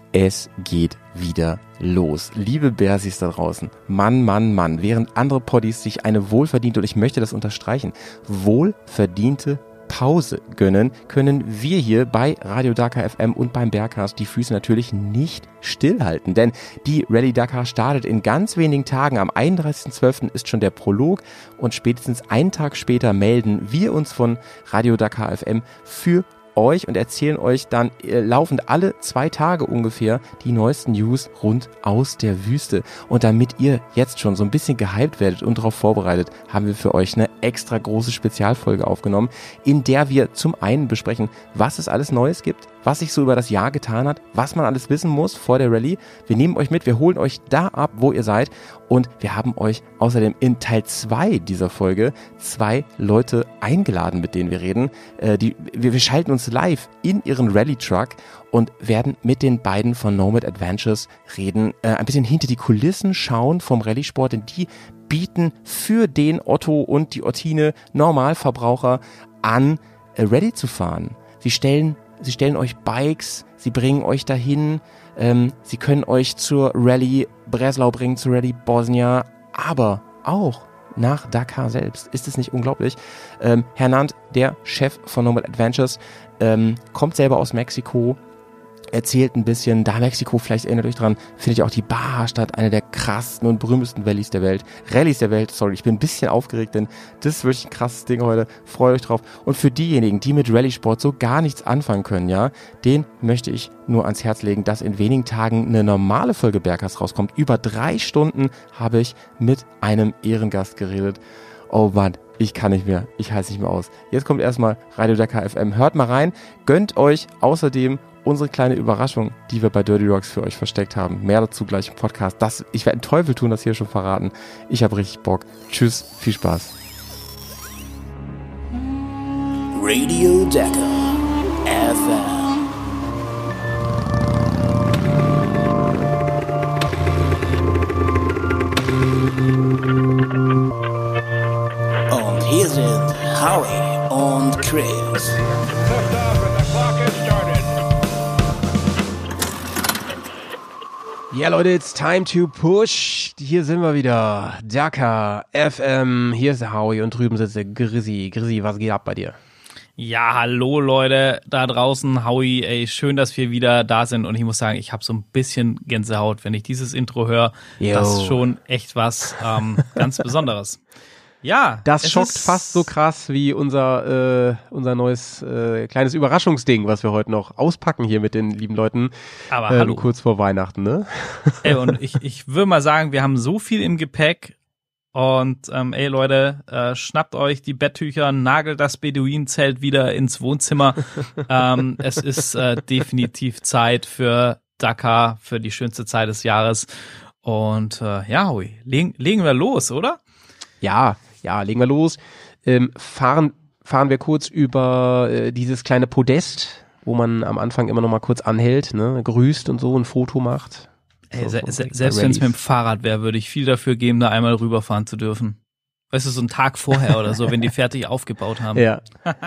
Es geht wieder los. Liebe Bersis da draußen, Mann, Mann, Mann, während andere Poddies sich eine wohlverdiente, und ich möchte das unterstreichen, wohlverdiente Pause gönnen, können wir hier bei Radio Dakar FM und beim Bergcast die Füße natürlich nicht stillhalten, denn die Rallye Dakar startet in ganz wenigen Tagen. Am 31.12. ist schon der Prolog und spätestens einen Tag später melden wir uns von Radio Dakar FM für euch und erzählen euch dann laufend alle 2 Tage ungefähr die neuesten News rund aus der Wüste. Und damit ihr jetzt schon so ein bisschen gehypt werdet und darauf vorbereitet, haben wir für euch eine extra große Spezialfolge aufgenommen, in der wir zum einen besprechen, was es alles Neues gibt, was sich so über das Jahr getan hat, was man alles wissen muss vor der Rallye. Wir nehmen euch mit, wir holen euch da ab, wo ihr seid, und wir haben euch außerdem in Teil 2 dieser Folge 2 Leute eingeladen, mit denen wir reden. Wir schalten uns live in ihren Rallye-Truck und werden mit den beiden von Nomad Adventures reden, ein bisschen hinter die Kulissen schauen vom Rallye-Sport, denn die bieten für den Otto und die Ottine Normalverbraucher an, Rallye zu fahren. Sie stellen euch Bikes, sie bringen euch dahin, sie können euch zur Rallye Breslau bringen, zur Rallye Bosnia, aber auch nach Dakar selbst. Ist es nicht unglaublich? Hernand, der Chef von Nomad Adventures, kommt selber aus Mexiko, erzählt ein bisschen, da Mexiko, vielleicht erinnert euch dran, finde ich auch die Baja-Stadt eine der krassesten und berühmtesten Rallyes der Welt. Ich bin ein bisschen aufgeregt, denn das ist wirklich ein krasses Ding heute. Freut euch drauf. Und für diejenigen, die mit Rallye-Sport so gar nichts anfangen können, ja, den möchte ich nur ans Herz legen, dass in wenigen Tagen eine normale Folge Bergcast rauskommt. Über 3 Stunden habe ich mit einem Ehrengast geredet. Oh Mann, ich kann nicht mehr. Ich halte es nicht mehr aus. Jetzt kommt erstmal Radio Dakar FM. Hört mal rein. Gönnt euch außerdem unsere kleine Überraschung, die wir bei Dirty Rocks für euch versteckt haben. Mehr dazu gleich im Podcast. Ich werde einen Teufel tun, das hier schon verraten. Ich habe richtig Bock. Tschüss, viel Spaß. Radio Dakar FM. Und hier sind Howie und Chris. Ja, Leute, it's time to push. Hier sind wir wieder. Dakar FM. Hier ist der Howie und drüben sitzt der Grizzy. Grizzy, was geht ab bei dir? Ja, hallo Leute da draußen. Howie, ey, schön, dass wir wieder da sind. Und ich muss sagen, ich habe so ein bisschen Gänsehaut, wenn ich dieses Intro höre. Das ist schon echt was ganz Besonderes. Ja, das schockt fast so krass wie unser neues kleines Überraschungsding, was wir heute noch auspacken hier mit den lieben Leuten. Aber hallo. Kurz vor Weihnachten, ne? Ey, und ich würde mal sagen, wir haben so viel im Gepäck. Und ey Leute, schnappt euch die Betttücher, nagelt das Beduinenzelt wieder ins Wohnzimmer. Es ist definitiv Zeit für Dakar, für die schönste Zeit des Jahres. Und ja, Howie, legen wir los, oder? Ja, legen wir los. Fahren wir kurz über dieses kleine Podest, wo man am Anfang immer noch mal kurz anhält, ne, grüßt und so, ein Foto macht. Ey, selbst wenn es mit dem Fahrrad wäre, würde ich viel dafür geben, da einmal rüberfahren zu dürfen. Weißt du, so einen Tag vorher oder so, wenn die fertig aufgebaut haben. Ja.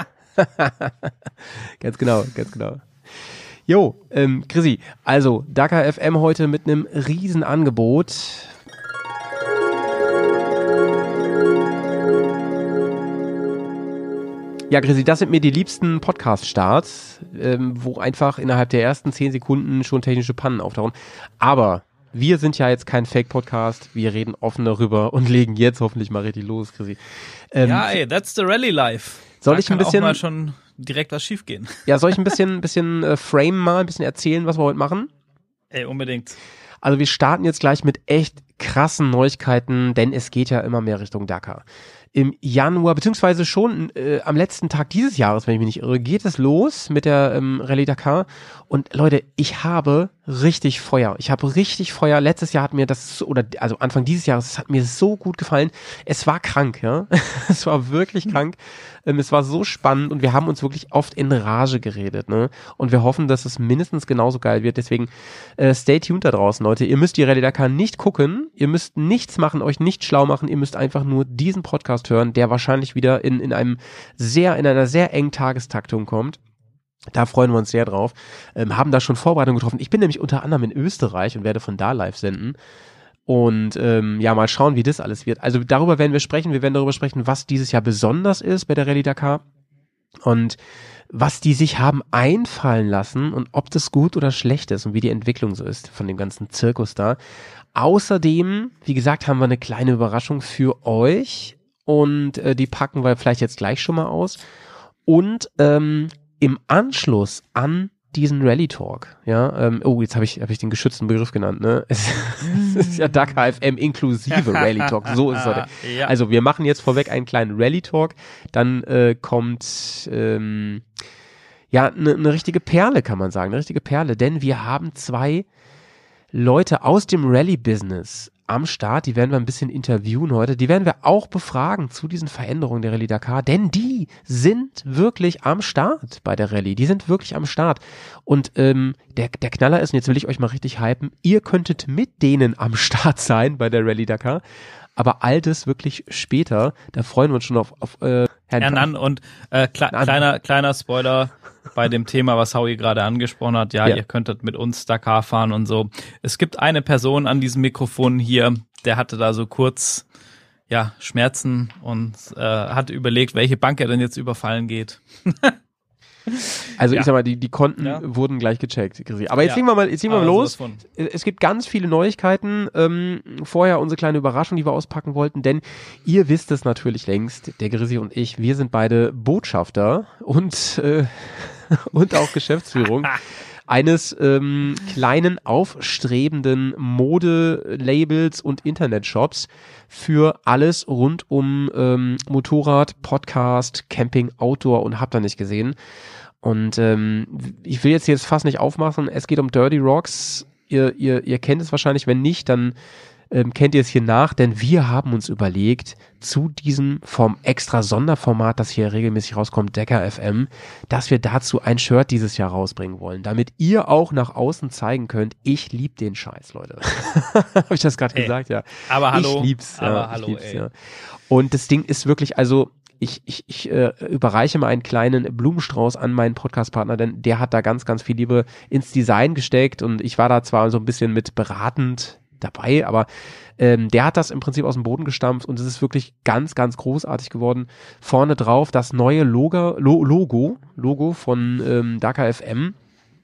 Ganz genau. Jo, Chrissy, also Dakar FM heute mit einem riesen Angebot. Ja, Chrissy, das sind mir die liebsten Podcast-Starts, wo einfach innerhalb der ersten 10 Sekunden schon technische Pannen auftauchen. Aber wir sind ja jetzt kein Fake-Podcast, wir reden offen darüber und legen jetzt hoffentlich mal richtig los, Chrissy. Ja, ey, that's the Rally Life. Soll ich ein bisschen auch mal schon direkt was schief gehen? Ja, soll ich ein bisschen frame mal, ein bisschen erzählen, was wir heute machen? Ey, unbedingt. Also wir starten jetzt gleich mit echt krassen Neuigkeiten, denn es geht ja immer mehr Richtung Dakar. Im Januar, beziehungsweise schon am letzten Tag dieses Jahres, wenn ich mich nicht irre, geht es los mit der Rallye Dakar. Und Leute, ich habe richtig Feuer. Letztes Jahr hat mir also Anfang dieses Jahres, es hat mir so gut gefallen. Es war krank, ja. Es war wirklich krank. Es war so spannend und wir haben uns wirklich oft in Rage geredet, ne. Und wir hoffen, dass es mindestens genauso geil wird. Deswegen stay tuned da draußen, Leute. Ihr müsst die Rallye Dakar nicht gucken. Ihr müsst nichts machen, euch nicht schlau machen. Ihr müsst einfach nur diesen Podcast hören, der wahrscheinlich wieder in einer sehr engen Tagestaktung kommt. Da freuen wir uns sehr drauf. Haben da schon Vorbereitungen getroffen. Ich bin nämlich unter anderem in Österreich und werde von da live senden. Und mal schauen, wie das alles wird. Also darüber werden wir sprechen. Wir werden darüber sprechen, was dieses Jahr besonders ist bei der Rallye Dakar und was die sich haben einfallen lassen und ob das gut oder schlecht ist und wie die Entwicklung so ist von dem ganzen Zirkus da. Außerdem, wie gesagt, haben wir eine kleine Überraschung für euch und die packen wir vielleicht jetzt gleich schon mal aus. Und im Anschluss an diesen Rally Talk, ja, jetzt habe ich den geschützten Begriff genannt, ne? Es ist ja Dakar FM inklusive Rally Talk, so ist es heute. Ja. Also wir machen jetzt vorweg einen kleinen Rally Talk, dann kommt eine richtige Perle, kann man sagen, eine richtige Perle, denn wir haben 2 Leute aus dem Rally-Business am Start, die werden wir ein bisschen interviewen heute, die werden wir auch befragen zu diesen Veränderungen der Rallye Dakar, denn die sind wirklich am Start bei der Rallye, die sind wirklich am Start und der Knaller ist, und jetzt will ich euch mal richtig hypen, ihr könntet mit denen am Start sein bei der Rallye Dakar, aber all das wirklich später, da freuen wir uns schon auf Herrn Nan und kleiner Spoiler bei dem Thema, was Howie gerade angesprochen hat. Ja, ihr könntet mit uns Dakar fahren und so. Es gibt eine Person an diesem Mikrofon hier, der hatte da so kurz Schmerzen und hat überlegt, welche Bank er denn jetzt überfallen geht. Also ich sag mal, die Konten wurden gleich gecheckt. Aber jetzt legen wir mal los. Es gibt ganz viele Neuigkeiten. Vorher unsere kleine Überraschung, die wir auspacken wollten, denn ihr wisst es natürlich längst, der Grisi und ich, wir sind beide Botschafter und auch Geschäftsführung eines kleinen, aufstrebenden Modelabels und Internetshops für alles rund um Motorrad, Podcast, Camping, Outdoor und habt ihr nicht gesehen. Und ich will jetzt fast nicht aufmachen, es geht um Dirty Rocks. Ihr kennt es wahrscheinlich, wenn nicht, dann kennt ihr es hier nach, denn wir haben uns überlegt, zu diesem extra Sonderformat, das hier regelmäßig rauskommt, Dakar FM, dass wir dazu ein Shirt dieses Jahr rausbringen wollen, damit ihr auch nach außen zeigen könnt, ich lieb den Scheiß, Leute. Habe ich das gerade gesagt? Ja. Aber hallo. Ich lieb's. Ja. Und das Ding ist wirklich, also ich überreiche mal einen kleinen Blumenstrauß an meinen Podcast-Partner, denn der hat da ganz, ganz viel Liebe ins Design gesteckt und ich war da zwar so ein bisschen mit beratend dabei, aber der hat das im Prinzip aus dem Boden gestampft und es ist wirklich ganz, ganz großartig geworden. Vorne drauf das neue Logo von Dakar FM.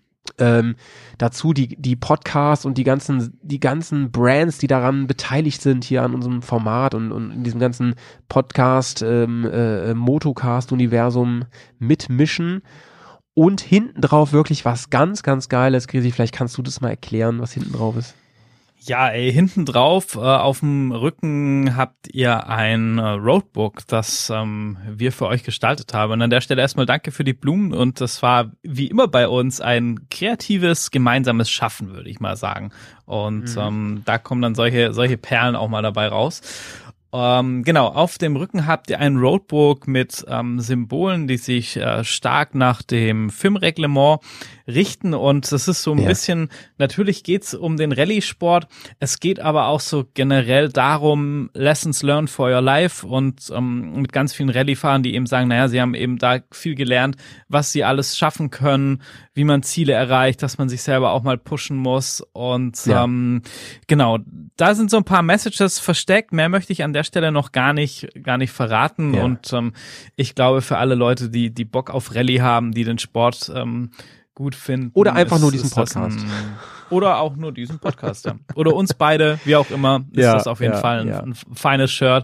Dazu die Podcasts und die ganzen Brands, die daran beteiligt sind hier an unserem Format und in diesem ganzen Podcast Motocast-Universum mitmischen. Und hinten drauf wirklich was ganz, ganz Geiles. Grisi, vielleicht kannst du das mal erklären, was hinten drauf ist. Ja, hinten drauf auf dem Rücken habt ihr ein Roadbook, das wir für euch gestaltet haben. Und an der Stelle erstmal danke für die Blumen. Und das war wie immer bei uns ein kreatives, gemeinsames Schaffen, würde ich mal sagen. Und da kommen dann solche Perlen auch mal dabei raus. Genau, auf dem Rücken habt ihr ein Roadbook mit Symbolen, die sich stark nach dem FIM-Reglement richten und das ist so ein bisschen, natürlich geht's um den Rallye-Sport, es geht aber auch so generell darum, Lessons learned for your life und mit ganz vielen Rallye-Fahrern, die eben sagen, naja, sie haben eben da viel gelernt, was sie alles schaffen können, wie man Ziele erreicht, dass man sich selber auch mal pushen muss und genau, da sind so ein paar Messages versteckt, mehr möchte ich an der Stelle noch gar nicht verraten und ich glaube für alle Leute, die Bock auf Rallye haben, die den Sport gut finden. Oder einfach nur diesen Podcast. Oder auch nur diesen Podcast, ja. Oder uns beide, wie auch immer, ist das auf jeden Fall ein feines Shirt,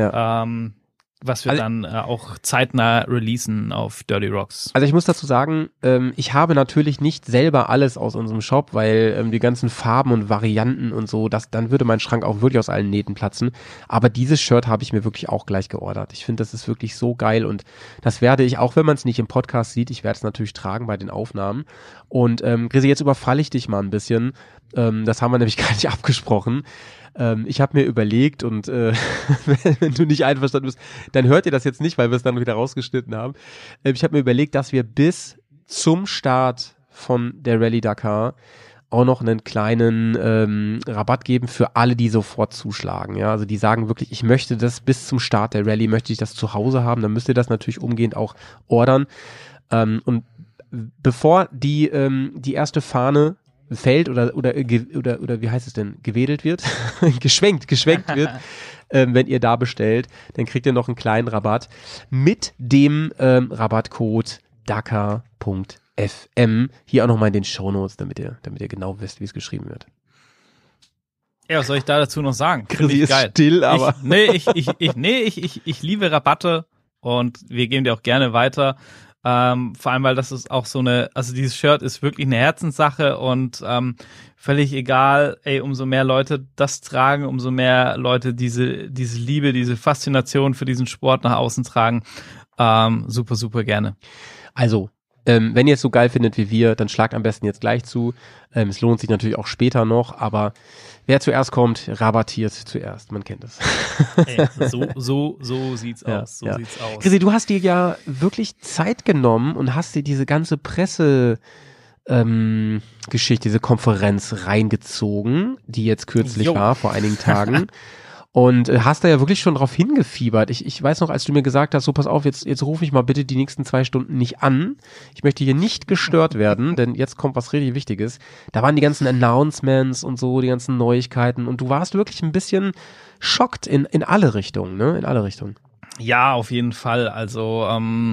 was wir dann auch zeitnah releasen auf Dirty Rocks. Also ich muss dazu sagen, ich habe natürlich nicht selber alles aus unserem Shop, weil die ganzen Farben und Varianten und so, dann würde mein Schrank auch wirklich aus allen Nähten platzen. Aber dieses Shirt habe ich mir wirklich auch gleich geordert. Ich finde, das ist wirklich so geil und das werde ich, auch wenn man es nicht im Podcast sieht, ich werde es natürlich tragen bei den Aufnahmen. Und Grisi, jetzt überfalle ich dich mal ein bisschen. Das haben wir nämlich gar nicht abgesprochen. Ich habe mir überlegt und wenn du nicht einverstanden bist, dann hört ihr das jetzt nicht, weil wir es dann wieder rausgeschnitten haben. Ich habe mir überlegt, dass wir bis zum Start von der Rallye Dakar auch noch einen kleinen Rabatt geben für alle, die sofort zuschlagen. Ja, also die sagen wirklich, ich möchte das bis zum Start der Rallye, möchte ich das zu Hause haben, dann müsst ihr das natürlich umgehend auch ordern. Und bevor die erste Fahne fällt oder wie heißt es denn, gewedelt wird, geschwenkt wird, wenn ihr da bestellt, dann kriegt ihr noch einen kleinen Rabatt mit dem Rabattcode dakar.fm. Hier auch nochmal in den Shownotes, damit ihr genau wisst, wie es geschrieben wird. Ja, was soll ich da dazu noch sagen? Chrissy ist geil. Still, aber. Ich liebe Rabatte und wir geben die auch gerne weiter. Vor allem, weil das ist auch so also dieses Shirt ist wirklich eine Herzenssache und völlig egal, umso mehr Leute das tragen, umso mehr Leute diese Liebe, diese Faszination für diesen Sport nach außen tragen. Super, super gerne. Also, wenn ihr es so geil findet wie wir, dann schlagt am besten jetzt gleich zu. Es lohnt sich natürlich auch später noch, aber wer zuerst kommt, rabattiert zuerst. Man kennt es. So sieht's aus. So sieht's aus. Chrissy, du hast dir ja wirklich Zeit genommen und hast dir diese ganze Presse Geschichte, diese Konferenz reingezogen, die jetzt kürzlich war, vor einigen Tagen. Und hast da ja wirklich schon drauf hingefiebert. Ich weiß noch, als du mir gesagt hast, so pass auf, jetzt ruf mich mal bitte die nächsten 2 Stunden nicht an. Ich möchte hier nicht gestört werden, denn jetzt kommt was richtig Wichtiges. Da waren die ganzen Announcements und so, die ganzen Neuigkeiten und du warst wirklich ein bisschen schockt in alle Richtungen, ne? In alle Richtungen. Ja, auf jeden Fall. Also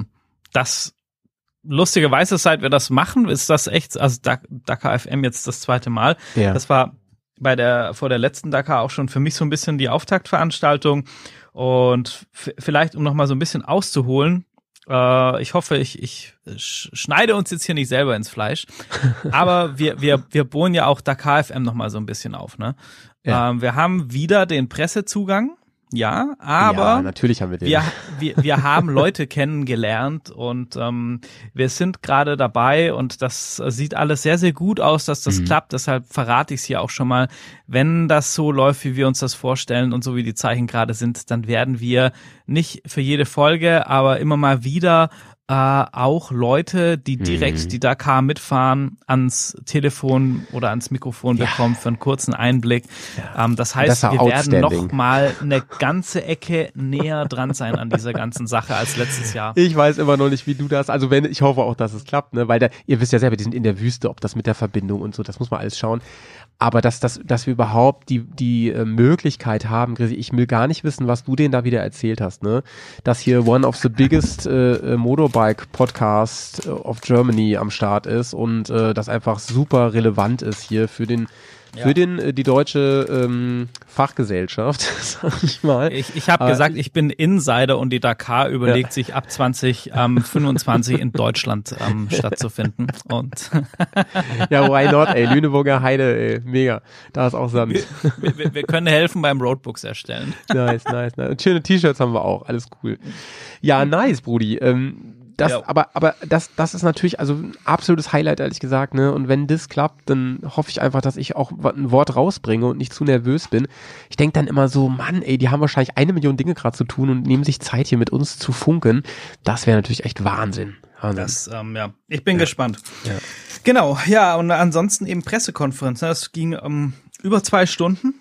das lustigerweise, seit wir das machen, ist das echt, also Dakar FM jetzt das 2. Mal. Ja. Das war vor der letzten Dakar auch schon für mich so ein bisschen die Auftaktveranstaltung und vielleicht, um nochmal so ein bisschen auszuholen, ich hoffe, ich schneide uns jetzt hier nicht selber ins Fleisch, aber wir bohren ja auch Dakar FM nochmal so ein bisschen auf, ne? Ja. Wir haben wieder den Pressezugang. Ja, aber ja, natürlich haben wir den. Wir haben Leute kennengelernt und wir sind gerade dabei und das sieht alles sehr, sehr gut aus, dass das klappt. Deshalb verrate ich es hier auch schon mal. Wenn das so läuft, wie wir uns das vorstellen und so wie die Zeichen gerade sind, dann werden wir nicht für jede Folge, aber immer mal wieder auch Leute, die direkt die Dakar mitfahren, ans Telefon oder ans Mikrofon bekommen für einen kurzen Einblick. Ja. Das heißt, wir werden noch mal eine ganze Ecke näher dran sein an dieser ganzen Sache als letztes Jahr. Ich weiß immer noch nicht, wie du das, also ich hoffe auch, dass es klappt, ne, weil ihr wisst ja selber, die sind in der Wüste, ob das mit der Verbindung und so, das muss man alles schauen. Aber dass wir überhaupt die Möglichkeit haben, Chrissy, ich will gar nicht wissen, was du denen da wieder erzählt hast, ne? Dass hier one of the biggest Motorbike-Podcast of Germany am Start ist und das einfach super relevant ist hier für die deutsche Fachgesellschaft, sag ich mal. Ich habe gesagt, ich bin Insider und die Dakar überlegt sich ab 2025 in Deutschland stattzufinden. Und ja, why not, ey, Lüneburger Heide, ey, mega. Da ist auch Sand. Wir können helfen beim Roadbooks erstellen. Nice. Und schöne T-Shirts haben wir auch, alles cool. Ja, nice, Brudi. Aber das ist natürlich also ein absolutes Highlight, ehrlich gesagt, ne? Und wenn das klappt, dann hoffe ich einfach, dass ich auch ein Wort rausbringe und nicht zu nervös bin. Ich denke dann immer so, Mann, ey, die haben wahrscheinlich 1 Million Dinge gerade zu tun und nehmen sich Zeit, hier mit uns zu funken. Das wäre natürlich echt Wahnsinn. Ich bin gespannt. Ja. Genau, ja, und ansonsten eben Pressekonferenz. Das ging über 2 Stunden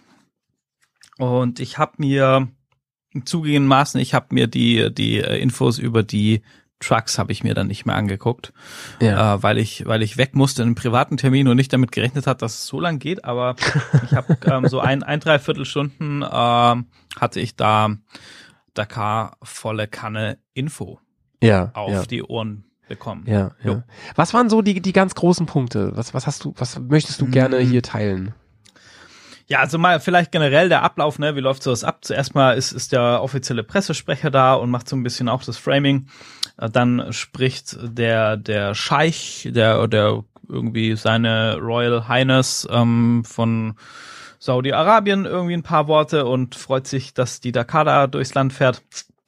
und ich habe mir zugegebenermaßen, die Infos über die Trucks habe ich mir dann nicht mehr angeguckt, weil ich weg musste in einem privaten Termin und nicht damit gerechnet hat, dass es so lang geht, aber ich habe so 3/4 Stunden hatte ich da Dakar volle Kanne Info auf die Ohren bekommen. Ja. Was waren so die ganz großen Punkte? Was möchtest du gerne hier teilen? Ja, also mal vielleicht generell der Ablauf, ne? Wie läuft sowas ab? Zuerst mal ist der offizielle Pressesprecher da und macht so ein bisschen auch das Framing. Dann spricht der Scheich, der irgendwie seine Royal Highness von Saudi-Arabien irgendwie ein paar Worte und freut sich, dass die Dakar da durchs Land fährt.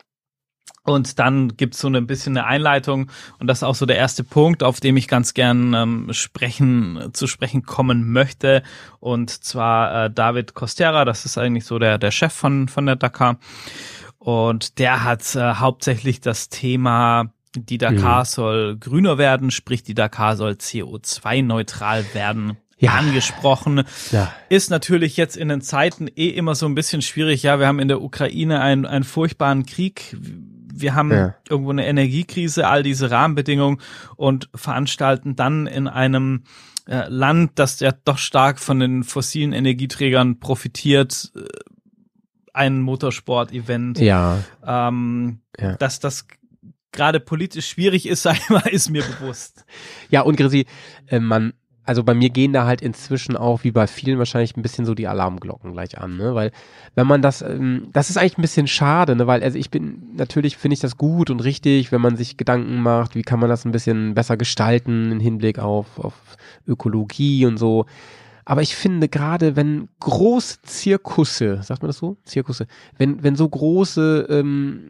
Und dann gibt's so ein bisschen eine Einleitung und das ist auch so der erste Punkt, auf dem ich ganz gern zu sprechen kommen möchte. Und zwar David Costera, das ist eigentlich so der Chef von der Dakar. Und der hat hauptsächlich das Thema, die Dakar soll grüner werden, sprich die Dakar soll CO2-neutral werden. Angesprochen. Ja. Ist natürlich jetzt in den Zeiten immer so ein bisschen schwierig. Ja, wir haben in der Ukraine einen furchtbaren Krieg. wir haben irgendwo eine Energiekrise, all diese Rahmenbedingungen und veranstalten dann in einem Land, das ja doch stark von den fossilen Energieträgern profitiert, ein Motorsport-Event. Dass das gerade politisch schwierig ist, sag ich mal, ist mir bewusst. Ja, und Chrissy, also bei mir gehen da halt inzwischen auch, wie bei vielen wahrscheinlich, ein bisschen so die Alarmglocken gleich an, ne? Weil wenn man das ist eigentlich ein bisschen schade, ne? Weil also natürlich finde ich das gut und richtig, wenn man sich Gedanken macht, wie kann man das ein bisschen besser gestalten im Hinblick auf Ökologie und so. Aber ich finde gerade, wenn große Zirkusse, sagt man das so? Zirkusse, wenn so große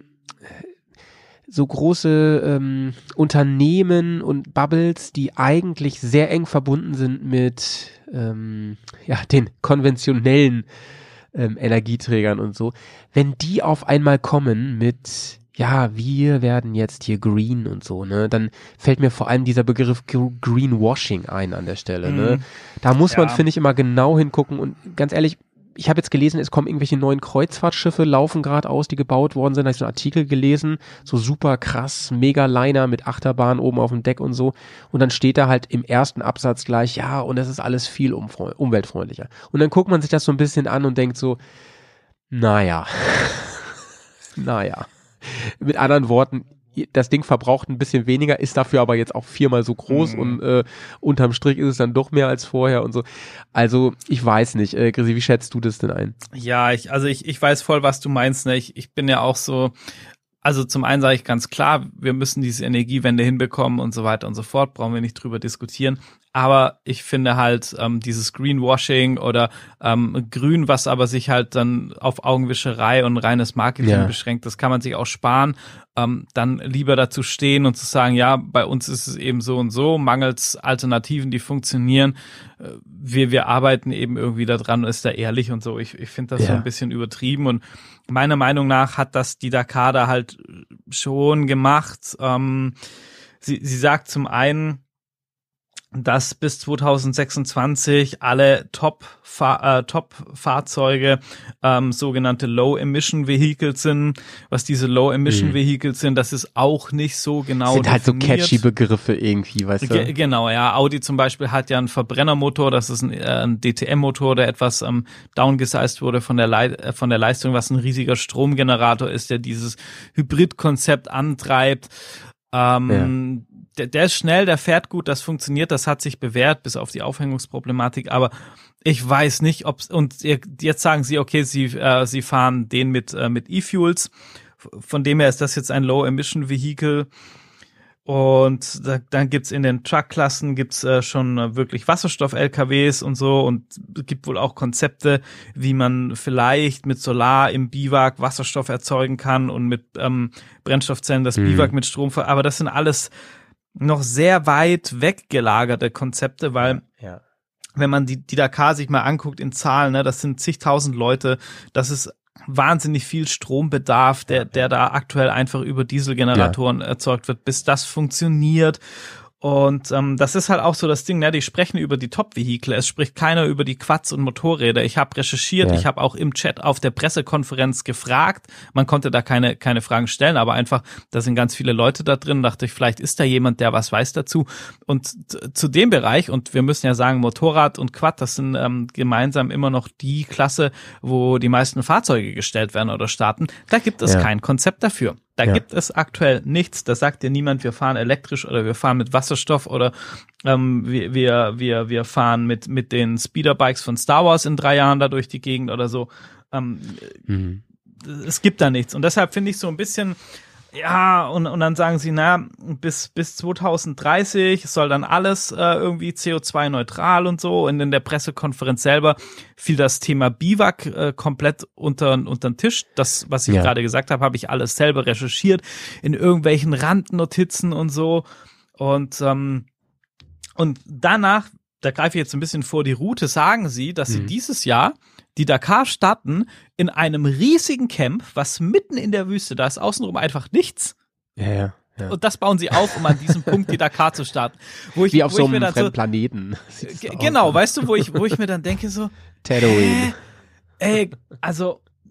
Unternehmen und Bubbles, die eigentlich sehr eng verbunden sind mit den konventionellen Energieträgern und so, wenn die auf einmal kommen mit wir werden jetzt hier green und so, ne, dann fällt mir vor allem dieser Begriff Greenwashing ein an der Stelle, ne. Da muss man, finde ich, immer genau hingucken und ganz ehrlich, ich habe jetzt gelesen, es kommen irgendwelche neuen Kreuzfahrtschiffe, laufen gerade aus, die gebaut worden sind. Da habe ich so einen Artikel gelesen, so super krass, Mega-Liner mit Achterbahn oben auf dem Deck und so. Und dann steht da halt im ersten Absatz gleich, und das ist alles viel umweltfreundlicher. Und dann guckt man sich das so ein bisschen an und denkt so, naja. Mit anderen Worten, das Ding verbraucht ein bisschen weniger, ist dafür aber jetzt auch 4-mal so groß und unterm Strich ist es dann doch mehr als vorher und so. Also ich weiß nicht. Chrissy, wie schätzt du das denn ein? Ja, ich weiß voll, was du meinst. Ne? Ich bin ja auch so, also zum einen sage ich ganz klar, wir müssen diese Energiewende hinbekommen und so weiter und so fort, brauchen wir nicht drüber diskutieren. Aber ich finde halt dieses Greenwashing oder Grün, was aber sich halt dann auf Augenwischerei und reines Marketing beschränkt, das kann man sich auch sparen. Dann lieber dazu stehen und zu sagen, bei uns ist es eben so und so, mangels Alternativen, die funktionieren. Wir arbeiten eben irgendwie da dran und ist da ehrlich und so. Ich finde das so ein bisschen übertrieben und meiner Meinung nach hat das die Dakar da halt schon gemacht. Sie sagt zum einen, dass bis 2026 alle Top-Fahrzeuge sogenannte Low-Emission-Vehicles sind. Was diese Low-Emission-Vehicles sind, das ist auch nicht so genau definiert. Sind halt so catchy Begriffe irgendwie, weißt du? Genau, ja. Audi zum Beispiel hat ja einen Verbrennermotor, das ist ein DTM-Motor, der etwas downgesized wurde von der Leistung, was ein riesiger Stromgenerator ist, der dieses Hybrid-Konzept antreibt. Der ist schnell, der fährt gut, das funktioniert, das hat sich bewährt, bis auf die Aufhängungsproblematik, aber ich weiß nicht, und jetzt sagen sie, okay, sie fahren den mit E-Fuels, von dem her ist das jetzt ein Low-Emission-Vehicle und dann gibt's in den Truck-Klassen schon wirklich Wasserstoff-LKWs und so und es gibt wohl auch Konzepte, wie man vielleicht mit Solar im Biwak Wasserstoff erzeugen kann und mit Brennstoffzellen das Biwak mit Strom, aber das sind alles noch sehr weit weggelagerte Konzepte, weil wenn man die Dakar sich mal anguckt in Zahlen, ne, das sind zigtausend Leute, das ist wahnsinnig viel Strombedarf, der da aktuell einfach über Dieselgeneratoren erzeugt wird, bis das funktioniert. Und das ist halt auch so das Ding, ne? Die sprechen über die Top-Vehikel, es spricht keiner über die Quads und Motorräder. Ich habe recherchiert, ich habe auch im Chat auf der Pressekonferenz gefragt. Man konnte da keine Fragen stellen, aber einfach, da sind ganz viele Leute da drin. Dachte ich, vielleicht ist da jemand, der was weiß dazu. Und zu dem Bereich, und wir müssen ja sagen, Motorrad und Quad, das sind gemeinsam immer noch die Klasse, wo die meisten Fahrzeuge gestellt werden oder starten. Da gibt es kein Konzept dafür. Da gibt es aktuell nichts. Da sagt dir niemand, wir fahren elektrisch oder wir fahren mit Wasserstoff oder wir fahren mit den Speederbikes von Star Wars in 3 Jahren da durch die Gegend oder so. Es gibt da nichts. Und deshalb finde ich so ein bisschen, und dann sagen sie, bis 2030 soll dann alles irgendwie CO2-neutral und so. Und in der Pressekonferenz selber fiel das Thema Biwak komplett unter den Tisch. Das, was ich gerade gesagt habe, habe ich alles selber recherchiert in irgendwelchen Randnotizen und so. Und danach, da greife ich jetzt ein bisschen vor die Route, sagen sie, dass sie dieses Jahr die Dakar starten in einem riesigen Camp, was mitten in der Wüste, da ist außenrum einfach nichts. Ja. Und das bauen sie auf, um an diesem Punkt die Dakar zu starten. Wie auf so einem fremden Planeten. Genau, weißt du, wo ich mir dann denke so, Tatooine. Also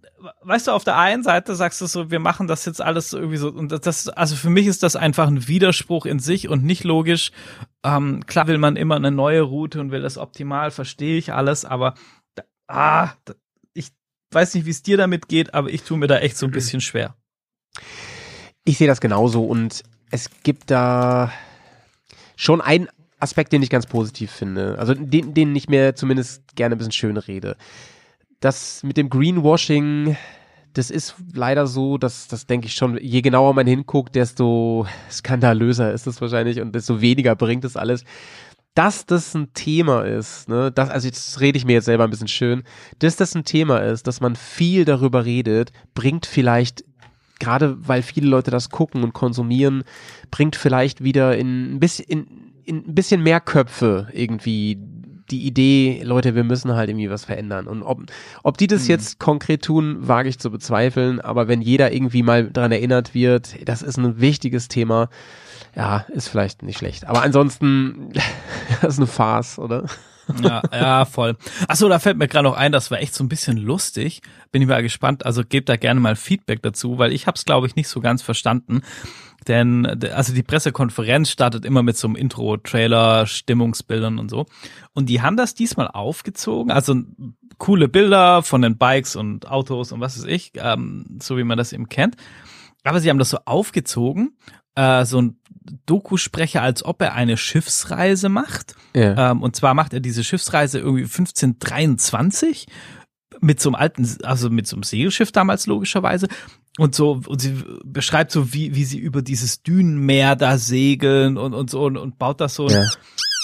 weißt du, auf der einen Seite sagst du so, wir machen das jetzt alles irgendwie so, und das, also für mich ist das einfach ein Widerspruch in sich und nicht logisch. Klar will man immer eine neue Route und will das optimal, verstehe ich alles, aber ich weiß nicht, wie es dir damit geht, aber ich tue mir da echt so ein bisschen schwer. Ich sehe das genauso und es gibt da schon einen Aspekt, den ich ganz positiv finde, also den ich mir zumindest gerne ein bisschen schön rede. Das mit dem Greenwashing, das ist leider so, das denke ich schon, je genauer man hinguckt, desto skandalöser ist es wahrscheinlich und desto weniger bringt es alles. Dass das ein Thema ist, ne, also jetzt rede ich mir jetzt selber ein bisschen schön, dass das ein Thema ist, dass man viel darüber redet, bringt vielleicht, gerade weil viele Leute das gucken und konsumieren, bringt vielleicht wieder in ein bisschen mehr Köpfe irgendwie die Idee, Leute, wir müssen halt irgendwie was verändern. Und ob die das jetzt konkret tun, wage ich zu bezweifeln, aber wenn jeder irgendwie mal dran erinnert wird, das ist ein wichtiges Thema, ja, ist vielleicht nicht schlecht. Aber ansonsten, das ist eine Farce, oder? Ja, voll. Achso, da fällt mir gerade noch ein, das war echt so ein bisschen lustig. Bin ich mal gespannt, also gebt da gerne mal Feedback dazu, weil ich hab's, glaube ich, nicht so ganz verstanden. Denn, also die Pressekonferenz startet immer mit so einem Intro, Trailer, Stimmungsbildern und so. Und die haben das diesmal aufgezogen, also coole Bilder von den Bikes und Autos und was weiß ich, so wie man das eben kennt. Aber sie haben das so aufgezogen, so ein Dokusprecher, als ob er eine Schiffsreise macht. Ja. Und zwar macht er diese Schiffsreise irgendwie 1523 mit so einem alten, also mit so einem Segelschiff damals logischerweise. Und sie beschreibt so, wie sie über dieses Dünenmeer da segeln und so und baut das so. Ja.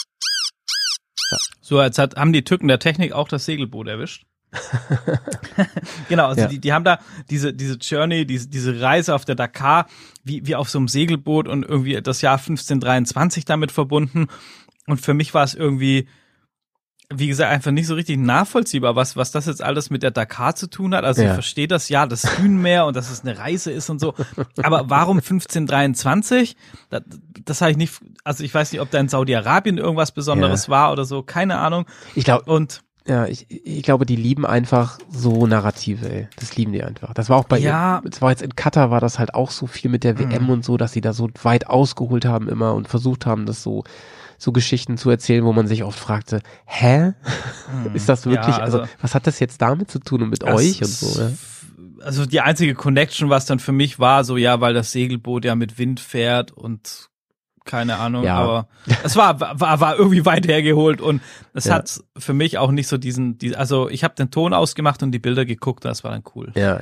So, jetzt haben die Tücken der Technik auch das Segelboot erwischt. Genau, also ja. die haben da diese Journey, diese Reise auf der Dakar, wie auf so einem Segelboot und irgendwie das Jahr 1523 damit verbunden. Und für mich war es irgendwie, wie gesagt, einfach nicht so richtig nachvollziehbar, was das jetzt alles mit der Dakar zu tun hat. Also ich verstehe das, ja, das Dünenmeer und dass es eine Reise ist und so. Aber warum 1523? Das habe ich nicht, also ich weiß nicht, ob da in Saudi-Arabien irgendwas Besonderes war oder so, keine Ahnung. Ich glaube, ich glaube, die lieben einfach so Narrative, ey. Das lieben die einfach. Das war auch bei es war jetzt in Katar, war das halt auch so viel mit der WM und so, dass sie da so weit ausgeholt haben immer und versucht haben, das so Geschichten zu erzählen, wo man sich oft fragte, hä? Ist das wirklich, also was hat das jetzt damit zu tun und mit euch und so, ja? Also die einzige Connection, was dann für mich war, so ja, weil das Segelboot ja mit Wind fährt und keine Ahnung, aber es war irgendwie weit hergeholt und es hat für mich auch nicht so also ich habe den Ton ausgemacht und die Bilder geguckt, das war dann cool. Ja.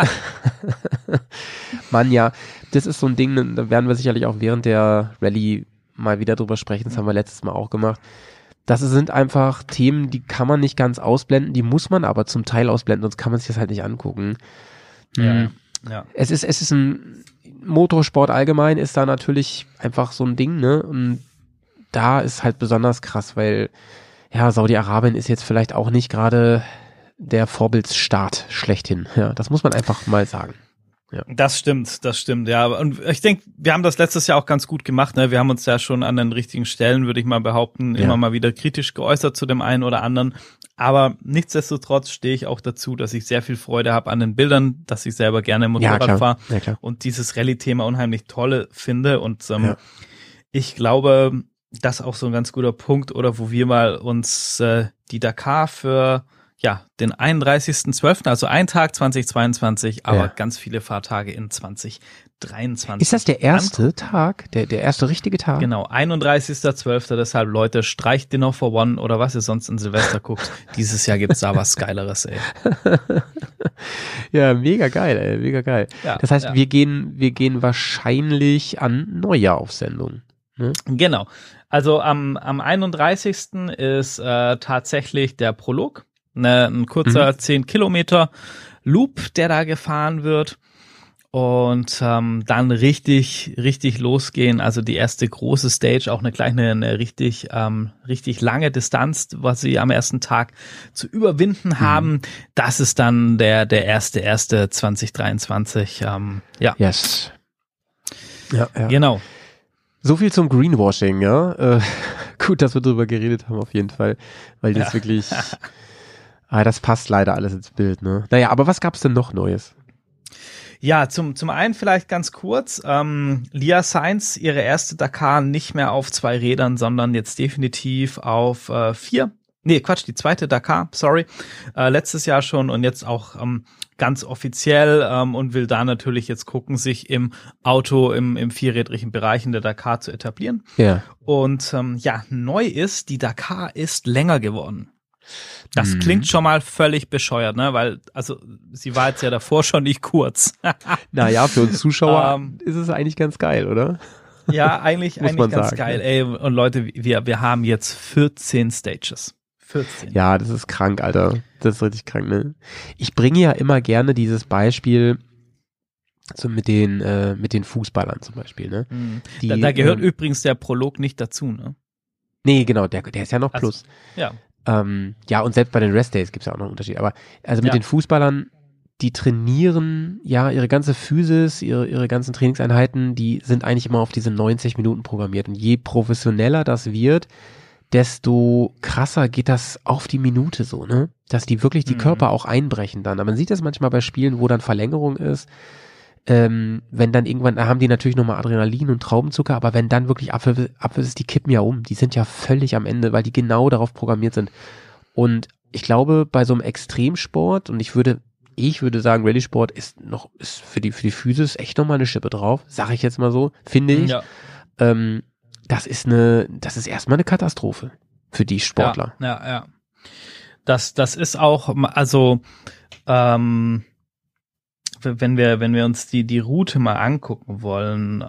Mann, ja, das ist so ein Ding, da werden wir sicherlich auch während der Rallye mal wieder drüber sprechen, das haben wir letztes Mal auch gemacht. Das sind einfach Themen, die kann man nicht ganz ausblenden, die muss man aber zum Teil ausblenden, sonst kann man sich das halt nicht angucken. Ja. Es ist ein Motorsport allgemein ist da natürlich einfach so ein Ding, ne? Und da ist halt besonders krass, weil ja, Saudi-Arabien ist jetzt vielleicht auch nicht gerade der Vorbildsstaat schlechthin. Ja, das muss man einfach mal sagen. Ja. Das stimmt, ja. Und ich denke, wir haben das letztes Jahr auch ganz gut gemacht, ne? Wir haben uns ja schon an den richtigen Stellen, würde ich mal behaupten, immer mal wieder kritisch geäußert zu dem einen oder anderen. Aber nichtsdestotrotz stehe ich auch dazu, dass ich sehr viel Freude habe an den Bildern, dass ich selber gerne Motorrad fahre und dieses Rallye-Thema unheimlich toll finde. Und ich glaube, das ist auch so ein ganz guter Punkt, oder wo wir mal uns die Dakar für den 31.12., also ein Tag 2022, aber ganz viele Fahrtage in 2023. Ist das der erste Tag? Der erste richtige Tag? Genau, 31.12., deshalb Leute, streicht Dinner for One oder was ihr sonst in Silvester guckt. Dieses Jahr gibt's da was Geileres, ey. Ja, mega geil, ey, mega geil. Ja, das heißt, wir gehen wahrscheinlich an Neujahr auf Sendung. Ne? Genau, also am 31. ist tatsächlich der Prolog. Ein kurzer 10 Kilometer Loop, der da gefahren wird und dann richtig losgehen, also die erste große Stage, auch eine richtig lange Distanz, was sie am ersten Tag zu überwinden haben. Das ist dann der 1.1.2023. Yes. Ja. Genau. So viel zum Greenwashing, ja. Gut, dass wir drüber geredet haben auf jeden Fall, weil das wirklich Das passt leider alles ins Bild, ne? Naja, aber was gab's denn noch Neues? Ja, zum einen vielleicht ganz kurz, Lia Sainz, ihre erste Dakar nicht mehr auf 2 Rädern, sondern jetzt definitiv auf 4. Nee, Quatsch, die zweite Dakar, sorry. Letztes Jahr schon und jetzt auch ganz offiziell und will da natürlich jetzt gucken, sich im Auto im vierrädrigen Bereich in der Dakar zu etablieren. Ja. Und neu ist, die Dakar ist länger geworden. Das klingt schon mal völlig bescheuert, ne? Weil, also, sie war jetzt ja davor schon nicht kurz. Naja, für uns Zuschauer ist es eigentlich ganz geil, oder? Ja, eigentlich ganz sagen, geil. Ey, und Leute, wir haben jetzt 14 Stages. 14. Ja, das ist krank, Alter. Das ist richtig krank, ne? Ich bringe ja immer gerne dieses Beispiel so mit den Fußballern zum Beispiel, ne? Da gehört übrigens der Prolog nicht dazu, ne? Nee, genau, der ist ja noch plus. Ja. Ja, und selbst bei den Restdays gibt es ja auch noch einen Unterschied. Aber also mit den Fußballern, die trainieren ja ihre ganze Physis, ihre ganzen Trainingseinheiten, die sind eigentlich immer auf diese 90 Minuten programmiert. Und je professioneller das wird, desto krasser geht das auf die Minute so, ne? Dass die wirklich die Körper auch einbrechen dann. Aber man sieht das manchmal bei Spielen, wo dann Verlängerung ist. Wenn dann irgendwann, da haben die natürlich nochmal Adrenalin und Traubenzucker, aber wenn dann wirklich Abpfiff ist, die kippen ja um. Die sind ja völlig am Ende, weil die genau darauf programmiert sind. Und ich glaube, bei so einem Extremsport, und ich würde sagen, Rallye-Sport ist für die Physis echt nochmal eine Schippe drauf, sage ich jetzt mal so, finde ich. Ja. Das ist erstmal eine Katastrophe für die Sportler. Ja. Das ist auch, also, wenn wir uns die Route mal angucken wollen,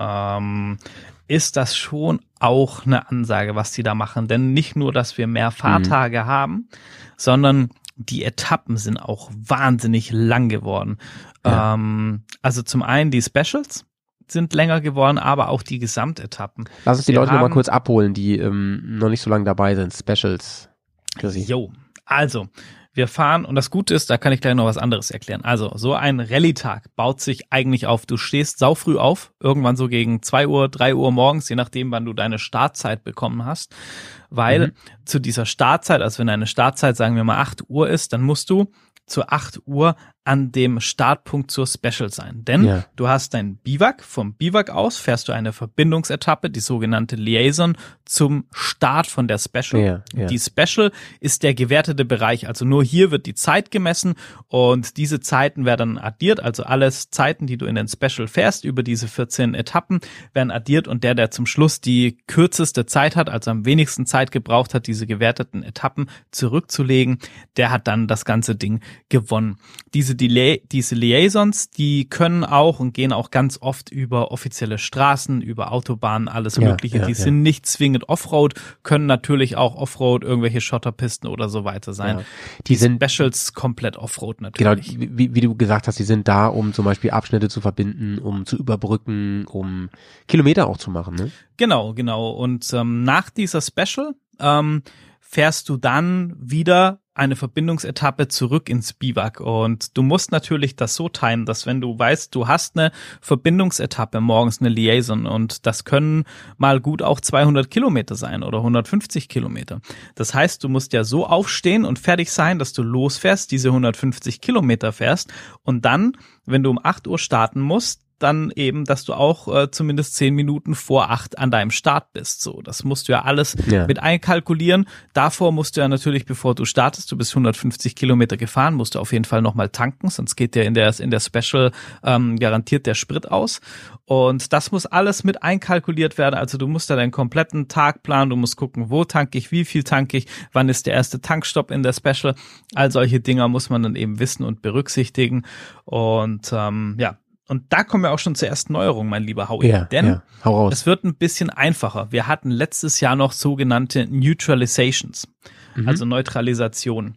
ist das schon auch eine Ansage, was die da machen. Denn nicht nur, dass wir mehr Fahrtage haben, sondern die Etappen sind auch wahnsinnig lang geworden. Ja. Also zum einen die Specials sind länger geworden, aber auch die Gesamtetappen. Lass uns die Leute noch mal kurz abholen, die noch nicht so lange dabei sind. Specials. Jo, also wir fahren, und das Gute ist, da kann ich gleich noch was anderes erklären. Also, so ein Rallye-Tag baut sich eigentlich auf. Du stehst saufrüh auf, irgendwann so gegen 2 Uhr, 3 Uhr morgens, je nachdem, wann du deine Startzeit bekommen hast. Weil zu dieser Startzeit, also wenn deine Startzeit, sagen wir mal 8 Uhr ist, dann musst du zu 8 Uhr an dem Startpunkt zur Special sein. Denn du hast dein Biwak. Vom Biwak aus fährst du eine Verbindungsetappe, die sogenannte Liaison, zum Start von der Special. Ja. Die Special ist der gewertete Bereich. Also nur hier wird die Zeit gemessen und diese Zeiten werden addiert. Also alles Zeiten, die du in den Special fährst, über diese 14 Etappen, werden addiert und der zum Schluss die kürzeste Zeit hat, also am wenigsten Zeit gebraucht hat, diese gewerteten Etappen zurückzulegen, der hat dann das ganze Ding gewonnen. Diese Liaisons, die können auch und gehen auch ganz oft über offizielle Straßen, über Autobahnen, alles Mögliche. Die sind nicht zwingend Offroad, können natürlich auch Offroad, irgendwelche Schotterpisten oder so weiter sein. Ja. Die sind Specials komplett Offroad natürlich. Genau, wie du gesagt hast, die sind da, um zum Beispiel Abschnitte zu verbinden, um zu überbrücken, um Kilometer auch zu machen, ne? Genau. Und nach dieser Special fährst du dann wieder eine Verbindungsetappe zurück ins Biwak. Und du musst natürlich das so timen, dass wenn du weißt, du hast eine Verbindungsetappe, morgens eine Liaison, und das können mal gut auch 200 Kilometer sein oder 150 Kilometer. Das heißt, du musst ja so aufstehen und fertig sein, dass du losfährst, diese 150 Kilometer fährst und dann, wenn du um 8 Uhr starten musst, dann eben, dass du auch zumindest 10 Minuten vor 8 an deinem Start bist. So, das musst du ja alles mit einkalkulieren. Davor musst du ja natürlich, bevor du startest, du bist 150 Kilometer gefahren, musst du auf jeden Fall nochmal tanken, sonst geht ja in der Special garantiert der Sprit aus. Und das muss alles mit einkalkuliert werden. Also du musst da deinen kompletten Tag planen, du musst gucken, wo tanke ich, wie viel tanke ich, wann ist der erste Tankstopp in der Special. All solche Dinger muss man dann eben wissen und berücksichtigen. Und Und da kommen wir auch schon zur ersten Neuerung, mein lieber Howie. Denn es wird ein bisschen einfacher. Wir hatten letztes Jahr noch sogenannte Neutralizations, also Neutralisation.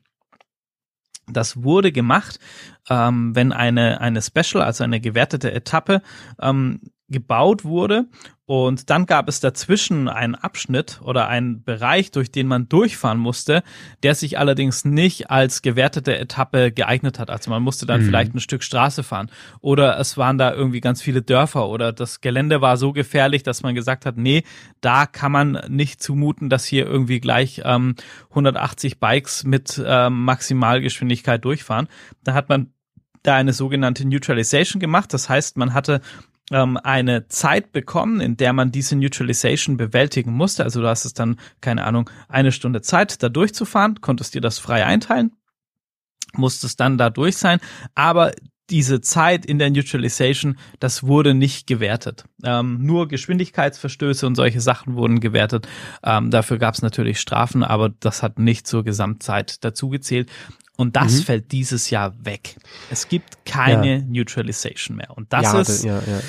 Das wurde gemacht, wenn eine Special, also eine gewertete Etappe, gebaut wurde Und dann gab es dazwischen einen Abschnitt oder einen Bereich, durch den man durchfahren musste, der sich allerdings nicht als gewertete Etappe geeignet hat. Also man musste dann vielleicht ein Stück Straße fahren oder es waren da irgendwie ganz viele Dörfer oder das Gelände war so gefährlich, dass man gesagt hat, nee, da kann man nicht zumuten, dass hier irgendwie gleich 180 Bikes mit Maximalgeschwindigkeit durchfahren. Da hat man da eine sogenannte Neutralization gemacht. Das heißt, man hatte eine Zeit bekommen, in der man diese Neutralization bewältigen musste. Also du hast es dann, keine Ahnung, 1 Stunde Zeit, da durchzufahren, konntest dir das frei einteilen, musstest dann da durch sein, aber diese Zeit in der Neutralization, das wurde nicht gewertet. Nur Geschwindigkeitsverstöße und solche Sachen wurden gewertet. Dafür gab es natürlich Strafen, aber das hat nicht zur Gesamtzeit dazu gezählt. Und das fällt dieses Jahr weg. Es gibt keine Neutralization mehr. Und das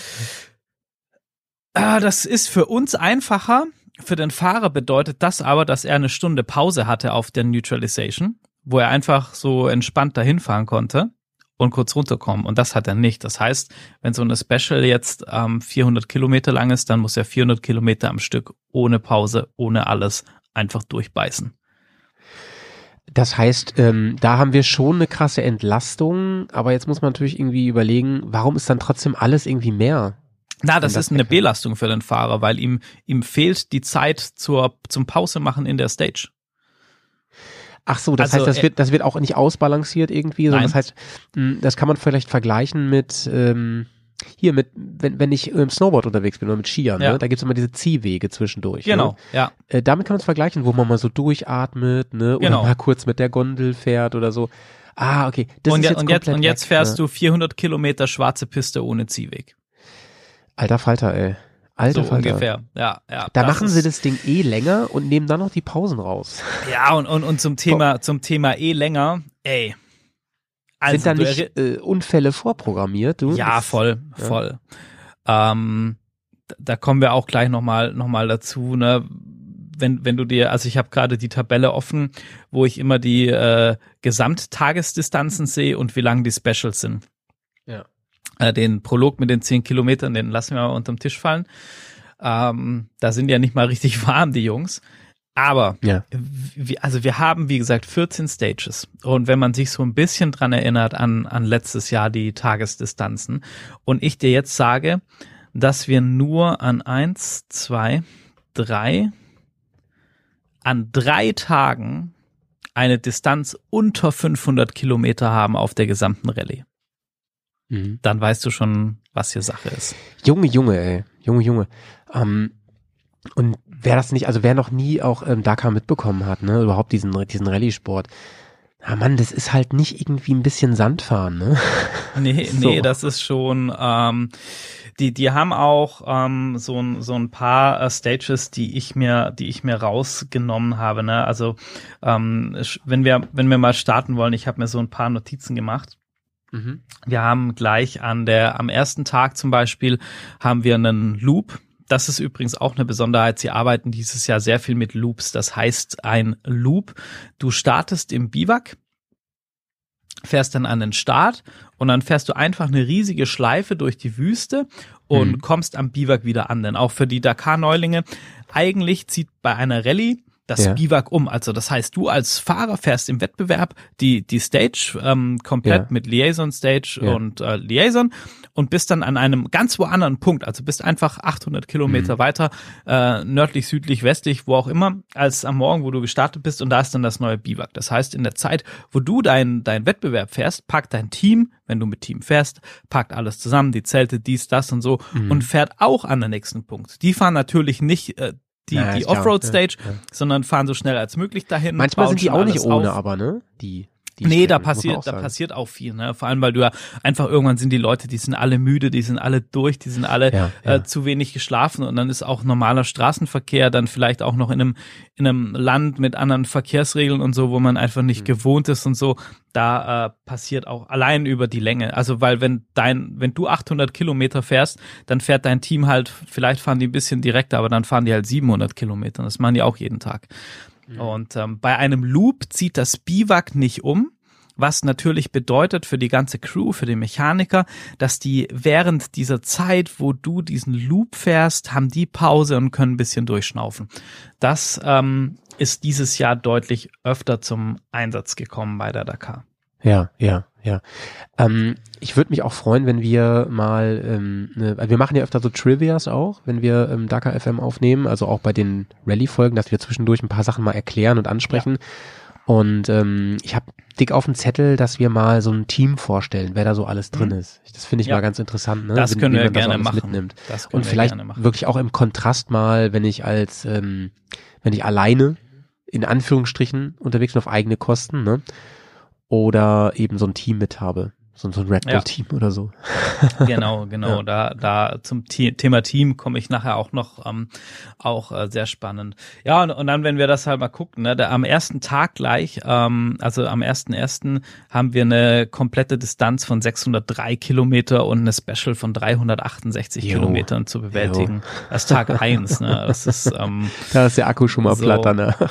das ist für uns einfacher. Für den Fahrer bedeutet das aber, dass er 1 Stunde Pause hatte auf der Neutralization, wo er einfach so entspannt dahin fahren konnte und kurz runterkommen. Und das hat er nicht. Das heißt, wenn so eine Special jetzt 400 Kilometer lang ist, dann muss er 400 Kilometer am Stück ohne Pause, ohne alles einfach durchbeißen. Das heißt, da haben wir schon eine krasse Entlastung, aber jetzt muss man natürlich irgendwie überlegen, warum ist dann trotzdem alles irgendwie mehr? Na, das ist eine Belastung für den Fahrer, weil ihm fehlt die Zeit zum Pause machen in der Stage. Ach so, das heißt, das wird auch nicht ausbalanciert irgendwie, sondern das heißt, das kann man vielleicht vergleichen mit wenn ich im Snowboard unterwegs bin oder mit Skiern, ne? Da gibt's immer diese Ziehwege zwischendurch. Genau, ne? Damit kann man es vergleichen, wo man mal so durchatmet, ne? Oder mal kurz mit der Gondel fährt oder so. Ah, okay. Das ist und jetzt fährst du 400 Kilometer schwarze Piste ohne Ziehweg. Alter Falter, ey. Alter Falter. Ungefähr, ja. Da machen sie das Ding länger und nehmen dann noch die Pausen raus. Ja, und zum Thema länger, ey. Also, sind da nicht Unfälle vorprogrammiert? Du? Ja, voll. Da kommen wir auch gleich noch mal dazu, ne? Wenn du dir, also ich habe gerade die Tabelle offen, wo ich immer die Gesamttagesdistanzen sehe und wie lang die Specials sind. Ja. Den Prolog mit den 10 Kilometern, den lassen wir mal unterm Tisch fallen. Da sind ja nicht mal richtig warm, die Jungs. Aber wir haben, wie gesagt, 14 Stages. Und wenn man sich so ein bisschen dran erinnert an letztes Jahr die Tagesdistanzen und ich dir jetzt sage, dass wir nur an 3 Tagen eine Distanz unter 500 Kilometer haben auf der gesamten Rallye. Dann weißt du schon, was hier Sache ist. Junge, ey. Junge. Und wer noch nie auch Dakar mitbekommen hat, ne, überhaupt diesen Rallye-Sport. Ah Mann, das ist halt nicht irgendwie ein bisschen Sandfahren, ne? Nee, das ist schon, die haben auch so ein paar Stages, die ich mir rausgenommen habe, ne? Also wenn wir mal starten wollen, ich habe mir so ein paar Notizen gemacht. Wir haben gleich am ersten Tag zum Beispiel haben wir einen Loop. Das ist übrigens auch eine Besonderheit. Sie arbeiten dieses Jahr sehr viel mit Loops. Das heißt, ein Loop, du startest im Biwak, fährst dann an den Start und dann fährst du einfach eine riesige Schleife durch die Wüste und kommst am Biwak wieder an. Denn auch für die Dakar-Neulinge, eigentlich zieht bei einer Rallye das Biwak um. Also das heißt, du als Fahrer fährst im Wettbewerb die Stage komplett mit Liaison Stage und Liaison und bist dann an einem ganz woanderen Punkt. Also bist einfach 800 Kilometer weiter, nördlich, südlich, westlich, wo auch immer, als am Morgen, wo du gestartet bist und da ist dann das neue Biwak. Das heißt, in der Zeit, wo du dein Wettbewerb fährst, packt dein Team, wenn du mit Team fährst, packt alles zusammen, die Zelte, dies, das und so und fährt auch an den nächsten Punkt. Die fahren natürlich nicht die Offroad-Stage, sondern fahren so schnell als möglich dahin. Manchmal sind die auch nicht ohne, aber ne? Die Nee, da passiert auch viel, ne? Vor allem, weil du ja einfach irgendwann sind die Leute, die sind alle müde, die sind alle durch, die sind alle zu wenig geschlafen und dann ist auch normaler Straßenverkehr dann vielleicht auch noch in einem Land mit anderen Verkehrsregeln und so, wo man einfach nicht gewohnt ist und so. Da passiert auch allein über die Länge. Also, weil wenn du 800 Kilometer fährst, dann fährt dein Team halt, vielleicht fahren die ein bisschen direkter, aber dann fahren die halt 700 Kilometer. Das machen die auch jeden Tag. Und bei einem Loop zieht das Biwak nicht um, was natürlich bedeutet für die ganze Crew, für die Mechaniker, dass die während dieser Zeit, wo du diesen Loop fährst, haben die Pause und können ein bisschen durchschnaufen. Das ist dieses Jahr deutlich öfter zum Einsatz gekommen bei der Dakar. Ja. Ich würde mich auch freuen, wenn wir mal, wir machen ja öfter so Trivias auch, wenn wir Dakar FM aufnehmen, also auch bei den Rallye-Folgen, dass wir zwischendurch ein paar Sachen mal erklären und ansprechen. Ja. Und ich habe dick auf dem Zettel, dass wir mal so ein Team vorstellen, wer da so alles drin ist. Das finde ich mal ganz interessant, ne? Das können wir gerne machen. Mitnimmt. Und vielleicht wirklich auch im Kontrast mal, wenn ich alleine in Anführungsstrichen unterwegs bin auf eigene Kosten, ne? Oder eben so ein Team mit habe. So ein Red Bull-Team oder so. Genau. Ja. Da zum Thema Team komme ich nachher auch noch, sehr spannend. Ja, und dann, wenn wir das halt mal gucken, ne, am ersten Tag gleich, also am 1.1. haben wir eine komplette Distanz von 603 Kilometer und eine Special von 368 Kilometern zu bewältigen. Das ist Tag 1, ne, das ist, da ist der Akku schon mal platt danach.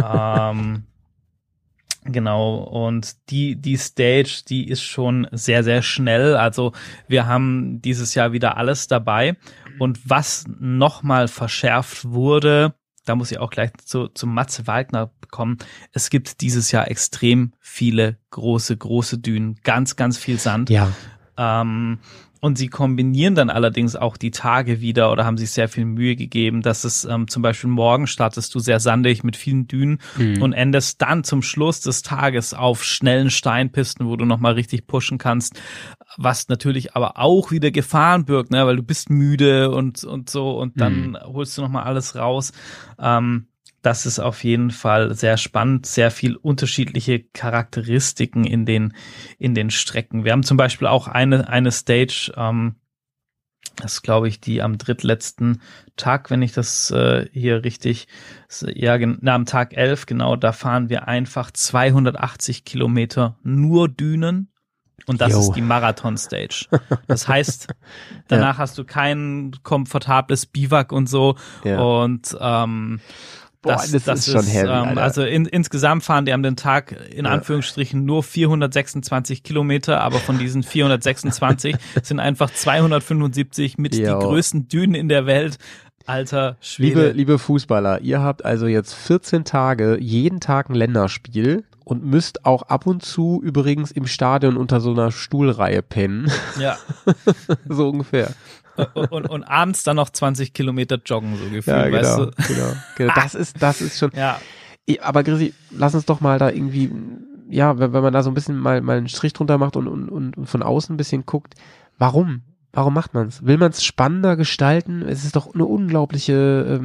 Genau, und die Stage, die ist schon sehr, sehr schnell. Also wir haben dieses Jahr wieder alles dabei. Und was nochmal verschärft wurde, da muss ich auch gleich zu Matze Wagner kommen, es gibt dieses Jahr extrem viele große Dünen, ganz, ganz viel Sand. Ja. Und sie kombinieren dann allerdings auch die Tage wieder oder haben sich sehr viel Mühe gegeben, dass es zum Beispiel morgen startest du sehr sandig mit vielen Dünen und endest dann zum Schluss des Tages auf schnellen Steinpisten, wo du nochmal richtig pushen kannst, was natürlich aber auch wieder Gefahren birgt, ne, weil du bist müde und so und dann holst du nochmal alles raus. Das ist auf jeden Fall sehr spannend, sehr viel unterschiedliche Charakteristiken in den Strecken. Wir haben zum Beispiel auch eine Stage, das ist, glaube ich, die am drittletzten Tag, wenn ich das hier richtig, am Tag 11, genau, da fahren wir einfach 280 Kilometer nur Dünen. Und das ist die Marathon-Stage. Das heißt, danach hast du kein komfortables Biwak und so. Ja. Und das ist schon heavy, also insgesamt fahren die an den Tag in Anführungsstrichen nur 426 Kilometer, aber von diesen 426 sind einfach 275 mit die größten Dünen in der Welt. Alter Schwede. Liebe Fußballer, ihr habt also jetzt 14 Tage, jeden Tag ein Länderspiel und müsst auch ab und zu übrigens im Stadion unter so einer Stuhlreihe pennen. Ja. So ungefähr. Und abends dann noch 20 Kilometer joggen, so gefühlt, ja, genau, weißt du? Genau. Das ist schon, ja. Aber Chrissy, lass uns doch mal da irgendwie, ja, wenn man da so ein bisschen mal einen Strich drunter macht und von außen ein bisschen guckt, warum macht man's? Will man's spannender gestalten? Es ist doch eine unglaubliche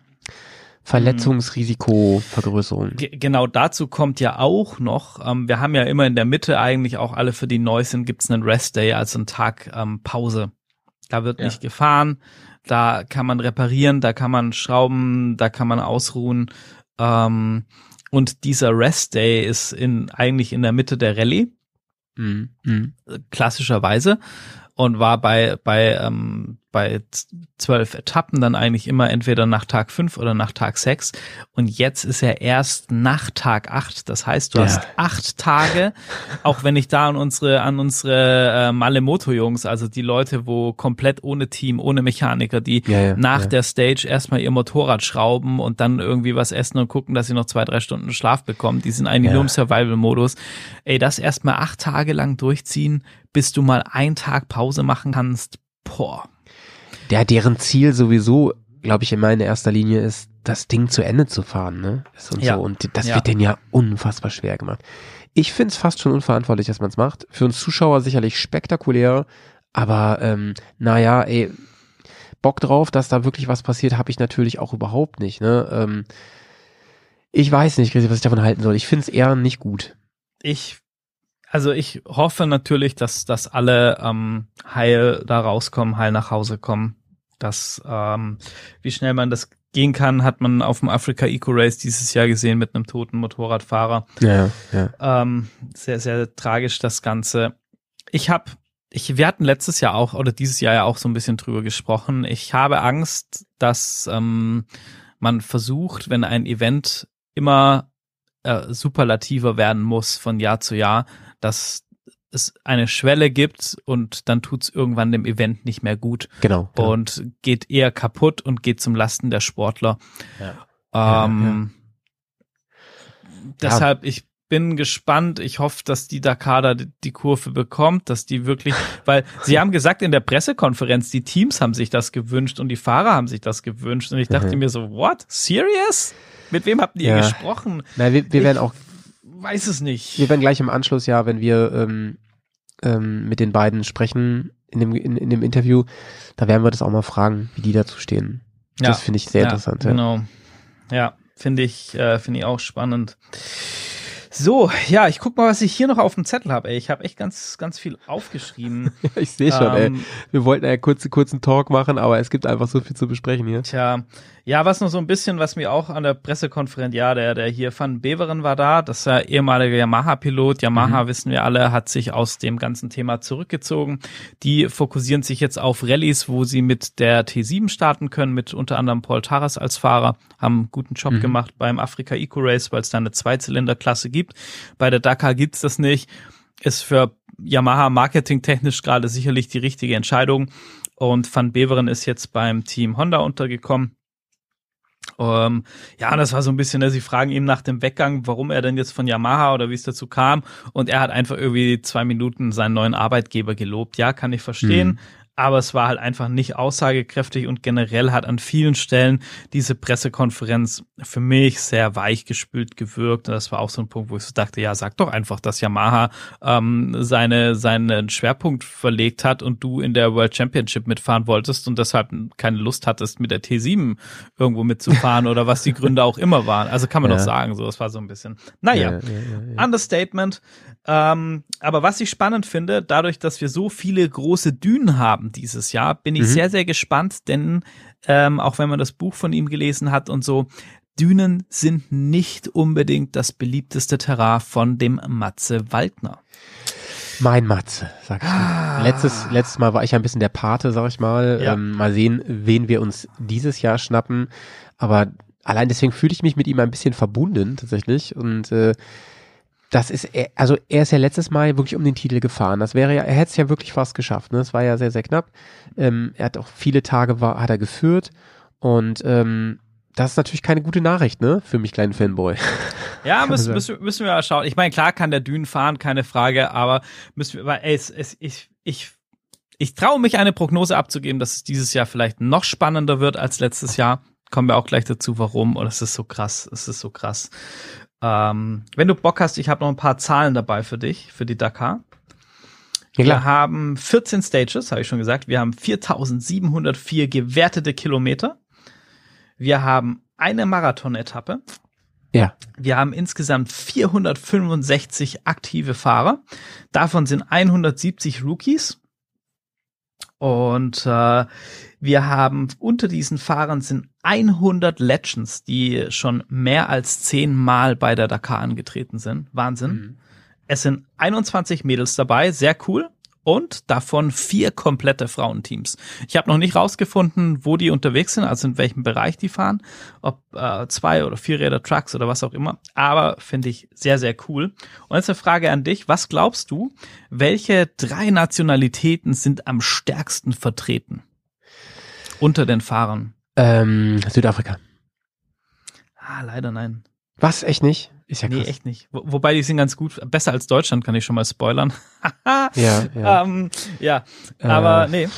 Verletzungsrisikovergrößerung. Genau, dazu kommt ja auch noch, wir haben ja immer in der Mitte eigentlich auch alle, für die neu sind, gibt's einen Rest Day, also einen Tag Pause. Da wird nicht gefahren, da kann man reparieren, da kann man schrauben, da kann man ausruhen. Und dieser Rest Day ist eigentlich in der Mitte der Rallye, klassischerweise, und war bei 12 Etappen dann eigentlich immer entweder nach Tag 5 oder nach Tag 6. Und jetzt ist er erst nach Tag 8. Das heißt, du hast 8 Tage, auch wenn ich da an unsere Malemoto-Jungs, also die Leute, wo komplett ohne Team, ohne Mechaniker, die nach der Stage erstmal ihr Motorrad schrauben und dann irgendwie was essen und gucken, dass sie noch 2-3 Stunden Schlaf bekommen. Die sind eigentlich nur im Survival-Modus. Ey, das erstmal 8 Tage lang durchziehen, bis du mal einen Tag Pause machen kannst. Boah. Deren Ziel sowieso, glaube ich, immer in erster Linie ist, das Ding zu Ende zu fahren, ne? So. Und das wird denen ja unfassbar schwer gemacht. Ich finde es fast schon unverantwortlich, dass man es macht. Für uns Zuschauer sicherlich spektakulär, aber Bock drauf, dass da wirklich was passiert, habe ich natürlich auch überhaupt nicht, ne? Ich weiß nicht, Chrissy, was ich davon halten soll. Ich finde es eher nicht gut. Ich hoffe natürlich, dass alle heil da rauskommen, heil nach Hause kommen. Dass wie schnell man das gehen kann, hat man auf dem Africa Eco Race dieses Jahr gesehen mit einem toten Motorradfahrer. Ja. Sehr, sehr tragisch das Ganze. Wir hatten letztes Jahr auch oder dieses Jahr ja auch so ein bisschen drüber gesprochen. Ich habe Angst, dass man versucht, wenn ein Event immer superlativer werden muss von Jahr zu Jahr, dass es eine Schwelle gibt und dann tut's irgendwann dem Event nicht mehr gut. Genau. Und geht eher kaputt und geht zum Lasten der Sportler. Deshalb, ich bin gespannt. Ich hoffe, dass die Dakar da die Kurve bekommt, dass die wirklich, weil sie haben gesagt in der Pressekonferenz, die Teams haben sich das gewünscht und die Fahrer haben sich das gewünscht. Und ich dachte mir so, what? Serious? Mit wem habt ihr gesprochen? Na, wir werden auch, weiß es nicht. Wir werden gleich im Anschluss, wenn wir mit den beiden sprechen in dem Interview, da werden wir das auch mal fragen, wie die dazu stehen. Das finde ich sehr interessant. Genau. Ja, finde ich auch spannend. So, ja, ich guck mal, was ich hier noch auf dem Zettel habe. Ich habe echt ganz, ganz viel aufgeschrieben. Ich sehe schon, wir wollten ja kurzen Talk machen, aber es gibt einfach so viel zu besprechen hier. Tja, ja, was noch so ein bisschen, was mir auch an der Pressekonferenz, der hier Van Beveren war da, das ist ja ehemaliger Yamaha-Pilot. Yamaha, wissen wir alle, hat sich aus dem ganzen Thema zurückgezogen. Die fokussieren sich jetzt auf Rallyes, wo sie mit der T7 starten können, mit unter anderem Paul Tarras als Fahrer, haben einen guten Job gemacht beim Africa Eco Race, weil es da eine Zweizylinderklasse gibt. Bei der Dakar gibt's das nicht. Ist für Yamaha marketingtechnisch gerade sicherlich die richtige Entscheidung. Und Van Beveren ist jetzt beim Team Honda untergekommen. Das war so ein bisschen, sie fragen ihn nach dem Weggang, warum er denn jetzt von Yamaha oder wie es dazu kam. Und er hat einfach irgendwie 2 Minuten seinen neuen Arbeitgeber gelobt. Ja, kann ich verstehen. Aber es war halt einfach nicht aussagekräftig und generell hat an vielen Stellen diese Pressekonferenz für mich sehr weichgespült gewirkt. Und das war auch so ein Punkt, wo ich so dachte, ja, sag doch einfach, dass Yamaha seinen Schwerpunkt verlegt hat und du in der World Championship mitfahren wolltest und deshalb keine Lust hattest, mit der T7 irgendwo mitzufahren oder was die Gründe auch immer waren. Also kann man doch sagen, so, das war so ein bisschen, Understatement. Aber was ich spannend finde, dadurch, dass wir so viele große Dünen haben dieses Jahr, bin ich sehr, sehr gespannt, denn auch wenn man das Buch von ihm gelesen hat und so, Dünen sind nicht unbedingt das beliebteste Terrain von dem Matze Waldner. Mein Matze, sag ich. Letztes Mal war ich ein bisschen der Pate, sag ich mal. Ja. Mal sehen, wen wir uns dieses Jahr schnappen. Aber allein deswegen fühle ich mich mit ihm ein bisschen verbunden, tatsächlich. Und das ist, er ist ja letztes Mal wirklich um den Titel gefahren. Das wäre ja, er hätte es ja wirklich fast geschafft. Ne? Das war ja sehr, sehr knapp. Er hat auch viele Tage hat er geführt und das ist natürlich keine gute Nachricht, ne, für mich kleinen Fanboy. Ja, müssen wir mal schauen. Ich meine, klar kann der Dünen fahren, keine Frage, aber ich traue mich eine Prognose abzugeben, dass es dieses Jahr vielleicht noch spannender wird als letztes Jahr. Kommen wir auch gleich dazu, warum. Und es ist so krass. Wenn du Bock hast, ich habe noch ein paar Zahlen dabei für dich, für die Dakar. Ja, wir haben 14 Stages, habe ich schon gesagt. Wir haben 4.704 gewertete Kilometer. Wir haben eine Marathon-Etappe. Ja. Wir haben insgesamt 465 aktive Fahrer. Davon sind 170 Rookies. Und wir haben unter diesen Fahrern sind 100 Legends, die schon mehr als 10 Mal bei der Dakar angetreten sind. Wahnsinn. Es sind 21 Mädels dabei, sehr cool. Und davon 4 komplette Frauenteams. Ich habe noch nicht rausgefunden, wo die unterwegs sind, also in welchem Bereich die fahren, ob 2 oder 4 Räder Trucks oder was auch immer. Aber finde ich sehr, sehr cool. Und jetzt eine Frage an dich. Was glaubst du, welche 3 Nationalitäten sind am stärksten vertreten unter den Fahrern? Südafrika. Leider nein. Was? Echt nicht? Ist ja krass. Nee, echt nicht. Wobei die sind ganz gut. Besser als Deutschland, kann ich schon mal spoilern. Ja. Aber nee.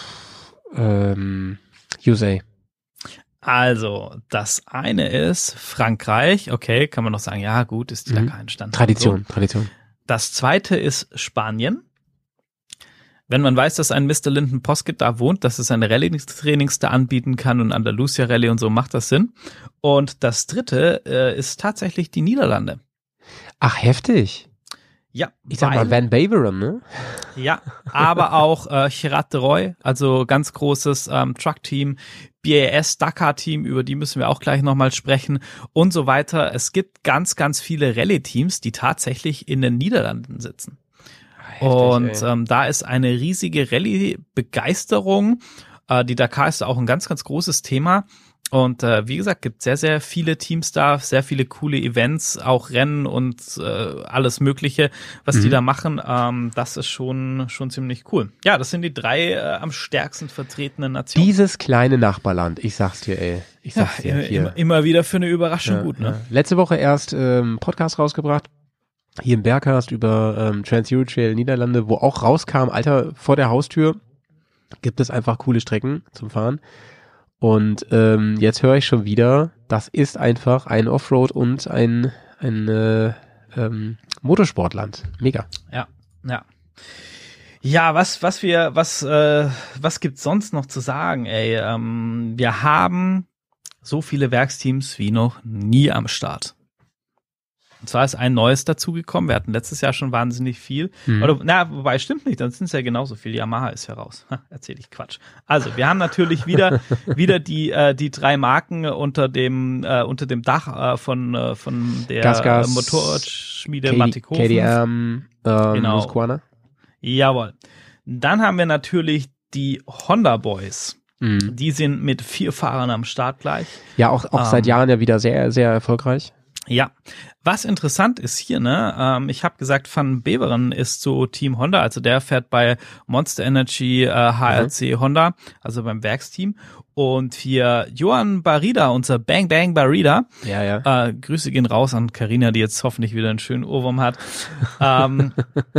USA. Also, das eine ist Frankreich. Okay, kann man noch sagen, ja gut, ist die Dakar entstanden. Tradition. Das zweite ist Spanien. Wenn man weiß, dass ein Mr. Lyndon Poskett da wohnt, dass es seine Rallye-Trainings da anbieten kann und Andalusia Rallye und so, macht das Sinn. Und das dritte ist tatsächlich die Niederlande. Ach, heftig. Ja. Ich sag mal Van Beveren, ne? Ja, aber auch Gerard de Roy, also ganz großes Truck-Team, BAS Dakar-Team, über die müssen wir auch gleich nochmal sprechen und so weiter. Es gibt ganz, ganz viele Rallye-Teams, die tatsächlich in den Niederlanden sitzen. Heftig, und da ist eine riesige Rallye-Begeisterung. Die Dakar ist auch ein ganz, ganz großes Thema. Und wie gesagt, gibt sehr, sehr viele Teams da, sehr viele coole Events, auch Rennen und alles Mögliche, was die da machen. Das ist schon ziemlich cool. Ja, das sind die 3 am stärksten vertretenen Nationen. Dieses kleine Nachbarland, ich sag's dir, ey. Ich sag's dir. Immer wieder für eine Überraschung gut, ne? Ja. Letzte Woche erst Podcast rausgebracht, hier im Bergcast über Trans-Euro-Trail Niederlande, wo auch rauskam, Alter, vor der Haustür gibt es einfach coole Strecken zum Fahren. Und jetzt höre ich schon wieder, das ist einfach ein Offroad und ein Motorsportland. Mega. Ja. Ja, was gibt's sonst noch zu sagen, ey? Wir haben so viele Werksteams wie noch nie am Start. Und zwar ist ein neues dazugekommen. Wir hatten letztes Jahr schon wahnsinnig viel. Wobei, stimmt nicht, dann sind es ja genauso viel. Yamaha ist ja raus. Erzähl ich Quatsch. Also, wir haben natürlich wieder die 3 Marken unter dem Dach von der Gas, Motorradschmiede Mattighofen. KTM, genau. Husqvarna. Jawohl. Dann haben wir natürlich die Honda Boys. Die sind mit 4 Fahrern am Start gleich. Ja, auch seit Jahren ja wieder sehr, sehr erfolgreich. Ja, was interessant ist hier, ne, ich habe gesagt, Van Beveren ist so Team Honda, also der fährt bei Monster Energy HRC Honda, also beim Werksteam. Und hier Johan Barrida, unser Bang Bang Barrida, Grüße gehen raus an Carina, die jetzt hoffentlich wieder einen schönen Ohrwurm hat. Bang,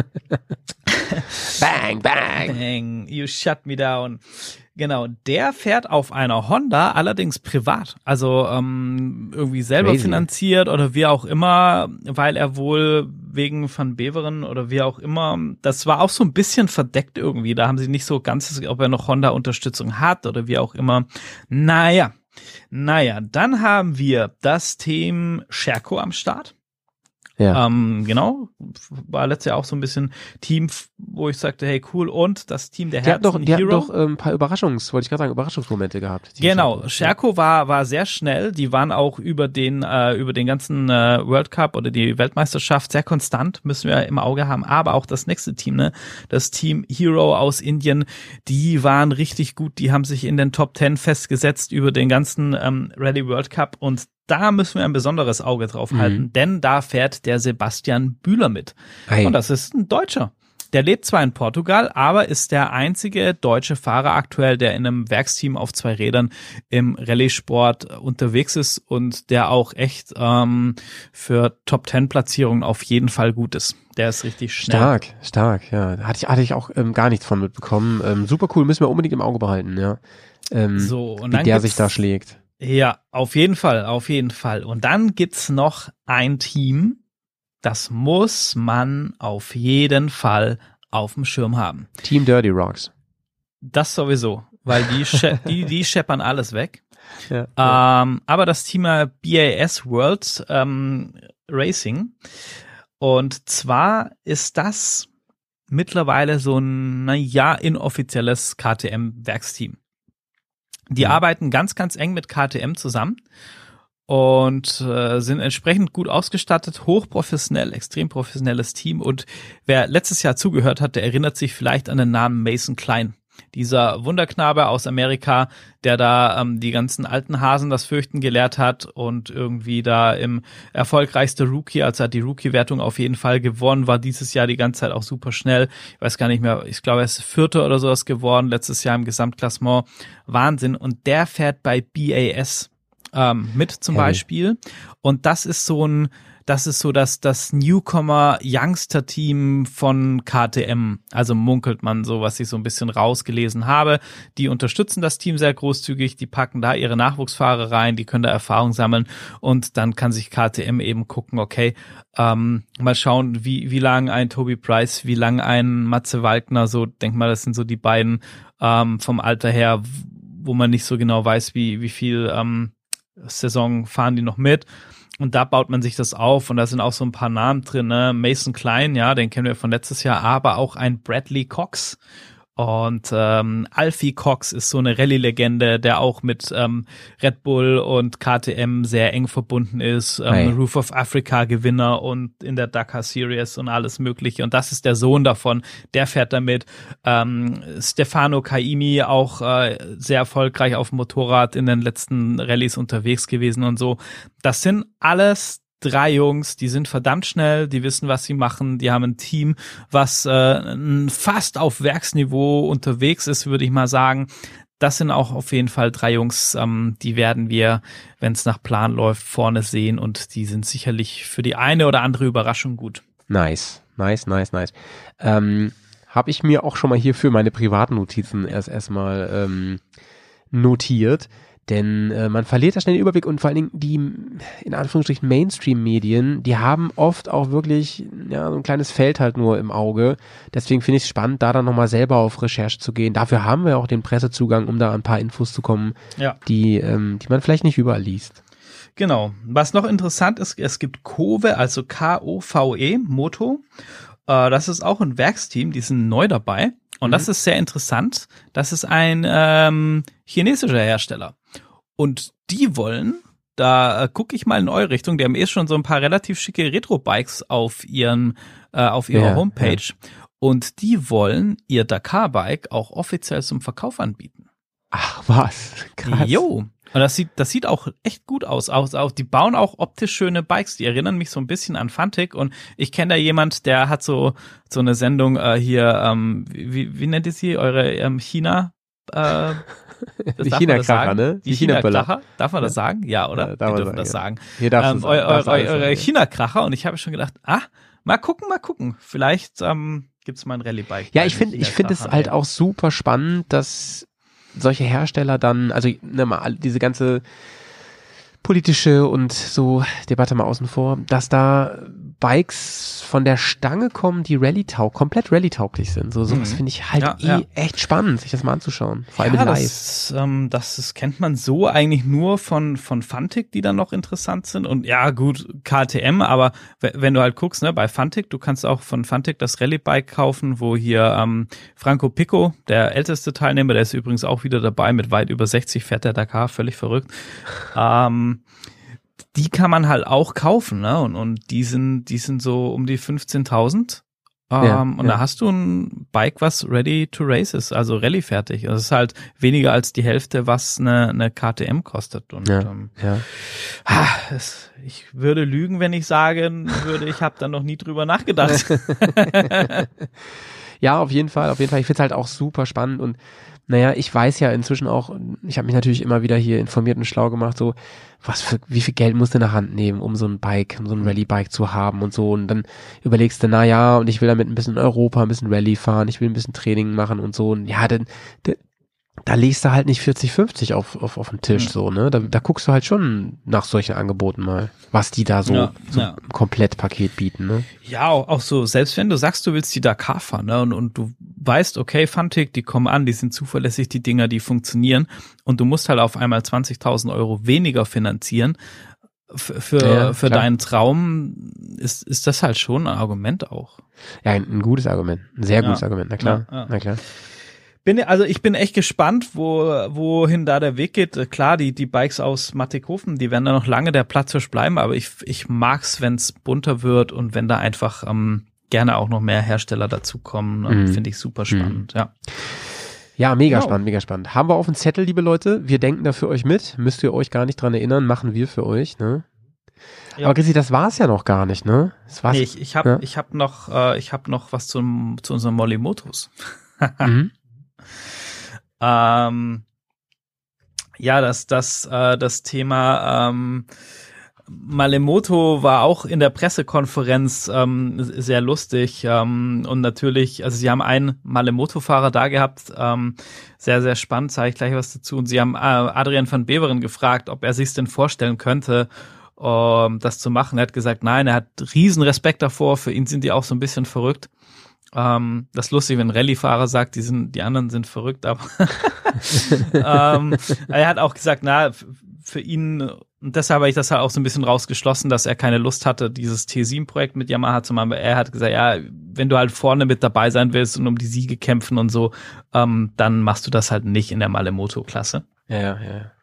bang. Bang, you shut me down. Genau, der fährt auf einer Honda, allerdings privat, also irgendwie selber finanziert oder wie auch immer, weil er wohl wegen Van Beveren oder wie auch immer, das war auch so ein bisschen verdeckt irgendwie, da haben sie nicht so ganz, ob er noch Honda-Unterstützung hat oder wie auch immer. Naja, dann haben wir das Team Sherco am Start. Ja. Genau, war letztes Jahr auch so ein bisschen Team, wo ich sagte, hey cool, und das Team der Herzen Die hatten doch ein paar Überraschungsmomente gehabt. Genau, Sherco war sehr schnell, die waren auch über den ganzen World Cup oder die Weltmeisterschaft sehr konstant, müssen wir im Auge haben, aber auch das nächste Team, ne, das Team Hero aus Indien, die waren richtig gut, die haben sich in den Top 10 festgesetzt über den ganzen Rally World Cup, und da müssen wir ein besonderes Auge drauf halten, denn da fährt der Sebastian Bühler mit. Hey. Und das ist ein Deutscher. Der lebt zwar in Portugal, aber ist der einzige deutsche Fahrer aktuell, der in einem Werksteam auf 2 Rädern im Rallye-Sport unterwegs ist und der auch echt für Top-10-Platzierungen auf jeden Fall gut ist. Der ist richtig schnell. Stark, ja. Hatte ich auch gar nichts von mitbekommen. Super cool, müssen wir unbedingt im Auge behalten, ja. Und wie der sich da schlägt. Ja, auf jeden Fall. Und dann gibt's noch ein Team, das muss man auf jeden Fall auf dem Schirm haben. Team Dirty Rocks. Das sowieso, weil die scheppern alles weg. Ja. Aber das Team BAS World Racing, und zwar ist das mittlerweile so ein, inoffizielles KTM-Werksteam. Die arbeiten ganz, ganz eng mit KTM zusammen und sind entsprechend gut ausgestattet, hochprofessionell, extrem professionelles Team. Und wer letztes Jahr zugehört hat, der erinnert sich vielleicht an den Namen Mason Klein. Dieser Wunderknabe aus Amerika, der da die ganzen alten Hasen das Fürchten gelehrt hat und irgendwie da im erfolgreichste Rookie, also hat die Rookie-Wertung auf jeden Fall gewonnen, war dieses Jahr die ganze Zeit auch super schnell. Ich weiß gar nicht mehr, ich glaube, er ist Vierter oder sowas geworden, letztes Jahr im Gesamtklassement. Wahnsinn. Und der fährt bei BAS mit zum Beispiel. Und das ist so das Newcomer-Youngster-Team von KTM. Also munkelt man so, was ich so ein bisschen rausgelesen habe. Die unterstützen das Team sehr großzügig, die packen da ihre Nachwuchsfahrer rein, die können da Erfahrung sammeln, und dann kann sich KTM eben gucken, okay, mal schauen, wie lang ein Toby Price, wie lang ein Matze Walkner, so, denk mal, das sind so die beiden vom Alter her, wo man nicht so genau weiß, wie viel Saison fahren die noch mit. Und da baut man sich das auf, und da sind auch so ein paar Namen drin, ne? Mason Klein, ja, den kennen wir von letztes Jahr, aber auch ein Bradley Cox Und Alfie Cox ist so eine Rallye-Legende, der auch mit Red Bull und KTM sehr eng verbunden ist. Roof of Africa Gewinner und in der Dakar Series und alles Mögliche. Und das ist der Sohn davon, der fährt damit. Stefano Caimi, auch sehr erfolgreich auf dem Motorrad in den letzten Rallyes unterwegs gewesen und so. Das sind alles 3 Jungs, die sind verdammt schnell, die wissen, was sie machen, die haben ein Team, was fast auf Werksniveau unterwegs ist, würde ich mal sagen. Das sind auch auf jeden Fall 3 Jungs, die werden wir, wenn es nach Plan läuft, vorne sehen und die sind sicherlich für die eine oder andere Überraschung gut. Nice. Habe ich mir auch schon mal hier für meine privaten Notizen erstmal notiert. Denn man verliert da schnell den Überblick und vor allen Dingen die, in Anführungsstrichen, Mainstream-Medien, die haben oft auch wirklich so ein kleines Feld halt nur im Auge. Deswegen finde ich es spannend, da dann nochmal selber auf Recherche zu gehen. Dafür haben wir auch den Pressezugang, um da an ein paar Infos zu kommen, die man vielleicht nicht überall liest. Genau. Was noch interessant ist, es gibt Kove, also Kove, Moto. Das ist auch ein Werksteam, die sind neu dabei. Und das ist sehr interessant. Das ist ein chinesischer Hersteller. Und die wollen, da gucke ich mal in eure Richtung, die haben schon so ein paar relativ schicke Retro-Bikes auf ihrer Homepage. Ja. Und die wollen ihr Dakar-Bike auch offiziell zum Verkauf anbieten. Ach was, krass. Jo. Und das sieht auch echt gut aus. Die bauen auch optisch schöne Bikes. Die erinnern mich so ein bisschen an Fantic. Und ich kenne da jemand, der hat so eine Sendung hier, wie nennt ihr sie? Eure China? Die China-Kracher, ne? Die China-Kracher. Darf man das sagen? Ja, oder? Wir dürfen das sagen. Eure China-Kracher. Und ich habe schon gedacht, mal gucken. Vielleicht gibt's mal ein Rallye-Bike. Ja, ich finde es halt auch super spannend, dass solche Hersteller dann, also diese ganze politische und so Debatte mal außen vor, dass da Bikes von der Stange kommen, die komplett Rallye-tauglich sind. Sowas finde ich halt echt spannend, sich das mal anzuschauen. Vor allem live. Das kennt man so eigentlich nur von Fantic, die dann noch interessant sind. Und ja, gut, KTM, aber wenn du halt guckst, ne, bei Fantic, du kannst auch von Fantic das Rallye-Bike kaufen, wo hier Franco Picco, der älteste Teilnehmer, der ist übrigens auch wieder dabei, mit weit über 60 fährt der Dakar, völlig verrückt. Die kann man halt auch kaufen, ne? Und die sind so um die 15.000. Und da hast du ein Bike, was ready to race ist, also Rallye fertig. Das ist halt weniger als die Hälfte, was eine KTM kostet. Und ich würde lügen, wenn ich sagen würde, ich habe da noch nie drüber nachgedacht. Ja, auf jeden Fall. Ich finde es halt auch super spannend und naja, ich weiß ja inzwischen auch, ich habe mich natürlich immer wieder hier informiert und schlau gemacht, so, wie viel Geld musst du in der Hand nehmen, um so ein Rallye-Bike zu haben und so. Und dann überlegst du, und ich will damit ein bisschen in Europa, ein bisschen Rallye fahren, ich will ein bisschen Training machen und so. Und ja, da legst du halt nicht 40-50 auf den Tisch, so, ne? Da guckst du halt schon nach solchen Angeboten mal, was die da so ein Komplettpaket bieten, ne? Ja, auch so, selbst wenn du sagst, du willst die Dakar fahren, ne? Und du weißt, okay, Fantic, die kommen an, die sind zuverlässig, die Dinger, die funktionieren. Und du musst halt auf einmal 20.000 Euro weniger finanzieren. Für deinen Traum ist das halt schon ein Argument auch. Ja, ein gutes Argument. Ein sehr gutes Argument, na klar. Na klar. Ich bin echt gespannt, wohin da der Weg geht. Klar, die Bikes aus Mattighofen, die werden da noch lange der Platzhirsch bleiben, aber ich mag's, wenn's bunter wird und wenn da einfach gerne auch noch mehr Hersteller dazukommen. Finde ich super spannend, Ja, mega spannend. Haben wir auf dem Zettel, liebe Leute. Wir denken da für euch mit. Müsst ihr euch gar nicht dran erinnern, machen wir für euch, ne? Ja. Aber Chrissy, das war's ja noch gar nicht, ne? Nee, ich hab noch was zu unseren Molimotos. Das Thema Malemoto war auch in der Pressekonferenz sehr lustig und natürlich, also sie haben einen Malemoto-Fahrer da gehabt, sehr, sehr spannend, sage ich gleich was dazu, und sie haben Adrian van Beveren gefragt, ob er sich denn vorstellen könnte, das zu machen. Er hat gesagt, nein, er hat riesen Respekt davor, für ihn sind die auch so ein bisschen verrückt. Das ist lustig, wenn ein Rallye-Fahrer sagt, die anderen sind verrückt, aber er hat auch gesagt, für ihn, und deshalb habe ich das halt auch so ein bisschen rausgeschlossen, dass er keine Lust hatte, dieses T7-Projekt mit Yamaha zu machen, aber er hat gesagt, ja, wenn du halt vorne mit dabei sein willst und um die Siege kämpfen und so, dann machst du das halt nicht in der Malemoto-Klasse. Ja.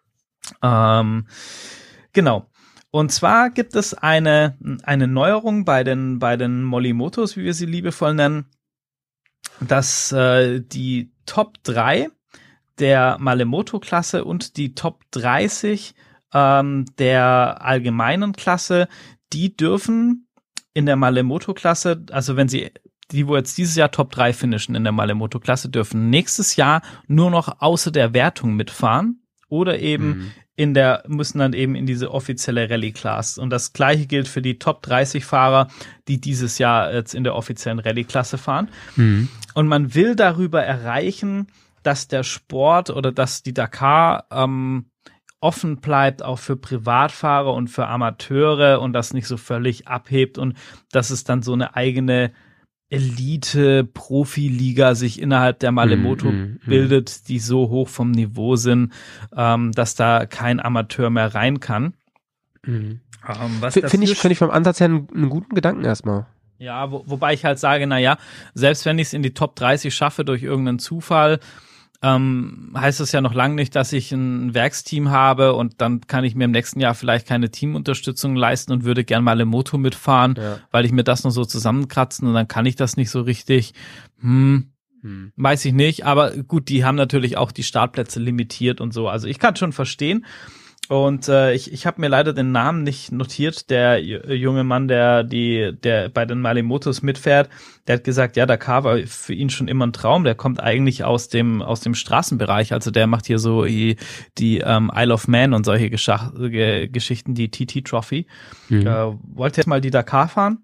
Genau. Und zwar gibt es eine Neuerung bei den Molimotos, wie wir sie liebevoll nennen, dass die Top 3 der Malemoto-Klasse und die Top 30 der allgemeinen Klasse, die dürfen in der Malemoto-Klasse, also wenn sie, die wo jetzt dieses Jahr Top 3 finishen in der Malemoto-Klasse, dürfen nächstes Jahr nur noch außer der Wertung mitfahren oder eben müssen dann eben in diese offizielle Rallye-Class. Und das Gleiche gilt für die Top 30 Fahrer, die dieses Jahr jetzt in der offiziellen Rallye-Klasse fahren. Und man will darüber erreichen, dass der Sport oder dass die Dakar offen bleibt, auch für Privatfahrer und für Amateure und das nicht so völlig abhebt und dass es dann so eine eigene Elite-Profiliga sich innerhalb der Malemoto bildet, die so hoch vom Niveau sind, dass da kein Amateur mehr rein kann. Finde ich vom Ansatz her einen guten Gedanken erstmal. Ja, wobei ich halt sage, naja, selbst wenn ich es in die Top 30 schaffe durch irgendeinen Zufall, heißt das ja noch lange nicht, dass ich ein Werksteam habe und dann kann ich mir im nächsten Jahr vielleicht keine Teamunterstützung leisten und würde gern Malemoto mitfahren, weil ich mir das noch so zusammenkratzen und dann kann ich das nicht so richtig. Weiß ich nicht, aber gut, die haben natürlich auch die Startplätze limitiert und so. Also ich kann schon verstehen. Und ich habe mir leider den Namen nicht notiert, der junge Mann, der bei den Malemotos mitfährt, der hat gesagt, ja, Dakar war für ihn schon immer ein Traum, der kommt eigentlich aus dem Straßenbereich, also der macht hier so die Isle of Man und solche Geschichten, die TT Trophy. Wollte jetzt mal die Dakar fahren.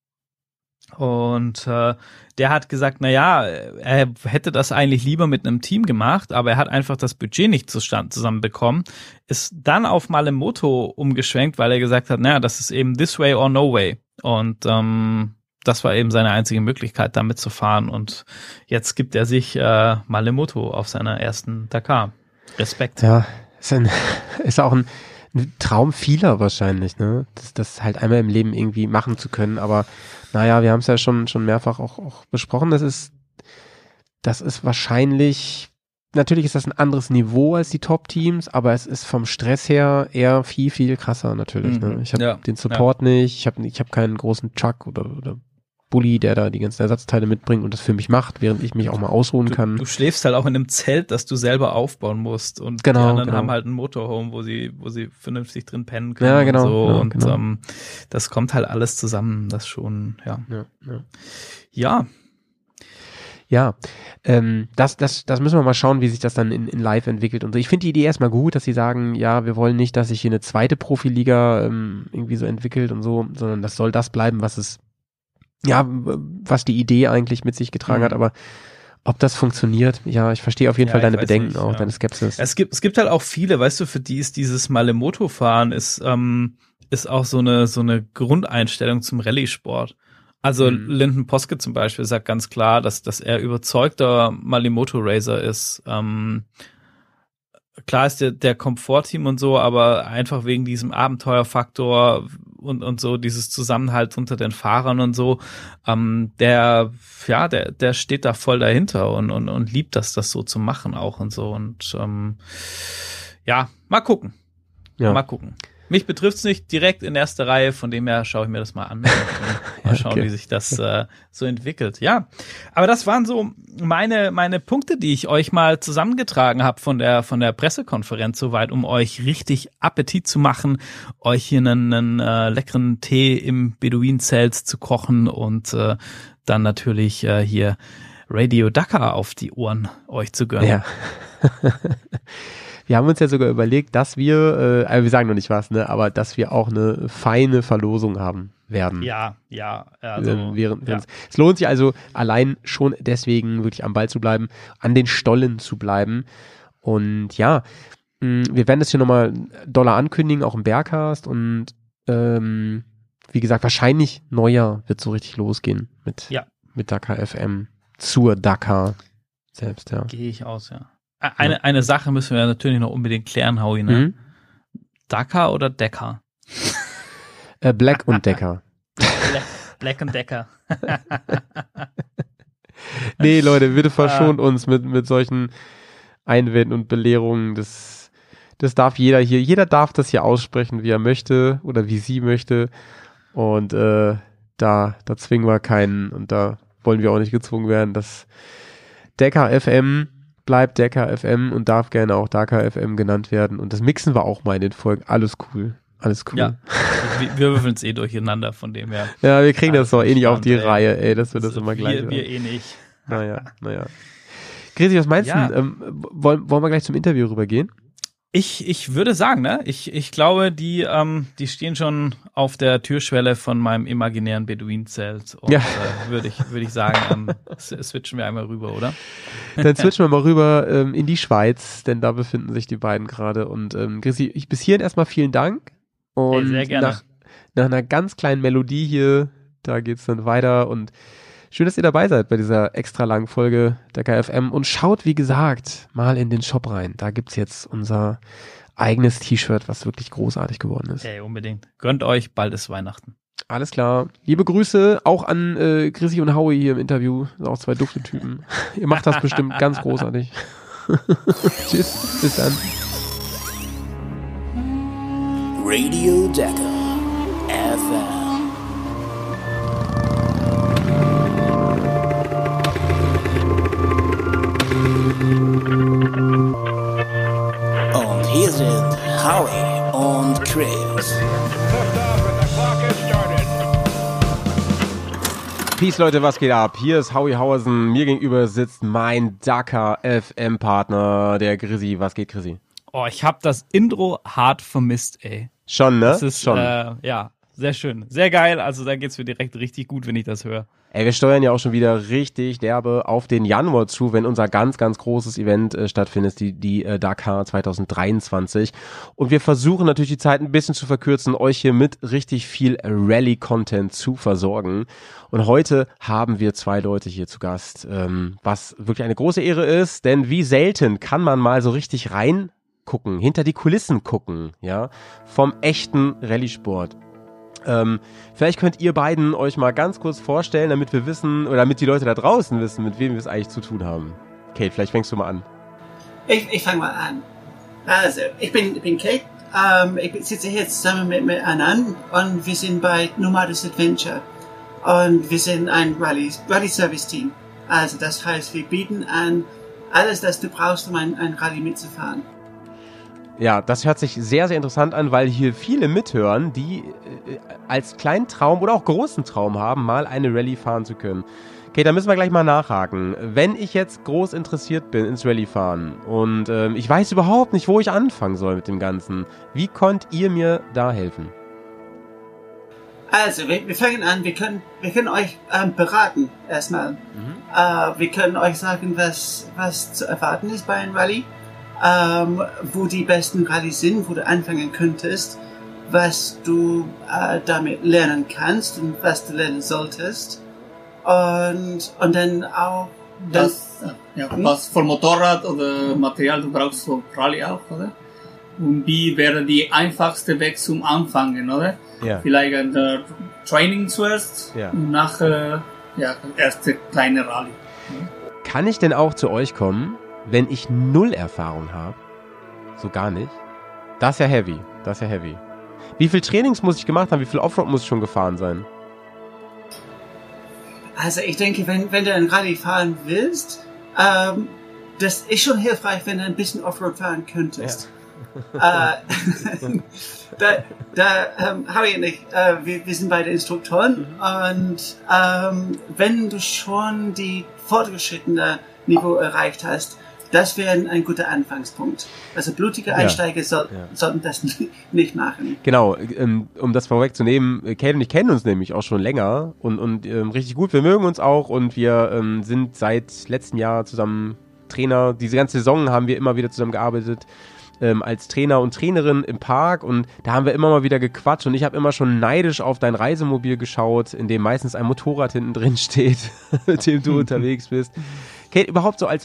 Und der hat gesagt, naja, er hätte das eigentlich lieber mit einem Team gemacht, aber er hat einfach das Budget nicht zusammenbekommen, ist dann auf Malemoto umgeschwenkt, weil er gesagt hat, naja, das ist eben this way or no way. Und das war eben seine einzige Möglichkeit, damit zu fahren. Und jetzt gibt er sich Malemoto auf seiner ersten Dakar. Respekt. Ja, ist auch ein Traum vieler wahrscheinlich, ne? Das halt einmal im Leben irgendwie machen zu können, aber naja, wir haben es ja schon mehrfach auch besprochen, das ist wahrscheinlich, natürlich ist das ein anderes Niveau als die Top-Teams, aber es ist vom Stress her eher viel, viel krasser natürlich, ne? Ich habe den Support nicht, ich hab keinen großen Truck oder Bulli, der da die ganzen Ersatzteile mitbringt und das für mich macht, während ich mich auch mal ausruhen kann. Du schläfst halt auch in einem Zelt, das du selber aufbauen musst und die anderen haben halt ein Motorhome, wo sie vernünftig drin pennen können. Ja, genau. Und so. Und das kommt halt alles zusammen, das schon, Ja. Das müssen wir mal schauen, wie sich das dann in live entwickelt und so. Ich finde die Idee erstmal gut, dass sie sagen, ja, wir wollen nicht, dass sich hier eine zweite Profiliga irgendwie so entwickelt und so, sondern das soll das bleiben, was die Idee eigentlich mit sich getragen hat, aber ob das funktioniert, ja, ich verstehe auf jeden Fall deine Bedenken nicht, auch, deine Skepsis. Es gibt halt auch viele, weißt du, für die ist dieses Malemoto-Fahren ist auch so eine Grundeinstellung zum Rallye-Sport. Also Lyndon Poske zum Beispiel sagt ganz klar, dass er überzeugter Malemoto-Racer ist. Klar ist der Komfortteam und so, aber einfach wegen diesem Abenteuerfaktor und so dieses Zusammenhalt unter den Fahrern und so, der steht da voll dahinter und liebt das so zu machen auch und so und mal gucken. Ja. Mal gucken. Mich betrifft's nicht direkt in erster Reihe, von dem her schaue ich mir das mal an und mal schauen, wie sich das so entwickelt. Ja, aber das waren so meine Punkte, die ich euch mal zusammengetragen habe von der Pressekonferenz soweit, um euch richtig Appetit zu machen, euch hier einen leckeren Tee im Beduinenzelt zu kochen und dann natürlich hier Radio Dakar auf die Ohren euch zu gönnen. Ja. Wir haben uns ja sogar überlegt, dass wir sagen noch nicht was, ne, aber dass wir auch eine feine Verlosung haben werden. Ja. Also, es lohnt sich also allein schon deswegen wirklich am Ball zu bleiben, an den Stollen zu bleiben. Und ja, wir werden das hier nochmal doller ankündigen, auch im Bergcast. Und wie gesagt, wahrscheinlich Neujahr wird so richtig losgehen mit Dakar FM zur Dakar selbst, ja. Gehe ich aus, ja. Eine Sache müssen wir natürlich noch unbedingt klären, Howie, ne? Dakar oder Decker? Black und Decker. Black & Decker. Nee, Leute, bitte verschont uns mit solchen Einwänden und Belehrungen. Das darf jeder hier. Jeder darf das hier aussprechen, wie er möchte oder wie sie möchte. Und da zwingen wir keinen und da wollen wir auch nicht gezwungen werden. Das Decker FM bleibt Decker FM und darf gerne auch Dakar FM genannt werden. Und das mixen wir auch mal in den Folgen. Alles cool. Alles cool. Ja, wir würfeln es durcheinander, von dem her. Ja, wir kriegen das doch eh nicht auf die Reihe, ey, dass wir das immer gleich wir eh nicht. Naja. Grisi, was meinst du? Wollen wir gleich zum Interview rübergehen? Ich würde sagen, ne? Ich glaube, die stehen schon auf der Türschwelle von meinem imaginären Beduinenzelt. Und würde ich sagen, switchen wir einmal rüber, oder? Dann switchen wir mal rüber in die Schweiz, denn da befinden sich die beiden gerade. Und Grisi, bis hierhin erstmal vielen Dank. Und sehr gerne. Nach einer ganz kleinen Melodie hier, da geht's dann weiter. Und schön, dass ihr dabei seid bei dieser extra langen Folge der KFM. Und schaut, wie gesagt, mal in den Shop rein. Da gibt's jetzt unser eigenes T-Shirt, was wirklich großartig geworden ist. Ey, unbedingt. Gönnt euch, bald ist Weihnachten. Alles klar. Liebe Grüße auch an Chrissy und Howie hier im Interview. Das sind auch zwei dufte Typen. Ihr macht das bestimmt ganz großartig. Tschüss, bis dann. Radio Decker FM. Und hier sind Howie und Chris. Peace, Leute, was geht ab? Hier ist Howie Hauersen. Mir gegenüber sitzt mein Dakar FM Partner, der Chrissy. Was geht, Chrissy? Oh, ich hab das Intro hart vermisst, ey. Schon, ne? Das ist schon. Ja, sehr schön. Sehr geil. Also da geht's mir direkt richtig gut, wenn ich das höre. Ey, wir steuern ja auch schon wieder richtig derbe auf den Januar zu, wenn unser ganz, ganz großes Event stattfindet, die Dakar 2023. Und wir versuchen natürlich die Zeit ein bisschen zu verkürzen, euch hier mit richtig viel Rallye-Content zu versorgen. Und heute haben wir zwei Leute hier zu Gast, was wirklich eine große Ehre ist, denn wie selten kann man mal so richtig reingucken, hinter die Kulissen gucken, ja, vom echten Rallye-Sport. Vielleicht könnt ihr beiden euch mal ganz kurz vorstellen, damit wir wissen, oder damit die Leute da draußen wissen, mit wem wir es eigentlich zu tun haben. Kate, vielleicht fängst du mal an. Ich fange mal an. Also, ich bin Kate. Ich sitze hier zusammen mit Anand und wir sind bei Nomadus Adventure. Und wir sind ein Rallye-Service-Team. Also, das heißt, wir bieten an alles, das du brauchst, um ein Rallye mitzufahren. Ja, das hört sich sehr, sehr interessant an, weil hier viele mithören, die als kleinen Traum oder auch großen Traum haben, mal eine Rallye fahren zu können. Okay, da müssen wir gleich mal nachhaken. Wenn ich jetzt groß interessiert bin ins Rallye fahren und ich weiß überhaupt nicht, wo ich anfangen soll mit dem Ganzen, wie könnt ihr mir da helfen? Also, wir fangen an, wir können euch beraten erstmal. Wir können euch sagen, was zu erwarten ist bei einem Rallye. Wo die besten Rallyes sind, wo du anfangen könntest, was du damit lernen kannst und was du lernen solltest. Und dann auch was für Motorrad oder Material du brauchst für Rallye auch, oder? Und wie wäre die einfachste Weg zum Anfangen, oder? Ja. Vielleicht ein Training zuerst und nachher erste kleine Rallye. Kann ich denn auch zu euch kommen, wenn ich 0 Erfahrung habe? So gar nicht? Das ist ja heavy. Wie viel Trainings muss ich gemacht haben? Wie viel Offroad muss ich schon gefahren sein? Also ich denke, wenn du ein Rallye fahren willst, das ist schon hilfreich, wenn du ein bisschen Offroad fahren könntest. Ja. Howie und ich, wir sind beide Instruktoren und wenn du schon die fortgeschrittene Niveau erreicht hast, das wäre ein guter Anfangspunkt. Also blutige Einsteiger sollten das nicht machen. Genau, um das vorwegzunehmen, Kate und ich kennen uns nämlich auch schon länger und richtig gut, wir mögen uns auch und wir sind seit letztem Jahr zusammen Trainer. Diese ganze Saison haben wir immer wieder zusammen gearbeitet als Trainer und Trainerin im Park und da haben wir immer mal wieder gequatscht und ich habe immer schon neidisch auf dein Reisemobil geschaut, in dem meistens ein Motorrad hinten drin steht, mit dem du unterwegs bist. Kate, überhaupt so als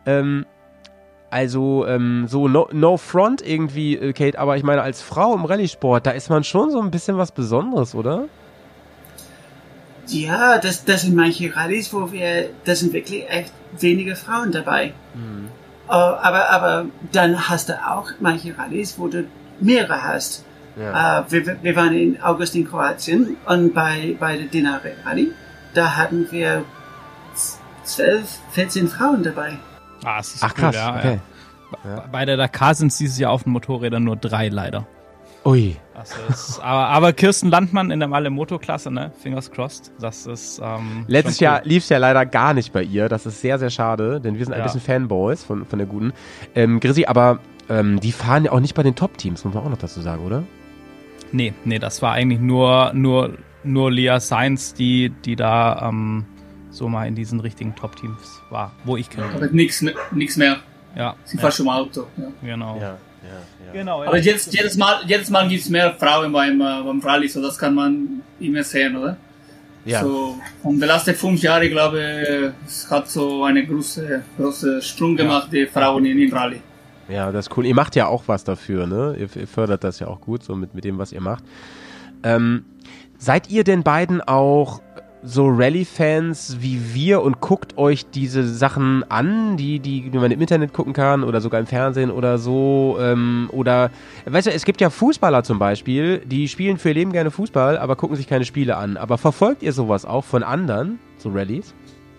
so no front irgendwie, Kate, aber ich meine, als Frau im Rallye-Sport, da ist man schon so ein bisschen was Besonderes, oder? Ja, das sind manche Rallyes, da sind wirklich echt wenige Frauen dabei. Mhm. Aber dann hast du auch manche Rallyes, wo du mehrere hast. Ja. Wir waren in August in Kroatien und bei der Dinare Rallye, da hatten wir 12, 14 Frauen dabei. Das ist cool, krass, ja, okay. Ja. Bei der Dakar sind es dieses Jahr auf den Motorrädern nur 3 leider. Ui. Aber Kirsten Landmann in der Male-Moto-Klasse, ne? Fingers crossed. Das ist letztes Jahr lief es ja leider gar nicht bei ihr. Das ist sehr, sehr schade, denn wir sind ein bisschen Fanboys von der Guten. Grisi, aber die fahren ja auch nicht bei den Top-Teams, muss man auch noch dazu sagen, oder? Nee, das war eigentlich nur Lea Sainz, die da so mal in diesen richtigen Top-Teams war, wo ich kenne. Aber nichts mehr. Ja. Sie fährt schon im Auto. Ja. Genau. Ja. Genau, aber jedes Mal gibt es mehr Frauen beim Rallye, so das kann man immer sehen, oder? Ja. So, und die letzten 5 Jahre, ich glaube, es hat so eine große Sprung gemacht, die Frauen in Rallye. Ja, das ist cool. Ihr macht ja auch was dafür, ne? Ihr fördert das ja auch gut, so mit dem, was ihr macht. Seid ihr denn beiden auch so Rallye-Fans wie wir und guckt euch diese Sachen an, die man im Internet gucken kann oder sogar im Fernsehen oder so, oder, weißt du, es gibt ja Fußballer zum Beispiel, die spielen für ihr Leben gerne Fußball, aber gucken sich keine Spiele an. Aber verfolgt ihr sowas auch von anderen, so Rallyes?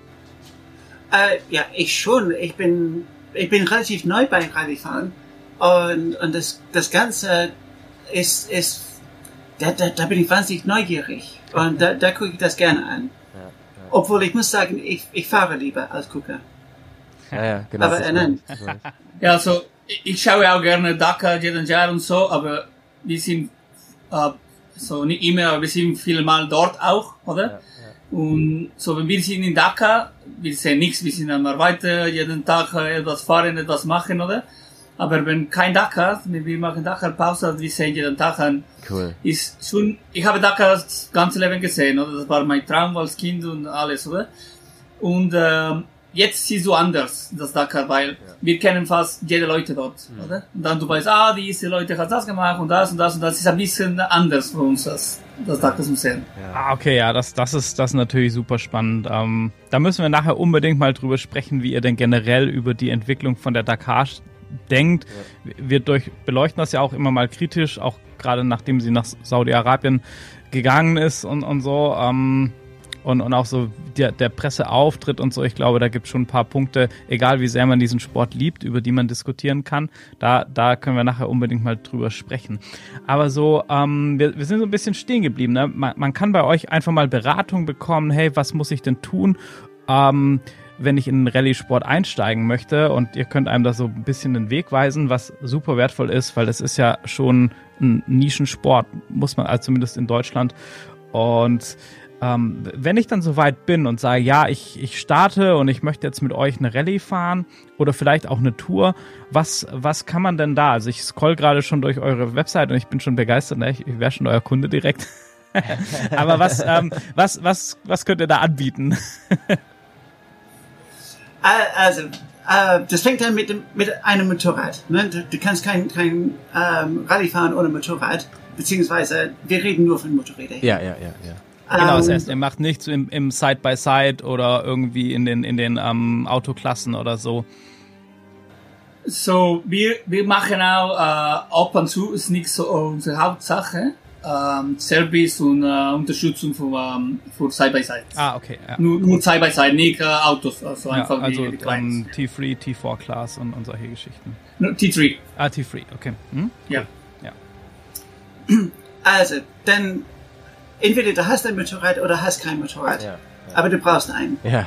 Ja, ich schon. Ich bin relativ neu beim Rallyfahren und das Ganze ist da bin ich wahnsinnig neugierig und da gucke ich das gerne an. Ja. Obwohl ich muss sagen, ich fahre lieber als gucke. Ja, genau. Aber nein. Ja, also ich schaue auch gerne Dakar jeden Jahr und so, aber wir sind so nicht immer, aber wir sind viel mal dort auch, oder? Ja. Und so, wenn wir sind in Dakar, wir sehen nichts, wir sind einmal weiter, jeden Tag etwas fahren, etwas machen, oder? Aber wenn kein Dakar, wir machen Dakar-Pause, wir sehen jeden Tag an. Cool. Ist schon, ich habe Dakar das ganze Leben gesehen, oder? Das war mein Traum als Kind und alles, oder? Und jetzt siehst du anders, das Dakar, weil wir kennen fast jede Leute dort, oder? Und dann du weißt, diese Leute hat das gemacht und das und das und das ist ein bisschen anders für uns, das Dakar zum Sehen. Ja. Okay, ja, das ist natürlich super spannend. Da müssen wir nachher unbedingt mal drüber sprechen, wie ihr denn generell über die Entwicklung von der Dakar denkt. Ja. Wir beleuchten das ja auch immer mal kritisch, auch gerade nachdem sie nach Saudi-Arabien gegangen ist und so. Und auch so der Presseauftritt und so, ich glaube, da gibt es schon ein paar Punkte, egal wie sehr man diesen Sport liebt, über die man diskutieren kann. Da können wir nachher unbedingt mal drüber sprechen. Aber so, wir sind so ein bisschen stehen geblieben. Ne? Man kann bei euch einfach mal Beratung bekommen, hey, was muss ich denn tun, wenn ich in den Rallye-Sport einsteigen möchte, und ihr könnt einem da so ein bisschen den Weg weisen, was super wertvoll ist, weil das ist ja schon ein Nischensport, muss man, also zumindest in Deutschland. Und wenn ich dann soweit bin und sage, ja, ich starte und ich möchte jetzt mit euch eine Rallye fahren oder vielleicht auch eine Tour, was kann man denn da? Also ich scroll gerade schon durch eure Website und ich bin schon begeistert, ne? Ich wäre schon euer Kunde direkt. Aber was könnt ihr da anbieten? Also, das fängt an mit einem Motorrad. Ne? Du kannst kein Rallye fahren ohne Motorrad, beziehungsweise wir reden nur von Motorrädern. Ja. Genau, das heißt, ihr macht nichts im Side-by-Side oder irgendwie in den Autoklassen oder so. So, wir machen auch ab und zu, ist nicht so unsere Hauptsache, Service und Unterstützung für Side-by-Side. Okay. Ja. Nur Side-by-Side, nicht Autos. Also einfach also die T3, T4-Class und solche Geschichten. No, T3. T3, okay. Ja. Also, dann entweder du hast ein Motorrad oder hast kein Motorrad. Ja. Aber du brauchst einen. Ja.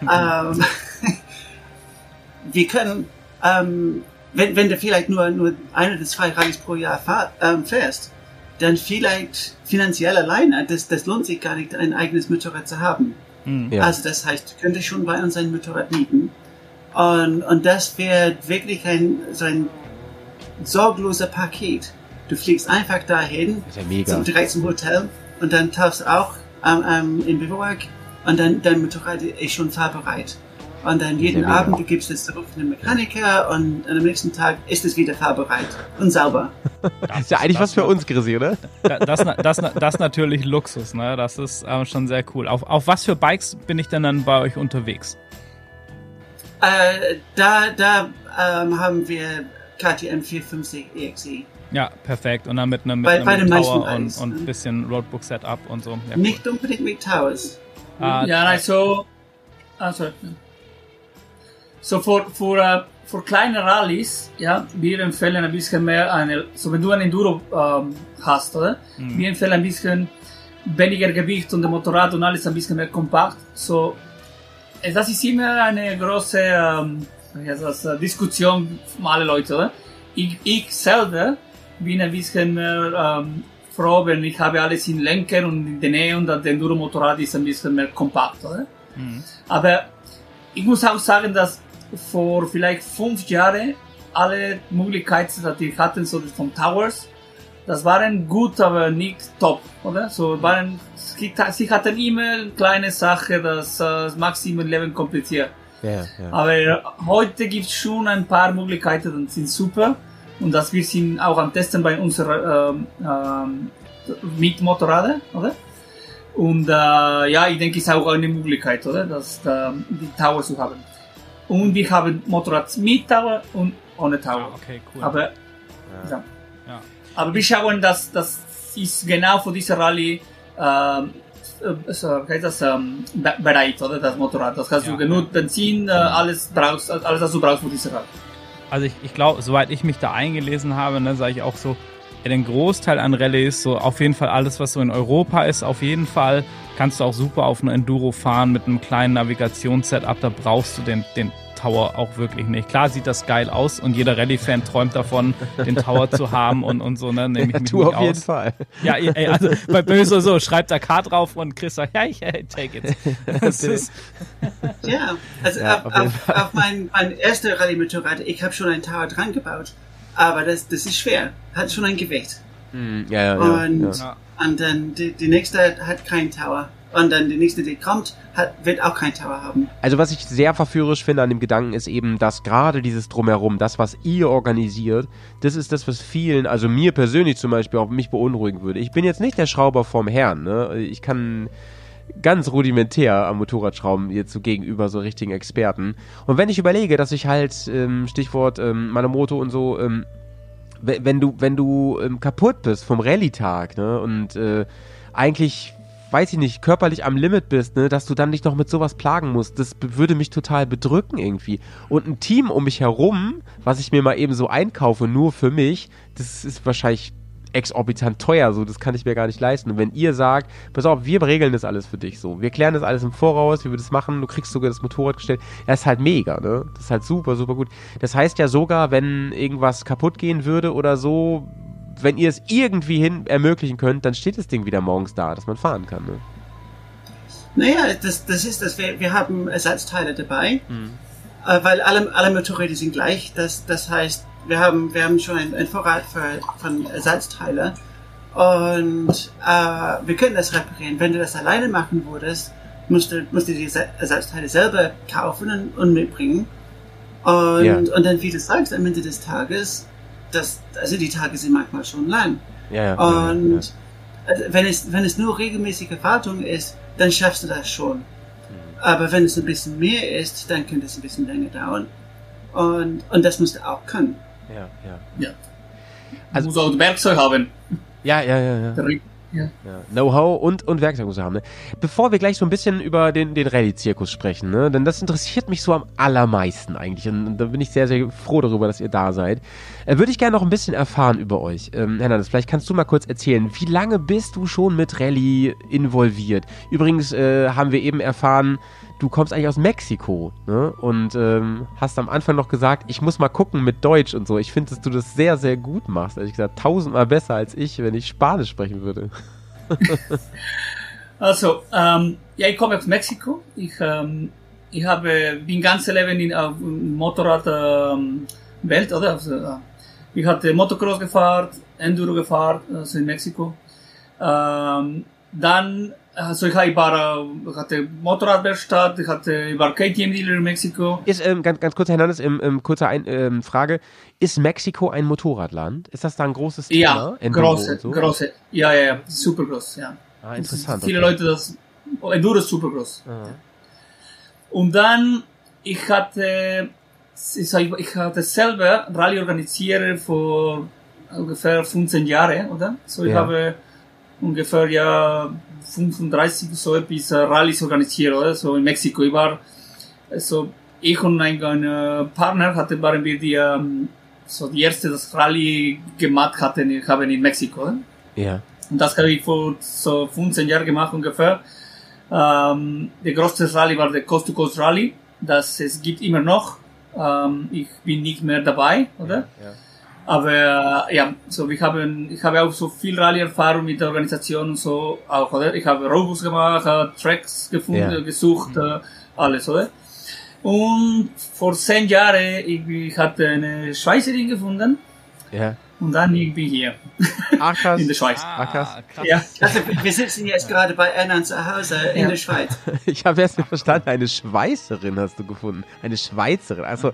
Wir können, wenn du vielleicht nur 1 oder 2 Rallyes pro Jahr fährst, dann vielleicht finanziell alleine, das lohnt sich gar nicht, ein eigenes Motorrad zu haben. Ja. Also das heißt, du könntest schon bei uns ein Motorrad mieten. Und das wäre wirklich ein sorgloser Paket. Du fliegst einfach dahin, direkt zum Hotel, und dann tauchst du auch im Bivouac und dann dein Motorrad ist schon fahrbereit. Und dann jeden Abend gibst du es zurück an den Mechaniker und am nächsten Tag ist es wieder fahrbereit und sauber. Das ist ja eigentlich was für uns, Chrissy, oder? Das natürlich Luxus, ne? Das ist schon sehr cool. Auf was für Bikes bin ich denn dann bei euch unterwegs? Da haben wir KTM 450 EXE. Ja, perfekt. Und dann mit einem Tower und ein bisschen Roadbook-Setup und so. Ja, nicht unbedingt mit Towers. So für kleine Rallyes, ja, wir empfehlen ein bisschen mehr wenn du ein Enduro hast, oder? Wir empfehlen ein bisschen weniger Gewicht und das Motorrad und alles ein bisschen mehr kompakt. So, das ist immer eine große Diskussion für alle Leute, oder? Ich selber bin ein bisschen mehr froh, wenn ich habe alles in Lenker und in der Nähe und das Enduro-Motorrad ist ein bisschen mehr kompakt, oder? Aber ich muss auch sagen, dass vor vielleicht 5 Jahren alle Möglichkeiten, die wir hatten, so von Towers, das waren gut, aber nicht top, oder? Sie hatten immer kleine Sachen, das macht immer Leben kompliziert. Ja. Aber heute gibt es schon ein paar Möglichkeiten, die sind super. Und das wir sind auch am Testen bei unseren Mietmotorrädern, oder? Und ich denke, es ist auch eine Möglichkeit, oder? Die Tower zu haben. Und wir haben Motorrad mit Tower und ohne Tower. Okay, cool. Aber, aber wir schauen, dass das ist genau für diese Rallye bereit, oder? Das Motorrad. Das hast du genug Benzin, alles, was du brauchst für diese Rallye. Also ich glaube, soweit ich mich da eingelesen habe, ne, sage ich auch so, den Großteil an Rallyes, so auf jeden Fall alles, was so in Europa ist, auf jeden Fall kannst du auch super auf einem Enduro fahren mit einem kleinen Navigationssetup, da brauchst du den Tower auch wirklich nicht. Klar sieht das geil aus und jeder Rallye-Fan träumt davon, den Tower zu haben und so, ne, nehme ich mich nicht aus. Auf jeden Fall. Ja, also bei Böse so, schreibt da K drauf und Chris sagt, take it. Das ist ja, also auf mein erster Rallye-Motorrad, ich habe schon einen Tower dran gebaut, aber das ist schwer, hat schon ein Gewicht. Und dann die nächste hat keinen Tower. Und dann die nächste, die kommt, wird auch kein Tower haben. Also was ich sehr verführerisch finde an dem Gedanken ist eben, dass gerade dieses Drumherum, das, was ihr organisiert, das ist das, was vielen, also mir persönlich zum Beispiel auch mich beunruhigen würde. Ich bin jetzt nicht der Schrauber vom Herrn, ne? Ich kann ganz rudimentär am Motorrad schrauben, jetzt so gegenüber so richtigen Experten. Und wenn ich überlege, dass ich halt, Stichwort Manomoto und so, wenn du kaputt bist vom Rallye-Tag, ne? Und eigentlich, weiß ich nicht, körperlich am Limit bist, ne, dass du dann dich noch mit sowas plagen musst, das würde mich total bedrücken irgendwie. Und ein Team um mich herum, was ich mir mal eben so einkaufe, nur für mich, das ist wahrscheinlich exorbitant teuer, so, das kann ich mir gar nicht leisten. Und wenn ihr sagt, pass auf, wir regeln das alles für dich so, wir klären das alles im Voraus, wie wir das machen, du kriegst sogar das Motorrad gestellt, das ist halt mega, ne, das ist halt super, super gut. Das heißt ja sogar, wenn irgendwas kaputt gehen würde oder so, wenn ihr es irgendwie ermöglichen könnt, dann steht das Ding wieder morgens da, dass man fahren kann, ne? Naja, das ist das. Wir haben Ersatzteile dabei, weil alle Motorräder sind gleich. Das heißt, wir haben schon ein Vorrat von Ersatzteile und wir können das reparieren. Wenn du das alleine machen würdest, musst du die Ersatzteile selber kaufen und mitbringen. Und dann, wie du sagst, am Ende des Tages, also die Tage sind manchmal schon lang. Und wenn es nur regelmäßige Wartung ist, dann schaffst du das schon. Aber wenn es ein bisschen mehr ist, dann könnte es ein bisschen länger dauern. Und das musst du auch können. Ja. Also, du musst auch Werkzeug haben. Ja. Know-how und Werkzeug muss er haben. Ne? Bevor wir gleich so ein bisschen über den Rallye-Zirkus sprechen, ne? Denn das interessiert mich so am allermeisten eigentlich. Und da bin ich sehr, sehr froh darüber, dass ihr da seid. Würde ich gerne noch ein bisschen erfahren über euch. Hernandez, vielleicht kannst du mal kurz erzählen, wie lange bist du schon mit Rallye involviert? Übrigens haben wir eben erfahren, du kommst eigentlich aus Mexiko, ne? Und hast am Anfang noch gesagt, ich muss mal gucken mit Deutsch und so. Ich finde, dass du das sehr, sehr gut machst. Ehrlich gesagt, 1000-mal besser als ich, wenn ich Spanisch sprechen würde. Also, ich komme aus Mexiko. Ich habe mein ganzes Leben in Motorradwelt, oder? Also, ich hatte Motocross gefahren, Enduro gefahren, also in Mexiko. dann, also ich hatte Motorradwerkstatt, ich war KTM-Dealer in Mexiko. Ist, ganz kurz, Hernandez, kurze Frage. Ist Mexiko ein Motorradland? Ist das da ein großes Thema? Ja, große. Ja, super groß, ja. Ah, interessant. Viele Leute Enduro ist super groß. Aha. Und dann, ich hatte selber Rallye organisiert vor ungefähr 15 Jahren, oder? So, ich habe ungefähr 35 so etwas Rallyes organisiert, oder? So in Mexiko. Ich und ein Partner waren wir die erste das Rallye gemacht haben in Mexiko, oder? Ja. Und das habe ich vor so 15 Jahren gemacht ungefähr. Der größte Rallye war der Coast to Coast Rally. Es gibt immer noch. Ich bin nicht mehr dabei, oder? Ja. Aber ich habe auch so viel Rallye-Erfahrung mit der Organisation und so auch, oder? Ich habe Roadbooks gemacht, Tracks gesucht, alles, oder? Und vor 10 Jahren, ich hatte eine Schweizerin gefunden. Ja. Und dann bin ich hier. Ach, krass. In der Schweiz. Krass. Ja. Also wir sitzen jetzt gerade bei Ernan zu Hause in der Schweiz. Ich habe erst nicht verstanden, eine Schweizerin hast du gefunden. Eine Schweizerin. Also,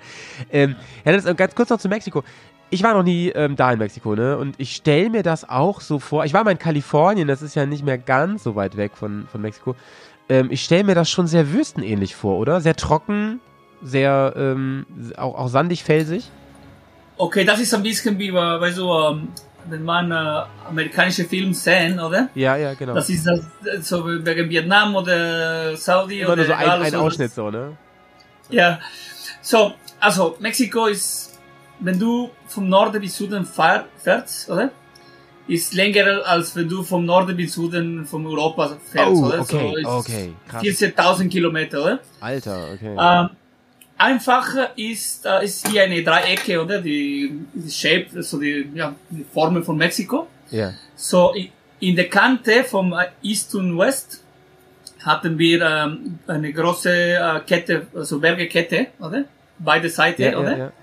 ganz kurz noch zu Mexiko. Ich war noch nie da in Mexiko, ne? Und ich stelle mir das auch so vor. Ich war mal in Kalifornien, das ist ja nicht mehr ganz so weit weg von Mexiko. Ich stelle mir das schon sehr wüstenähnlich vor, oder? Sehr trocken, sehr auch sandig, felsig. Okay, das ist ein bisschen wie bei so, wenn man amerikanische Filme sehen, oder? Ja, genau. Das ist so wegen Vietnam oder Saudi immer oder nur so ein Ausschnitt so, ne? Ja. So, also Mexiko ist, wenn du vom Norden bis Süden fährst, oder? Ist länger als wenn du vom Norden bis Süden von Europa fährst, oder? Okay, so, okay, krass. 14.000 Kilometer, oder? Alter, okay. Einfacher ist hier eine Dreiecke, oder? Die Shape, so die Formen von Mexiko. Ja. So, in der Kante vom East und West hatten wir eine große Kette, also Bergekette, oder? Beide Seiten, oder? Ja.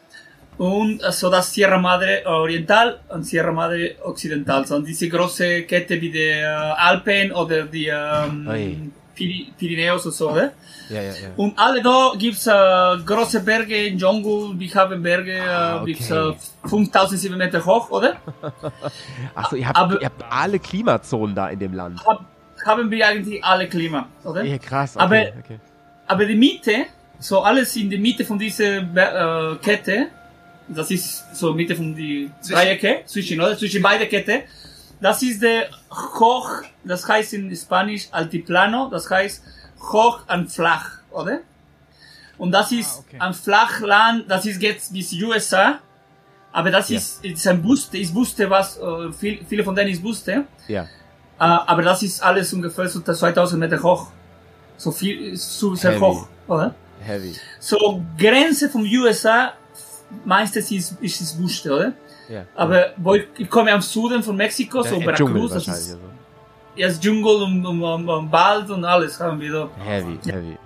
Und so das Sierra Madre Oriental und Sierra Madre Occidental. So, diese große Kette wie die Alpen oder die Pirineos und so, oder? Ja. Und alle da gibt's große Berge, Dschungel, wir haben Berge bis 5.700 Meter hoch, oder? Achso, ihr habt alle Klimazonen da in dem Land. Haben wir eigentlich alle Klima, oder? Ja, krass, okay. Aber die Mitte, so alles in der Mitte von dieser Kette, das ist so Mitte von die Dreiecke, zwischen beide Kette, das ist der Hoch, das heißt in Spanisch Altiplano, das heißt hoch und flach, oder? Und das ist ein Flachland, das ist jetzt bis USA, aber das ist ein Buste, ich wusste was, viele von denen ich wusste. Ja. Aber das ist alles ungefähr so 2000 Meter hoch. So viel, sehr hoch, oder? Heavy. So, Grenze vom USA, meistens ist es Buste, oder? Ja. Aber ich komme am Süden von Mexiko, so Veracruz, das ist, ist Dschungel und Wald und alles haben wir da. Heavy.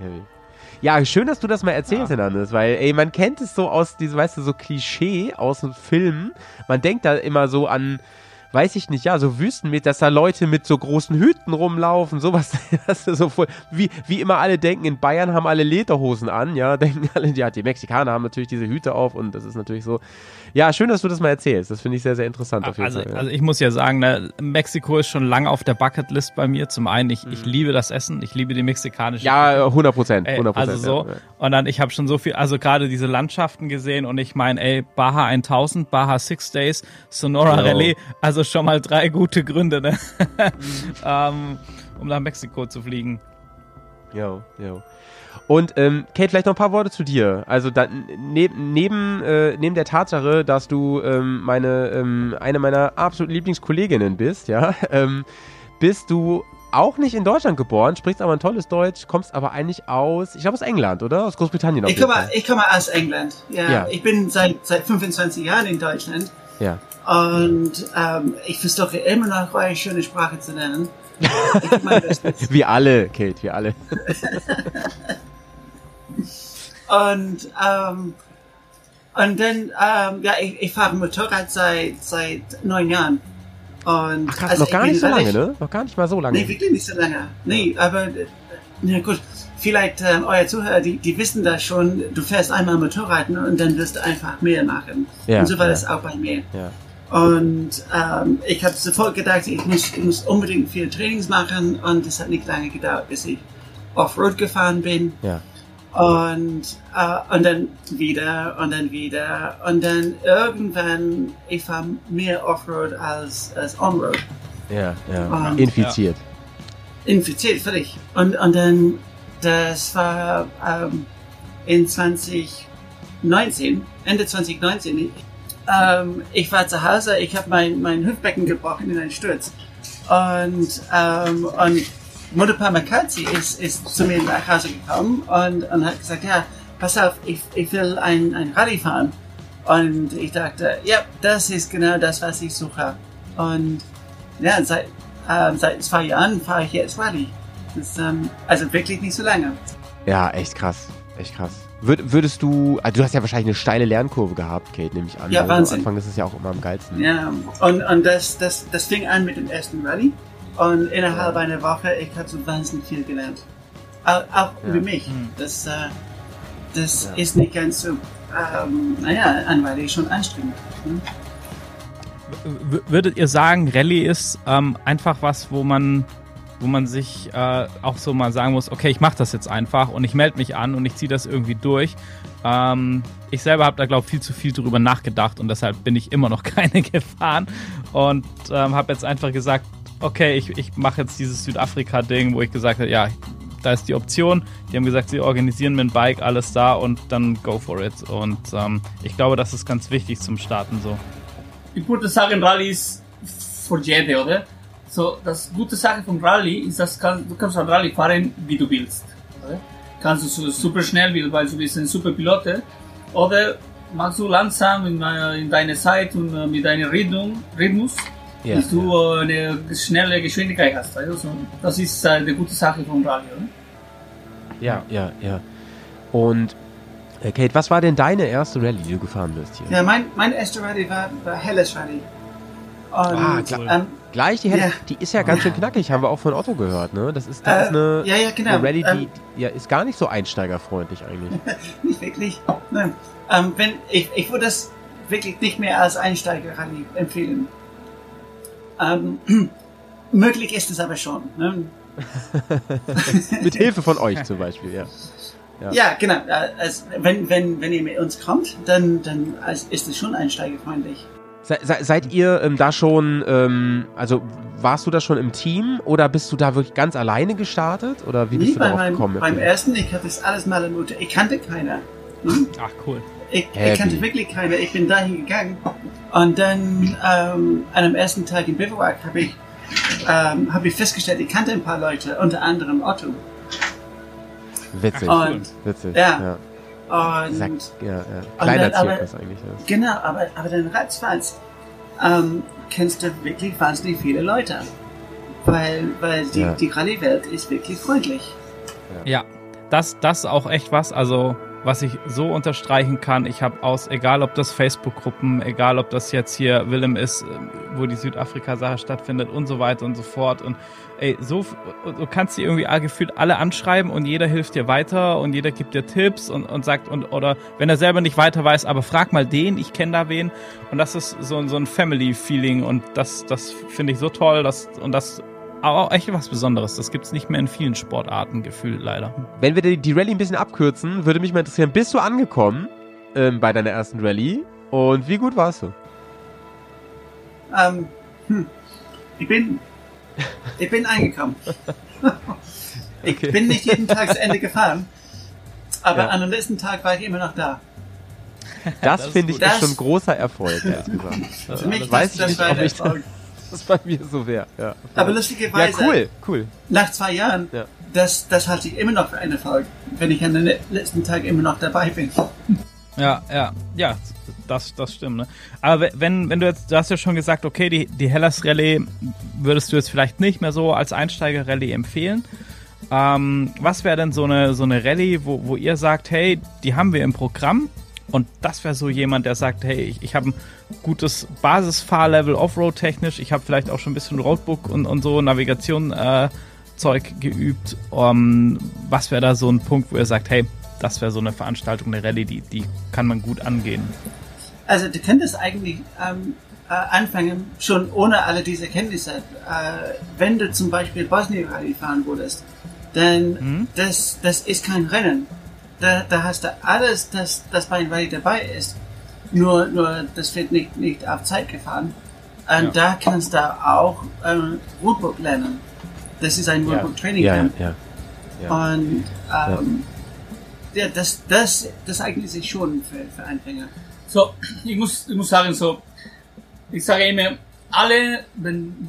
Ja, schön, dass du das mal erzählst, Hernandez, weil, man kennt es so aus diesem, weißt du, so Klischee aus den Filmen. Man denkt da immer so an, weiß ich nicht, so Wüsten mit, dass da Leute mit so großen Hüten rumlaufen, sowas, das ist so voll, wie immer alle denken, in Bayern haben alle Lederhosen an, denken alle, die Mexikaner haben natürlich diese Hüte auf und das ist natürlich so, schön, dass du das mal erzählst, das finde ich sehr, sehr interessant auf jeden Fall. Also ich muss ja sagen, Mexiko ist schon lange auf der Bucketlist bei mir, zum einen, ich liebe das Essen, ich liebe die mexikanische Küche. 100%. Also so, und dann, ich habe schon so viel, also gerade diese Landschaften gesehen und ich meine, Baja 1000, Baja 6 Days, Sonora Relais, also schon mal 3 gute Gründe, ne? Um nach Mexiko zu fliegen. Jo. Und Kate, vielleicht noch ein paar Worte zu dir. Also neben der Tatsache, dass du eine meiner absoluten Lieblingskolleginnen bist, bist du auch nicht in Deutschland geboren, sprichst aber ein tolles Deutsch, kommst aber eigentlich aus England, oder? Aus Großbritannien. Ich komme aus England. Ja. Ich bin seit 25 Jahren in Deutschland. Ja. Und ich versuche immer noch eine schöne Sprache zu lernen. Wir alle, Kate, wir alle. Und dann, ich fahre Motorrad seit 9 Jahren. Und ach krass, noch gar nicht so lange, ne? Noch gar nicht mal so lange. Nee, wirklich nicht so lange. Nee, aber na gut, vielleicht euer Zuhörer, die wissen das schon, du fährst einmal Motorradreiten und dann wirst du einfach mehr machen. Ja, und so war das auch bei mir. Ja. Und ich habe sofort gedacht, ich muss unbedingt viel Trainings machen und es hat nicht lange gedauert, bis ich Offroad gefahren bin. Ja. Und dann wieder und dann wieder und dann irgendwann, ich fahre mehr Offroad als Onroad. Ja. Infiziert. Infiziert, völlig. Und dann, das war in 2019, Ende 2019, ich war zu Hause, ich habe mein Hüftbecken gebrochen in einem Sturz. Und Mutterpa McCarthy ist zu mir nach Hause gekommen und hat gesagt, ja, pass auf, ich will ein Rallye fahren. Und ich dachte, ja, das ist genau das, was ich suche. Und ja, seit 2 Jahren fahre ich jetzt Rallye. Das ist also wirklich nicht so lange. Ja, echt krass. Würdest du, also du hast ja wahrscheinlich eine steile Lernkurve gehabt, Kate, nehme ich an. Ja, Wahnsinn. Am Anfang ist es ja auch immer am geilsten. Ja, und das fing an mit dem ersten Rallye. Und innerhalb einer Woche, ich habe so wahnsinnig viel gelernt. Auch über mich. Das ist nicht ganz so, ein Rallye ist schon anstrengend. Würdet ihr sagen, Rallye ist einfach was, wo man sich auch so mal sagen muss, okay, ich mache das jetzt einfach und ich melde mich an und ich ziehe das irgendwie durch. Ich selber habe da, glaube ich, viel zu viel drüber nachgedacht und deshalb bin ich immer noch keine gefahren und habe jetzt einfach gesagt, okay, ich mache jetzt dieses Südafrika-Ding, wo ich gesagt habe, ja, da ist die Option. Die haben gesagt, sie organisieren mir ein Bike, alles da und dann go for it. Und ich glaube, das ist ganz wichtig zum Starten so. Ich würde sagen, Rallye ist für jede, oder? So, das gute Sache vom Rallye ist, dass du kannst ein Rallye fahren, wie du willst. Oder? Kannst du so super schnell, weil du bist ein super Pilot, oder machst du langsam in deiner Zeit und mit deinem Rhythmus, bis du eine schnelle Geschwindigkeit hast. Also, das ist die gute Sache vom Rallye, oder? Ja. Und Kate, was war denn deine erste Rallye, die du gefahren bist hier? Ja, mein erster Rallye war Hellas Rallye. Und, gleich die Hellas, die ist ja ganz schön knackig, haben wir auch von Otto gehört, ne? Das ist eine, genau. eine Rallye, die ist gar nicht so einsteigerfreundlich eigentlich. Nicht wirklich. Nein. Ich würde das wirklich nicht mehr als Einsteiger-Rallye empfehlen. Möglich ist es aber schon. Ne? Mit Hilfe von euch zum Beispiel, ja. Ja, genau. Also, wenn ihr mit uns kommt, dann ist es schon einsteigerfreundlich. Seid ihr da schon, also warst du da schon im Team oder bist du da wirklich ganz alleine gestartet? Oder wie bist du darauf gekommen? Beim ersten, ich hatte das alles mal im Mutter. Ich kannte keiner. Ach, cool. Ich kannte wirklich keiner. Ich bin dahin gegangen. Und dann an dem ersten Tag im Bivouac habe ich festgestellt, ich kannte ein paar Leute, unter anderem Otto. Witzig. Witzig. Ja. Und kleiner Zirkus eigentlich. Ja. Genau, aber dann ratzfatz kennst du wirklich wahnsinnig viele Leute. Weil die Rallye-Welt ist wirklich freundlich. Ja, das ist auch echt was, also was ich so unterstreichen kann, ich habe egal ob das Facebook-Gruppen, egal ob das jetzt hier Willem ist, wo die Südafrika-Sache stattfindet und so weiter und so fort und du kannst die irgendwie gefühlt alle anschreiben und jeder hilft dir weiter und jeder gibt dir Tipps und sagt, oder wenn er selber nicht weiter weiß, aber frag mal den, ich kenne da wen und das ist so ein Family-Feeling und das finde ich so toll, das auch echt was Besonderes. Das gibt's nicht mehr in vielen Sportarten gefühlt, leider. Wenn wir die Rallye ein bisschen abkürzen, würde mich mal interessieren, bist du angekommen bei deiner ersten Rallye und wie gut warst du? Ich bin angekommen. Ich bin nicht jeden Tag zu Ende gefahren, aber an dem letzten Tag war ich immer noch da. Das finde ich ist schon ein großer Erfolg, ehrlich gesagt. Für mich weiß das war der Erfolg. Das bei mir so wäre. Ja. Aber lustigerweise, ja, cool. Nach 2 Jahren, das halte ich immer noch für einen Erfolg, wenn ich an den letzten Tag immer noch dabei bin. Ja, das stimmt. Ne? Aber wenn du hast ja schon gesagt, okay, die Hellas Rallye würdest du jetzt vielleicht nicht mehr so als Einsteiger-Rallye empfehlen. Was wäre denn so eine Rallye, wo ihr sagt, hey, die haben wir im Programm Und das wäre so jemand, der sagt, hey, ich habe ein gutes Basisfahrlevel Offroad-technisch, ich habe vielleicht auch schon ein bisschen Roadbook und so Navigation Zeug geübt. Was wäre da so ein Punkt, wo ihr sagt, hey, das wäre so eine Veranstaltung, eine Rallye, die kann man gut angehen? Also du könntest eigentlich anfangen, schon ohne alle diese Kenntnisse. Wenn du zum Beispiel Bosnien-Rallye fahren würdest, dann das ist kein Rennen. Da hast du alles, das bei einem Rallye dabei ist. Nur das wird nicht auf Zeit gefahren. Und da kannst du auch Roadbook lernen. Das ist ein Roadbook-Training Camp. Und das eignet sich schon für Anfänger. So, ich muss sagen, so, ich sage immer, alle, wenn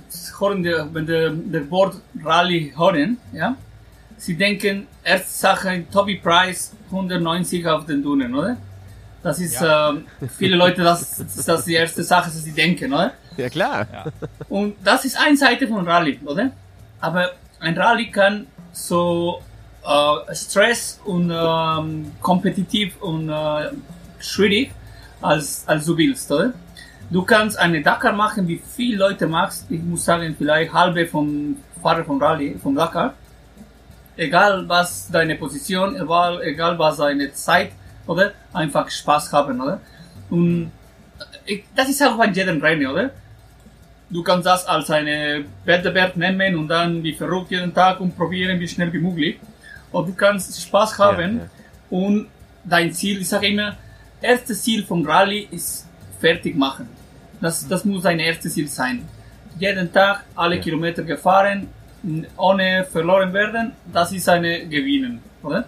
der Wort Rallye hören, ja, sie denken, erste Sache, Toby Price, 190 auf den Dünen, oder? Das ist, viele Leute, das ist die erste Sache, die sie denken, oder? Ja, klar. Ja. Und das ist eine Seite von Rallye, oder? Aber ein Rallye kann so Stress und kompetitiv und schwierig als du willst, oder? Du kannst eine Dakar machen, wie viele Leute machst. Ich muss sagen, vielleicht halbe vom Fahrer vom Rallye, vom Dakar. Egal was deine Position, egal was deine Zeit, oder? Einfach Spaß haben, oder? Und das ist auch bei jedem Rennen, oder? Du kannst das als eine Wettbewerb nehmen und dann wie verrückt jeden Tag und probieren, wie schnell wie möglich. Und du kannst Spaß haben und dein Ziel, ich sage immer, erstes Ziel vom Rallye ist fertig machen. Das muss dein erstes Ziel sein. Jeden Tag alle Kilometer gefahren, ohne verloren werden, das ist eine Gewinnen, oder?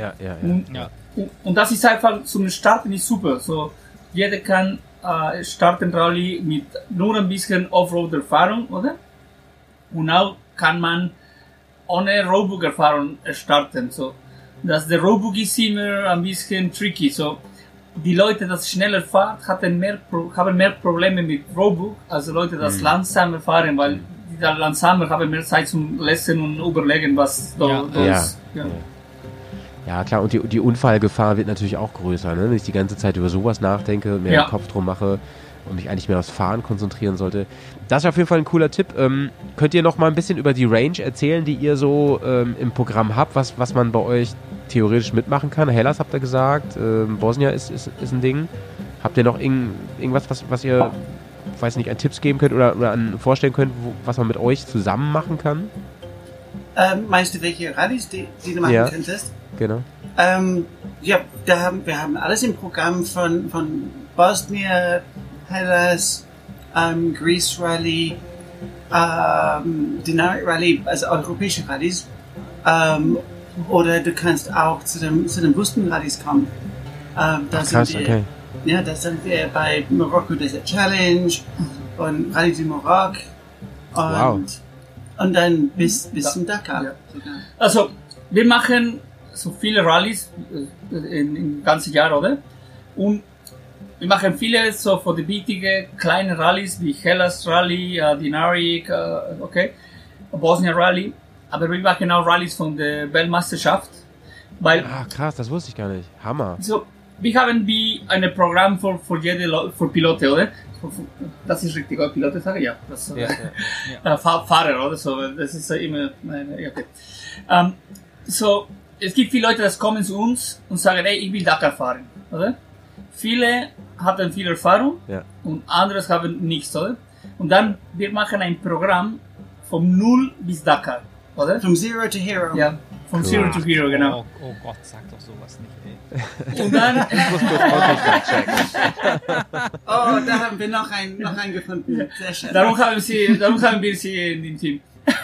Und das ist einfach zum Starten ist super. So, jeder kann starten Rallye mit nur ein bisschen Offroad-Erfahrung, oder? Und auch kann man ohne Roadbook-Erfahrung starten. So, der Roadbook ist immer ein bisschen tricky. So, die Leute, die schneller fahren, haben mehr Probleme mit Roadbook als Leute, die langsamer fahren, weil die langsamer haben mehr Zeit zum Lesen und überlegen, was da ist. Ja, klar, und die Unfallgefahr wird natürlich auch größer, ne? Wenn ich die ganze Zeit über sowas nachdenke, mehr den Kopf drum mache und mich eigentlich mehr aufs Fahren konzentrieren sollte. Das ist auf jeden Fall ein cooler Tipp. Könnt ihr noch mal ein bisschen über die Range erzählen, die ihr so im Programm habt, was man bei euch theoretisch mitmachen kann? Hellas habt ihr gesagt, Bosnia ist ein Ding. Habt ihr noch irgendwas, was ihr, weiß nicht, an Tipps geben könnt oder an vorstellen könnt, was man mit euch zusammen machen kann? Meinst du, welche Rallyes, die du machen könntest? Genau. Wir haben alles im Programm von Bosnien, Hellas, Greece Rally, Dinaric Rally, also europäische Rallyes. Oder du kannst auch zu den Wüstenrallyes kommen. Da sind wir bei Morocco Desert Challenge und Rallye du Maroc und dann bis zum Dakar. Ja. Also, wir machen so viele Rallyes im ganzen Jahr, oder? Und wir machen viele so für die wichtigen kleinen Rallyes wie Hellas Rally, Dinaric, Bosnia Rally. Aber wir machen auch Rallyes von der Weltmeisterschaft. Krass, das wusste ich gar nicht. Hammer. So, wir haben wie ein Programm für Piloten, oder? Das ist richtig, oder? Piloten sagen? Ja. Fahrer, oder? So, das ist immer, okay. So, es gibt viele Leute, die kommen zu uns und sagen, hey, ich will Dakar fahren, oder? Viele haben viel Erfahrung und andere haben nichts, oder? Und dann, wir machen ein Programm von 0 bis Dakar, oder? From Zero to Hero. Ja, von Zero to Hero, genau. Oh Gott, sag doch sowas nicht, ey. Und dann... Ich muss kurz checken. Da haben wir noch einen gefunden. Sehr schön. Darum haben wir sie im Team.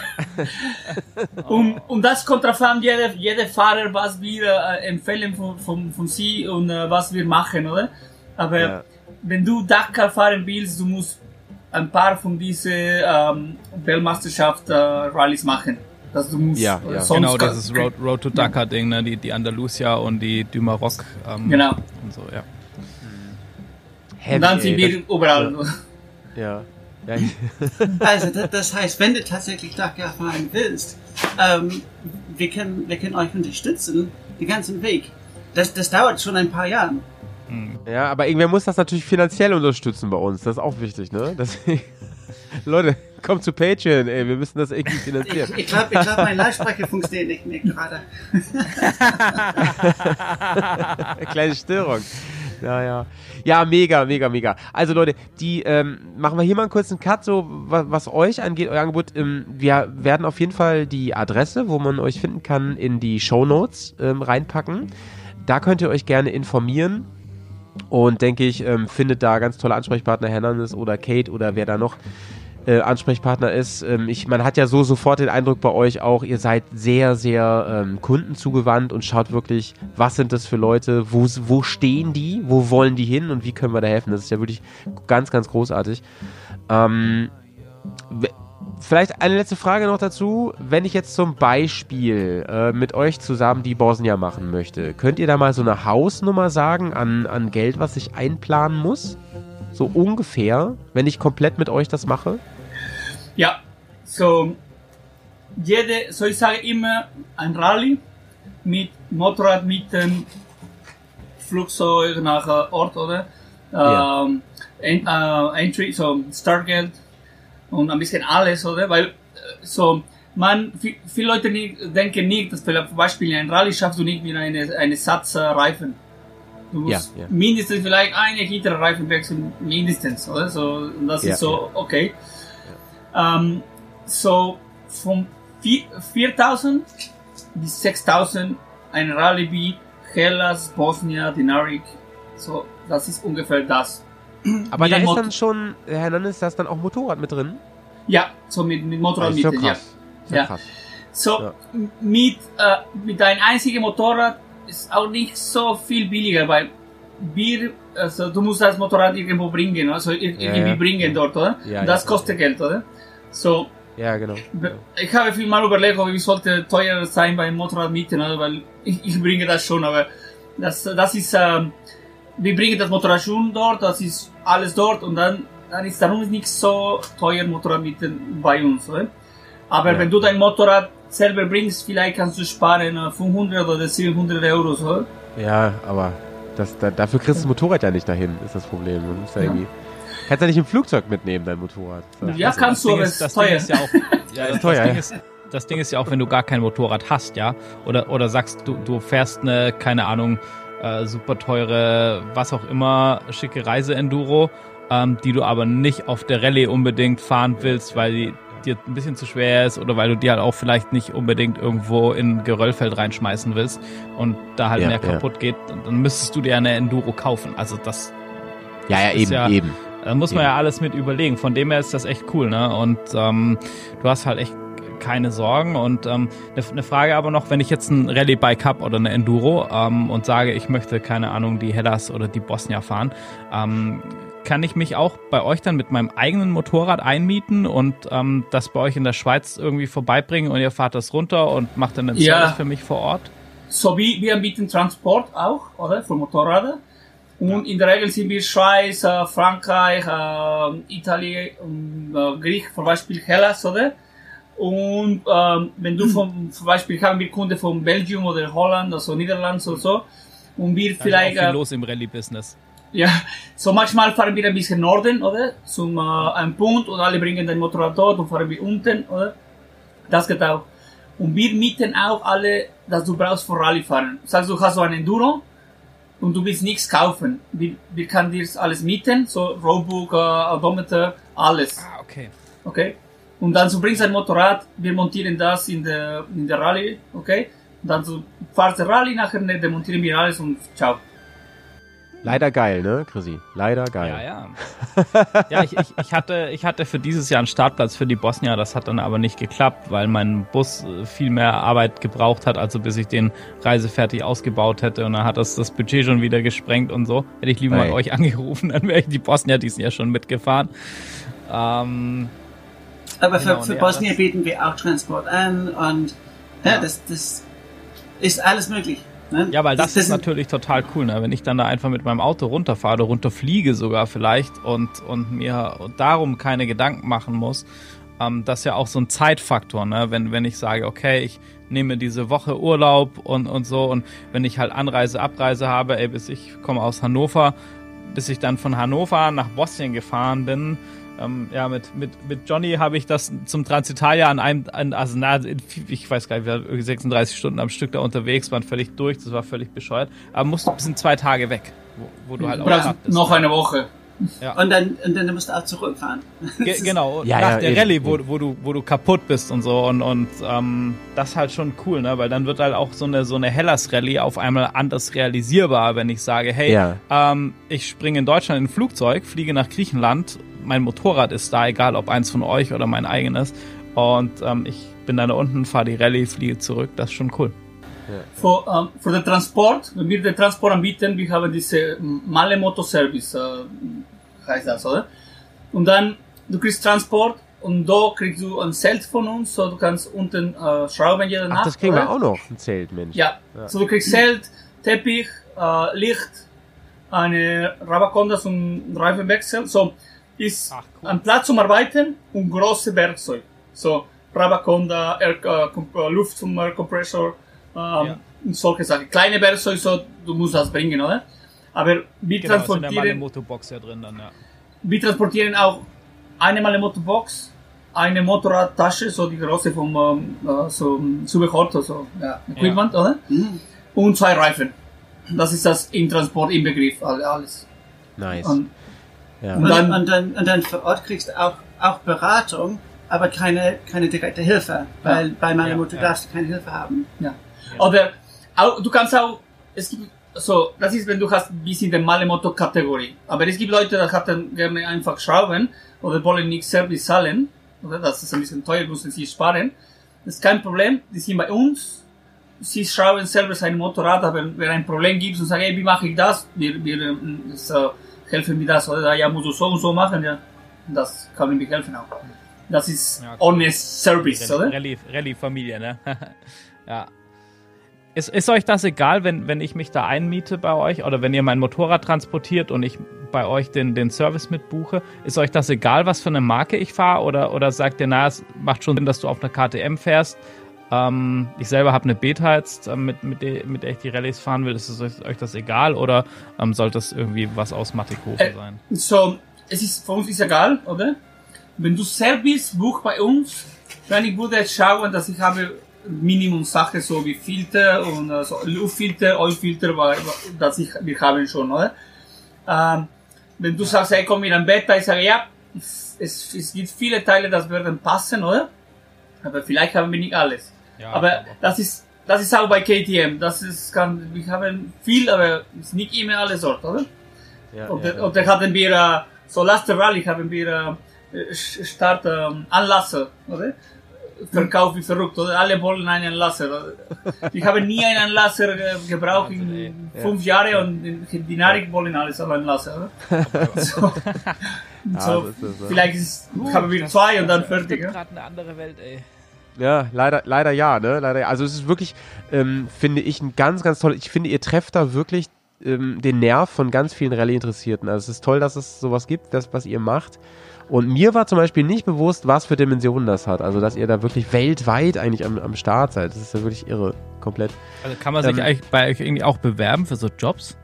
Und das kommt drauf an, jeder Fahrer, was wir empfehlen von sie und was wir machen, oder? Aber wenn du Dakar fahren willst, du musst ein paar von diesen Weltmeisterschaft-Rallyes machen. Das du musst, genau, dieses Road to Dakar Ding, ne? Die Andalusia und die du Maroc. Genau. Und so, ja. Und dann sind wir überall. Ja. Also das heißt, wenn du tatsächlich Dakar fahren willst, wir können euch unterstützen, den ganzen Weg. Das dauert schon ein paar Jahre. Ja, aber irgendwer muss das natürlich finanziell unterstützen bei uns. Das ist auch wichtig, ne? Leute, kommt zu Patreon, ey, wir müssen das irgendwie finanzieren. Ich glaube, mein Lautsprecher funktioniert nicht mehr gerade. Kleine Störung. Ja. Ja, mega. Also Leute, die machen wir hier mal einen kurzen Cut, so was euch angeht, euer Angebot. Wir werden auf jeden Fall die Adresse, wo man euch finden kann, in die Shownotes reinpacken. Da könnt ihr euch gerne informieren und denke ich, findet da ganz tolle Ansprechpartner, Hernandez oder Kate oder wer da noch Ansprechpartner ist. Man hat ja so sofort den Eindruck bei euch auch, ihr seid sehr, sehr kundenzugewandt und schaut wirklich, was sind das für Leute, wo stehen die, wo wollen die hin und wie können wir da helfen. Das ist ja wirklich ganz, ganz großartig. Vielleicht eine letzte Frage noch dazu. Wenn ich jetzt zum Beispiel mit euch zusammen die Bosnia machen möchte, könnt ihr da mal so eine Hausnummer sagen an Geld, was ich einplanen muss? So ungefähr, wenn ich komplett mit euch das mache? Ja, so ich sage immer ein Rallye mit Motorrad, mit dem Flugzeug nach Ort, oder? Entry, so Startgeld und ein bisschen alles, oder? Weil viele Leute denken nicht, dass zum Beispiel in einem Rallye schaffst du nicht mit einem Satz Reifen. Du musst mindestens vielleicht eine Gitter Reifen wechseln, mindestens, oder? So, und das ist so, okay. So, von 4.000 bis 6.000 ein Rallye wie Hellas, Bosnia, Dinaric, so, das ist ungefähr das. Aber da ist dann schon, Herr Hernandez, da ist dann auch Motorrad mit drin? Ja, so mit Motorrad mit drin, ja. Krass. So, mit einem einzigen Motorrad ist auch nicht so viel billiger, weil du musst das Motorrad irgendwo bringen, also irgendwie bringen dort, oder? Ja, das kostet Geld, oder? So. Ja, genau. Ich habe viel mal überlegt, ob ich sollte teurer sein beim Motorrad mieten, oder? Weil ich bringe das schon, aber das ist, wir bringen das Motorrad schon dort, das ist alles dort und dann ist darum nicht so teuer Motorrad mieten bei uns, oder? Aber wenn du dein Motorrad selber bringst, vielleicht kannst du sparen 500 oder 700 Euro, so. Ja, aber dafür kriegst du das Motorrad ja nicht dahin, ist das Problem. Du musst ja irgendwie, kannst ja nicht im Flugzeug mitnehmen, dein Motorrad. Ja, also, kannst du, aber es ist teuer. Das Ding ist ja auch, wenn du gar kein Motorrad hast, ja, oder sagst, du fährst eine, keine Ahnung, super teure, was auch immer, schicke Reise-Enduro, die du aber nicht auf der Rallye unbedingt fahren willst, weil die dir ein bisschen zu schwer ist oder weil du die halt auch vielleicht nicht unbedingt irgendwo in ein Geröllfeld reinschmeißen willst und da halt mehr kaputt geht, dann müsstest du dir eine Enduro kaufen. Also das eben. Da muss man ja alles mit überlegen. Von dem her ist das echt cool, ne? Und du hast halt echt keine Sorgen. Und eine Frage aber noch, wenn ich jetzt ein Rallye-Bike habe oder eine Enduro und sage, ich möchte, keine Ahnung, die Hellas oder die Bosnia fahren, kann ich mich auch bei euch dann mit meinem eigenen Motorrad einmieten und das bei euch in der Schweiz irgendwie vorbeibringen und ihr fahrt das runter und macht dann den Service für mich vor Ort? So wie wir bieten Transport auch, oder? Für Motorräder. Und in der Regel sind wir Schweiz, Frankreich, Italien und Griechenland, zum Beispiel Hellas, oder? Und wenn du zum Beispiel haben wir Kunden von Belgien oder Holland, also Niederlande oder so. Und wir vielleicht. Ist auch viel los im Rallye-Business. Ja, so manchmal fahren wir ein bisschen Norden, oder? Zum einem Punkt und alle bringen den Motorrad dort und fahren wir unten, oder? Das geht auch. Und wir mieten auch alle, das du brauchst für Rallye fahren. Das heißt, du hast so ein Enduro und du willst nichts kaufen. Wir können dir alles mieten, so Roadbook, Odometer, alles. Ah, okay. Okay? Und dann du bringst ein Motorrad, wir montieren das in der Rallye, okay? Und dann du fahrst die Rallye, nachher demontieren wir alles und ciao. Leider geil, ne, Chrissy? Leider geil. Ja, ich hatte für dieses Jahr einen Startplatz für die Bosnia, das hat dann aber nicht geklappt, weil mein Bus viel mehr Arbeit gebraucht hat, also bis ich den reisefertig ausgebaut hätte und dann hat das Budget schon wieder gesprengt und so. Hätte ich lieber mal euch angerufen, dann wäre ich die Bosnia diesen Jahr schon mitgefahren. Aber für Bosnia bieten wir auch Transport an und das ist alles möglich. Ne? Ja, weil das ist natürlich total cool, ne? Wenn ich dann da einfach mit meinem Auto runterfahre oder runterfliege sogar vielleicht und mir darum keine Gedanken machen muss, das ist ja auch so ein Zeitfaktor, ne? Wenn ich sage, okay, ich nehme diese Woche Urlaub und so, und wenn ich halt Anreise, Abreise habe, bis ich komme aus Hannover, bis ich dann von Hannover nach Bosnien gefahren bin, mit Johnny habe ich das zum Transitalia ich weiß gar nicht, wir waren 36 Stunden am Stück da unterwegs, waren völlig durch, das war völlig bescheuert, aber musst sind 2 Tage weg, wo du halt auch bist. Noch eine Woche. Ja. Und dann musst du auch zurückfahren. Genau, nach der Rallye, wo du kaputt bist und so, und das ist halt schon cool, ne, weil dann wird halt auch so eine Hellas-Rallye auf einmal anders realisierbar, wenn ich sage, hey, ich springe in Deutschland in ein Flugzeug, fliege nach Griechenland, mein Motorrad ist da, egal ob eins von euch oder mein eigenes, und ich bin dann da unten, fahre die Rallye, fliege zurück, das ist schon cool. Für den Transport, wenn wir den Transport anbieten, wir haben diese Malemoto Service, heißt das, oder? Und dann, du kriegst Transport und da kriegst du ein Zelt von uns, so du kannst unten schrauben jede Nacht. Ach, das kriegen wir auch noch, ein Zelt, Mensch. Ja, so du kriegst Zelt, Teppich, Licht, eine Rabakonda zum Reifenwechsel, so ist ein Platz zum Arbeiten und große Werkzeug. So Rabakonda, Luft zum Kompressor, solche Sachen. Kleine Werkzeug, so du musst das bringen, oder? Aber wir transportieren. Ist in der Malemoto-Box ja drin dann, ja. Wir transportieren auch eine Malemoto-Box, eine Motorradtasche, so die große vom Zubehör, so Equipment, oder? Und 2 Reifen. Das ist das im Transport im Begriff, alles. Nice. Und dann vor Ort kriegst du auch Beratung, aber keine direkte Hilfe, weil bei Malemoto darfst du keine Hilfe haben. Ja. Oder du kannst auch, es gibt so, das ist, wenn du hast ein bisschen die Malemoto-Kategorie. Aber es gibt Leute, die haben gerne einfach schrauben oder wollen nicht Service zahlen. Oder? Das ist ein bisschen teuer, müssen sie sparen. Das ist kein Problem. Die sind bei uns. Sie schrauben selber sein Motorrad, aber wenn ein Problem gibt und sagen, hey, wie mache ich das? Wir helfen mir das. Oder ja, musst du so und so machen. Ja, das kann mir helfen auch. Das ist honest Service, oder? Rallye-Familie, ne? Ja. Ist euch das egal, wenn ich mich da einmiete bei euch oder wenn ihr mein Motorrad transportiert und ich bei euch den Service mitbuche? Ist euch das egal, was für eine Marke ich fahre? Oder sagt ihr, na, es macht schon Sinn, dass du auf einer KTM fährst? Ich selber habe eine Beta jetzt, mit der ich die Rallyes fahren will. Ist euch das egal oder sollte das irgendwie was aus Mattighofen sein? So, für uns ist egal, oder? Wenn du Service buchst bei uns, dann ich würde jetzt schauen, dass ich habe Minimum Sachen, so wie Filter und so Luftfilter, Ölfilter, wir haben schon, oder? Wenn du sagst, hey, komm mit einem Beta, ich sage, ja, es gibt viele Teile, das werden passen, oder? Aber vielleicht haben wir nicht alles. Ja, aber das ist auch bei KTM, wir haben viel, aber ist nicht immer alles dort, oder? Ja, und da hatten wir, so letzte Rallye haben wir Start Anlasser, oder? Verkauft wie verrückt, oder? Alle wollen einen Anlasser. Ich habe nie einen Anlasser gebraucht in 5 Jahren und die Narik wollen alles aber Anlasser, oder? Vielleicht haben wir 2 und dann fertig. Das ist gerade eine andere Welt, ey. Ja, leider ja, ne? Leider. Also es ist wirklich, finde ich, ein ganz, ganz toll. Ich finde, ihr trefft da wirklich den Nerv von ganz vielen Rallye-Interessierten. Also es ist toll, dass es sowas gibt, das, was ihr macht. Und mir war zum Beispiel nicht bewusst, was für Dimensionen das hat. Also, dass ihr da wirklich weltweit eigentlich am Start seid. Das ist ja wirklich irre. Komplett. Also, kann man sich eigentlich bei euch irgendwie auch bewerben für so Jobs?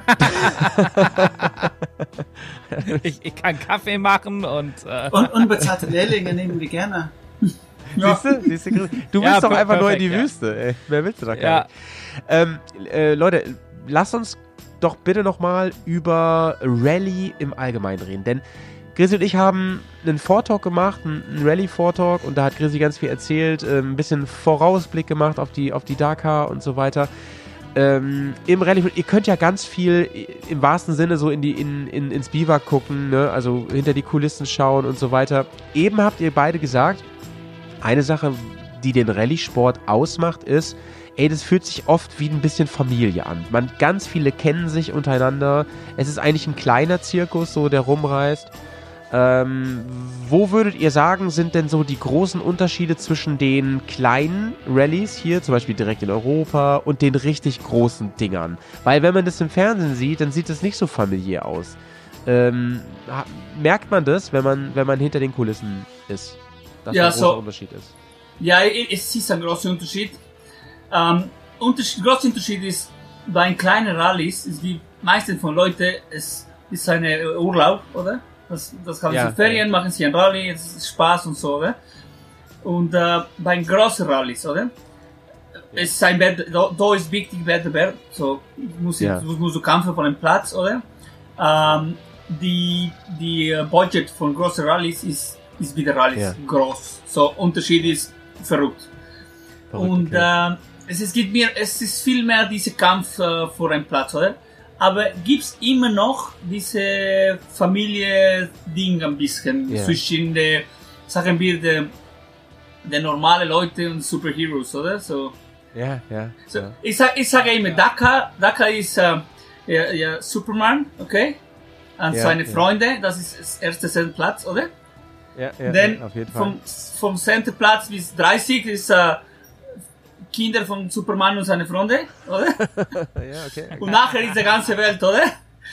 ich kann Kaffee machen und unbezahlte Lehrlinge nehmen wir gerne. Ja. Siehst du? Du willst doch einfach nur in die Wüste. Ey. Mehr willst du da gar nicht. Leute, lasst uns doch bitte nochmal über Rallye im Allgemeinen reden. Denn Grizzly und ich haben einen Vortalk gemacht, einen Rallye-Vortalk, und da hat Grizzly ganz viel erzählt, ein bisschen Vorausblick gemacht auf die Dakar und so weiter. Im Rallye, ihr könnt ja ganz viel im wahrsten Sinne so ins Biwak gucken, ne? Also hinter die Kulissen schauen und so weiter. Eben habt ihr beide gesagt, eine Sache, die den Rallye-Sport ausmacht, ist, das fühlt sich oft wie ein bisschen Familie an. Ganz viele kennen sich untereinander. Es ist eigentlich ein kleiner Zirkus, so der rumreist. Wo würdet ihr sagen, sind denn so die großen Unterschiede zwischen den kleinen Rallyes hier, zum Beispiel direkt in Europa, und den richtig großen Dingern? Weil wenn man das im Fernsehen sieht, dann sieht das nicht so familiär aus. Merkt man das, wenn man hinter den Kulissen ist? dass ein großer Unterschied ist. Ja, es ist ein großer Unterschied. Großer Unterschied ist, bei kleinen Rallyes, ist die meisten von Leuten, es ist eine Urlaub, oder? Das haben sie Ferien, machen sie ein Rallye, es ist Spaß und so, oder? Und bei großen Rallyes, oder? Es ist ein da ist wichtig Wettbewerb, so musst du kämpfen von einem Platz, oder? Die Budget von großen Rallyes ist wie der Rallyes groß. So Unterschied ist verrückt. Und es ist viel mehr dieser Kampf vor einem Platz, oder? Aber gibt's immer noch diese Familie-Ding ein bisschen zwischen der, sagen wir, der normale Leute und Superheroes, oder? So. So, ich sage immer, Dakar ist Superman, okay? Und seine Freunde, das ist das erste Platz, oder? Dann auf jeden Fall. Vom Centerplatz bis 30 ist Kinder von Superman und seine Freunde, oder? Und nachher ist die ganze Welt, oder?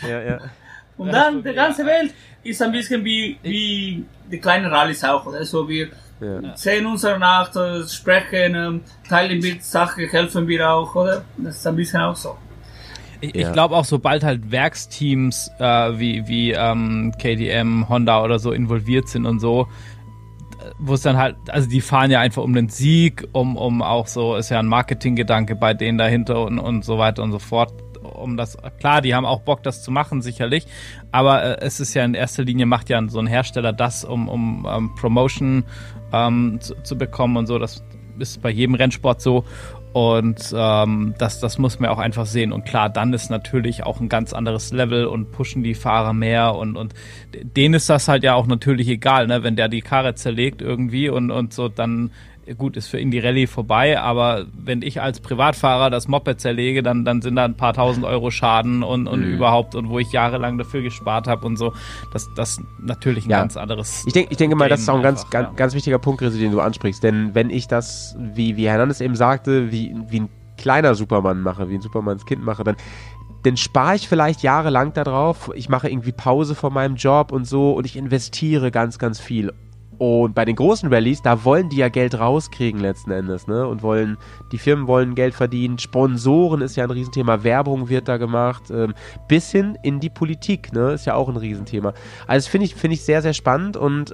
Und dann die ganze Welt ist ein bisschen wie die kleinen Rallyes auch, oder? So wir sehen uns nach, sprechen, teilen mit Sachen, helfen wir auch, oder? Das ist ein bisschen auch so. Ich glaube auch, sobald halt Werksteams wie KTM, Honda oder so involviert sind und so, wo es dann halt, also die fahren ja einfach um den Sieg, um auch so, ist ja ein Marketinggedanke bei denen dahinter und so weiter und so fort, um das, klar, die haben auch Bock, das zu machen, sicherlich, aber es ist ja in erster Linie, macht ja so ein Hersteller das, um Promotion zu bekommen und so, das ist bei jedem Rennsport so. Und das muss man auch einfach sehen. Und klar, dann ist natürlich auch ein ganz anderes Level und pushen die Fahrer mehr und denen ist das halt ja auch natürlich egal, ne? Wenn der die Karre zerlegt irgendwie und so, dann gut, ist für ihn die Rallye vorbei, aber wenn ich als Privatfahrer das Moped zerlege, dann sind da ein paar tausend Euro Schaden und überhaupt, und wo ich jahrelang dafür gespart habe und so, das natürlich ein ganz anderes Ich denke mal, das ist auch ein ganz wichtiger Punkt, Chris, den du ansprichst, denn wenn ich das, wie Hernandez eben sagte, wie ein kleiner Superman mache, wie ein Supermans Kind mache, dann spare ich vielleicht jahrelang da drauf, ich mache irgendwie Pause von meinem Job und so und ich investiere ganz, ganz viel. Und bei den großen Rallyes, da wollen die ja Geld rauskriegen letzten Endes, ne? Und die Firmen wollen Geld verdienen, Sponsoren ist ja ein Riesenthema, Werbung wird da gemacht, bis hin in die Politik, ne? Ist ja auch ein Riesenthema. Also finde ich sehr, sehr spannend und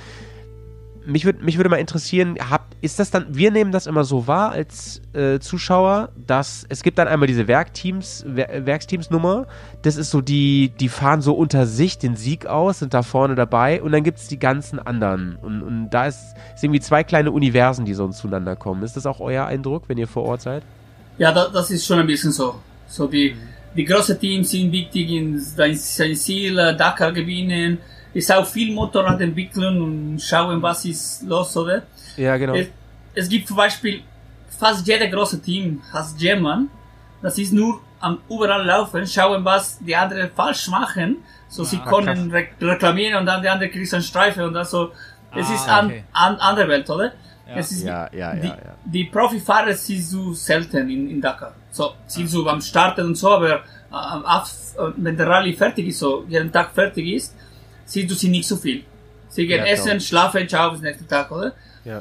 mich würde mal interessieren, ist das dann, wir nehmen das immer so wahr als Zuschauer, dass es gibt dann einmal diese Werksteamsnummer, das ist so, die fahren so unter sich den Sieg aus, sind da vorne dabei und dann gibt es die ganzen anderen und da ist irgendwie zwei kleine Universen, die so zueinander kommen. Ist das auch euer Eindruck, wenn ihr vor Ort seid? Ja, das ist schon ein bisschen so. So die großen Teams sind wichtig in sein Ziel, Dakar gewinnen, ist auch viel Motorrad entwickeln und schauen, was ist los, oder? Ja, genau. Es gibt zum Beispiel, fast jeder große Team hat German, das ist nur am überall laufen, schauen, was die anderen falsch machen, so sie können reklamieren und dann die andere kriegt einen Streifen und dann so, es ist andere Welt, oder? Ja. Es ist, die Profifahrer sind so selten in Dakar, so, sind so am Starten und so, aber wenn der Rallye fertig ist, so, jeden Tag fertig ist, siehst du sie nicht so viel. Sie gehen essen, schlafen, ciao, bis nächsten Tag, oder?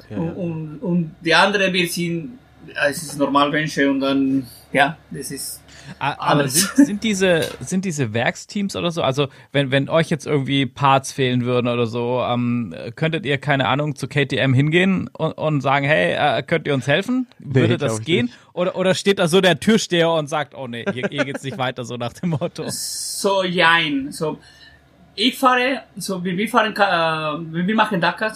Und die anderen, wir sind, es ist normal Menschen und dann, das ist. Aber sind diese Werksteams oder so, also wenn euch jetzt irgendwie Parts fehlen würden oder so, könntet ihr, keine Ahnung, zu KTM hingehen und sagen, hey, könnt ihr uns helfen? Würde das gehen? Oder steht da so der Türsteher und sagt, oh nee, hier geht's nicht weiter, so nach dem Motto? So, jein. So, ich fahre, so wir machen Dakar,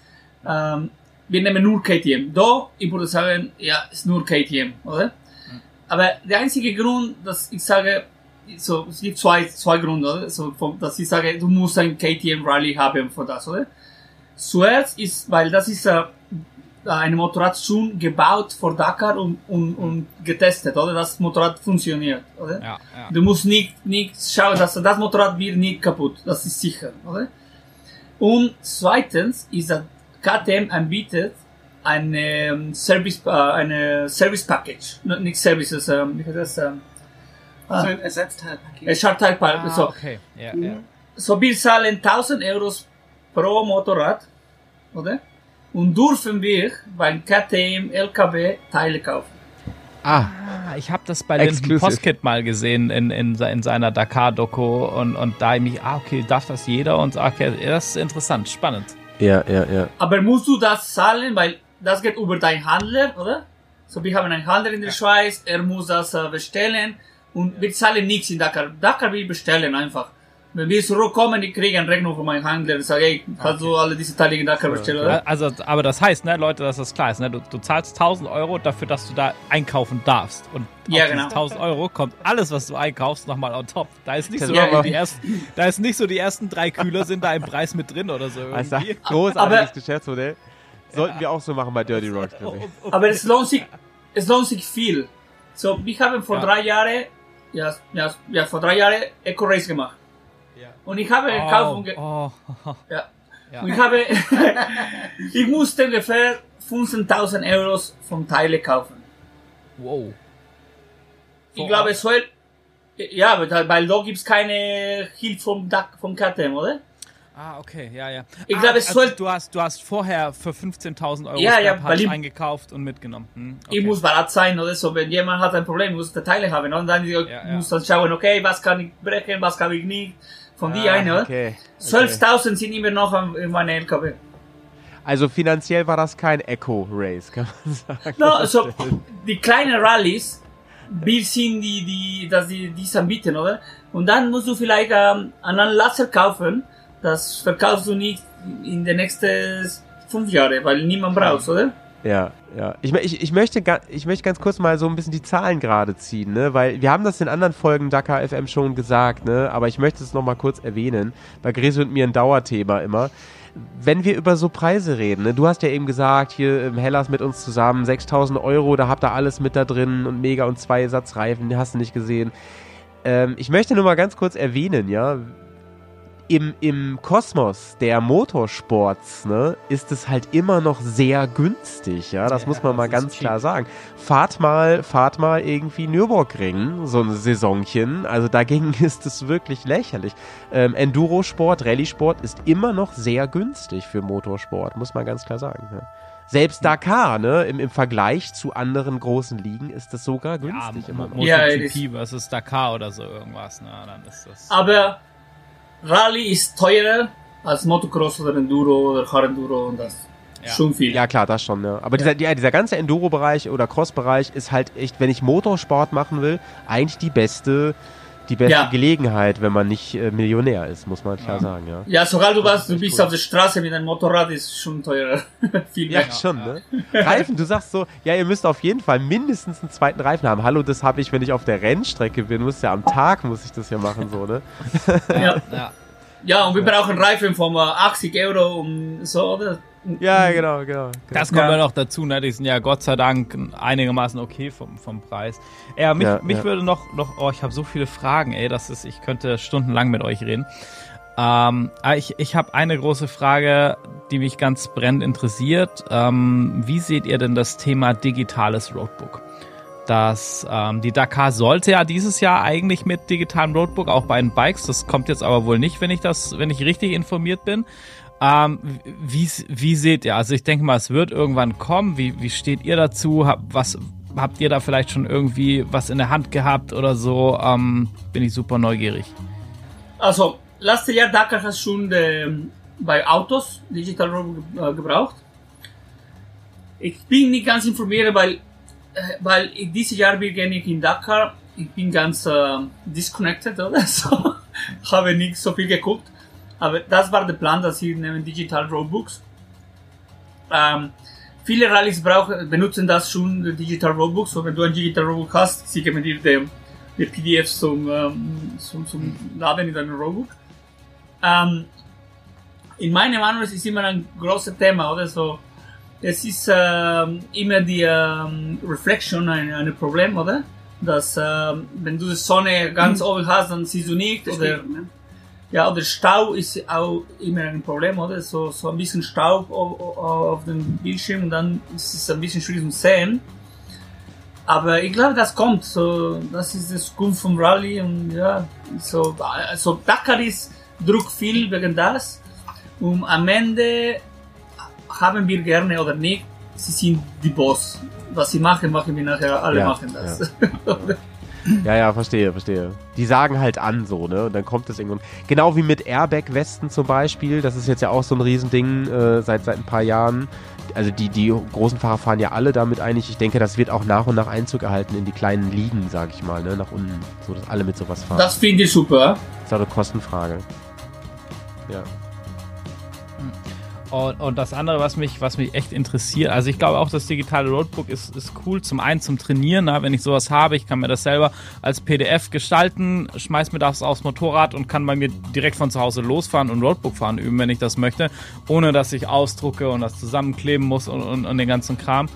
wir nehmen nur KTM. Ich würde sagen, ist nur KTM, oder? Aber der einzige Grund, dass ich sage, so, es gibt zwei Gründe, oder? So, dass ich sage, du musst ein KTM Rally haben für das, oder? Zuerst ist, weil das ist ein Motorrad schon gebaut für Dakar und getestet, oder? Das Motorrad funktioniert, oder? Ja. Du musst nicht schauen, dass das Motorrad wird nicht kaputt, das ist sicher, oder? Und zweitens ist, dass KTM anbietet eine Service Package, nicht Services, wie heißt das? So ein Ersatzteilpaket. Ersatzteilpaket, so. Okay. So, wir zahlen 1.000 Euro pro Motorrad, oder? und dürfen wir beim KTM LKW Teile kaufen. Ich habe das bei Lyndon Poskett mal gesehen in seiner Dakar-Doku und da mich, okay, darf das jeder? Und okay, das ist interessant, spannend. Ja. Aber musst du das zahlen, weil das geht über deinen Handler, oder? So, wir haben einen Handler in der Schweiz, er muss das bestellen und wir zahlen nichts in Dakar. Dakar will bestellen einfach. Wenn wir zurückkommen, ich kriege eine Rechnung von meinem Handler und sage, hey, kannst du alle diese Teile in Dakar bestellen, oder? Also, aber das heißt, ne, Leute, dass das klar ist, ne, du zahlst 1.000 Euro dafür, dass du da einkaufen darfst. Und auf diese 1.000 Euro kommt alles, was du einkaufst, nochmal on top. Da ist nicht so, die ersten 3 Kühler sind da im Preis mit drin oder so. Also, großartiges Geschäftsmodell. Sollten wir auch so machen bei Dirty Rock. Aber es lohnt sich viel. So, wir haben vor 3 Jahren, vor 3 Jahren Eco Race gemacht. Und ich habe gekauft und ich musste ungefähr 15.000 Euro von Teile kaufen. Wow. Ich glaube, es soll, weil da gibt's keine Hilfe vom KTM, oder? Okay, ja. Ich glaube, es soll. Du hast vorher für 15.000 Euro eingekauft und mitgenommen. Okay. Ich muss bereit sein, oder so. Wenn jemand hat ein Problem, muss der Teile haben. Und dann muss dann schauen, okay, was kann ich brechen, was kann ich nicht. Von die eine, okay. 12.000 sind immer noch in meiner LKW. Also finanziell war das kein Eco-Race, kann man sagen. No, also die kleinen Rallyes, wir sind die anbieten, oder? Und dann musst du vielleicht einen Laser kaufen, das verkaufst du nicht in den nächsten 5 Jahren, weil niemand braucht, oder? Ja. Ich möchte ganz kurz mal so ein bisschen die Zahlen gerade ziehen, ne? Weil wir haben das in anderen Folgen Dakar FM schon gesagt, ne? Aber ich möchte es nochmal kurz erwähnen, bei Gresi und mir ein Dauerthema immer. Wenn wir über so Preise reden, ne? Du hast ja eben gesagt, hier im Hellas mit uns zusammen 6.000 Euro, da habt ihr alles mit da drin und mega und 2 Satz Reifen, hast du nicht gesehen. Ich möchte nur mal ganz kurz erwähnen, ja, im Kosmos der Motorsports, ne, ist es halt immer noch sehr günstig, ja, das muss man mal ganz klar sagen. Fahrt mal irgendwie Nürburgring, so ein Saisonchen, also dagegen ist es wirklich lächerlich. Endurosport, Rallye-Sport ist immer noch sehr günstig für Motorsport, muss man ganz klar sagen, ja. Selbst Dakar, ne, im Vergleich zu anderen großen Ligen ist das sogar günstig immer noch. MotoGP versus Dakar oder so irgendwas, ne, dann ist das... Aber Rallye ist teurer als Motocross oder Enduro oder Hard-Enduro und das schon viel. Ja klar, das schon, ja. Aber dieser ganze Enduro-Bereich oder Cross-Bereich ist halt echt, wenn ich Motorsport machen will, eigentlich die beste Gelegenheit, wenn man nicht Millionär ist, muss man klar sagen, ja. Ja, sogar du bist auf der Straße mit einem Motorrad, ist schon teurer. Viel mehr. Ja, schon, ne? Reifen, du sagst so, ja, ihr müsst auf jeden Fall mindestens einen zweiten Reifen haben. Hallo, das habe ich, wenn ich auf der Rennstrecke bin, muss ich das ja machen, so, ne? Ja, und wir brauchen Reifen von 80 Euro und so, oder? Ja, genau. Das kommt ja noch dazu, ne? Die sind ja Gott sei Dank einigermaßen okay vom Preis. Mich würde noch, ich habe so viele Fragen, ich könnte stundenlang mit euch reden. Ich habe eine große Frage, die mich ganz brennend interessiert. Wie seht ihr denn das Thema digitales Roadbook? Die Dakar sollte ja dieses Jahr eigentlich mit digitalem Roadbook, auch bei den Bikes, das kommt jetzt aber wohl nicht, wenn ich richtig informiert bin. Wie seht ihr? Also ich denke mal, es wird irgendwann kommen. Wie steht ihr dazu? Habt ihr da vielleicht schon irgendwie was in der Hand gehabt oder so? Bin ich super neugierig. Also, letztes Jahr Dakar hat schon bei Autos Digital Roadbook gebraucht. Ich bin nicht ganz informiert, weil dieses Jahr bin ich in Dakar. Ich bin ganz disconnected oder so. Habe nicht so viel geguckt. Aber das war der Plan, dass sie nehmen Digital Roadbooks. Viele Rallyes benutzen das schon, Digital Roadbooks. So, wenn du ein Digital Roadbook hast, sie geben dir die PDFs zum Laden in deinem Roadbook. In meiner Meinung ist es immer ein großes Thema, oder so. Es ist immer die Reflection ein Problem, oder? Dass wenn du die Sonne ganz oben hast, dann siehst du nicht, oder? Ja, oder Stau ist auch immer ein Problem, oder? So ein bisschen Staub auf dem Bildschirm und dann ist es ein bisschen schwierig zu sehen. Aber ich glaube, das kommt. So, das ist das Zukunft vom Rallye und ja, so Dakar ist Druck viel wegen das. Und am Ende haben wir gerne oder nicht, sie sind die Boss. Was sie machen, machen wir nachher, alle machen das. Ja, verstehe. Die sagen halt an so, ne? Und dann kommt es irgendwann. Genau wie mit Airbag-Westen zum Beispiel, das ist jetzt ja auch so ein Riesending seit ein paar Jahren. Also die großen Fahrer fahren ja alle damit eigentlich. Ich denke, das wird auch nach und nach Einzug erhalten in die kleinen Ligen, sag ich mal, ne? Nach unten, so dass alle mit sowas fahren. Das finde ich super. Das ist auch eine Kostenfrage. Ja. Und das andere, was mich echt interessiert, also ich glaube auch, das digitale Roadbook ist cool, zum einen zum Trainieren, wenn ich sowas habe, ich kann mir das selber als PDF gestalten, schmeiß mir das aufs Motorrad und kann bei mir direkt von zu Hause losfahren und Roadbook fahren üben, wenn ich das möchte, ohne dass ich ausdrucke und das zusammenkleben muss und den ganzen Kram.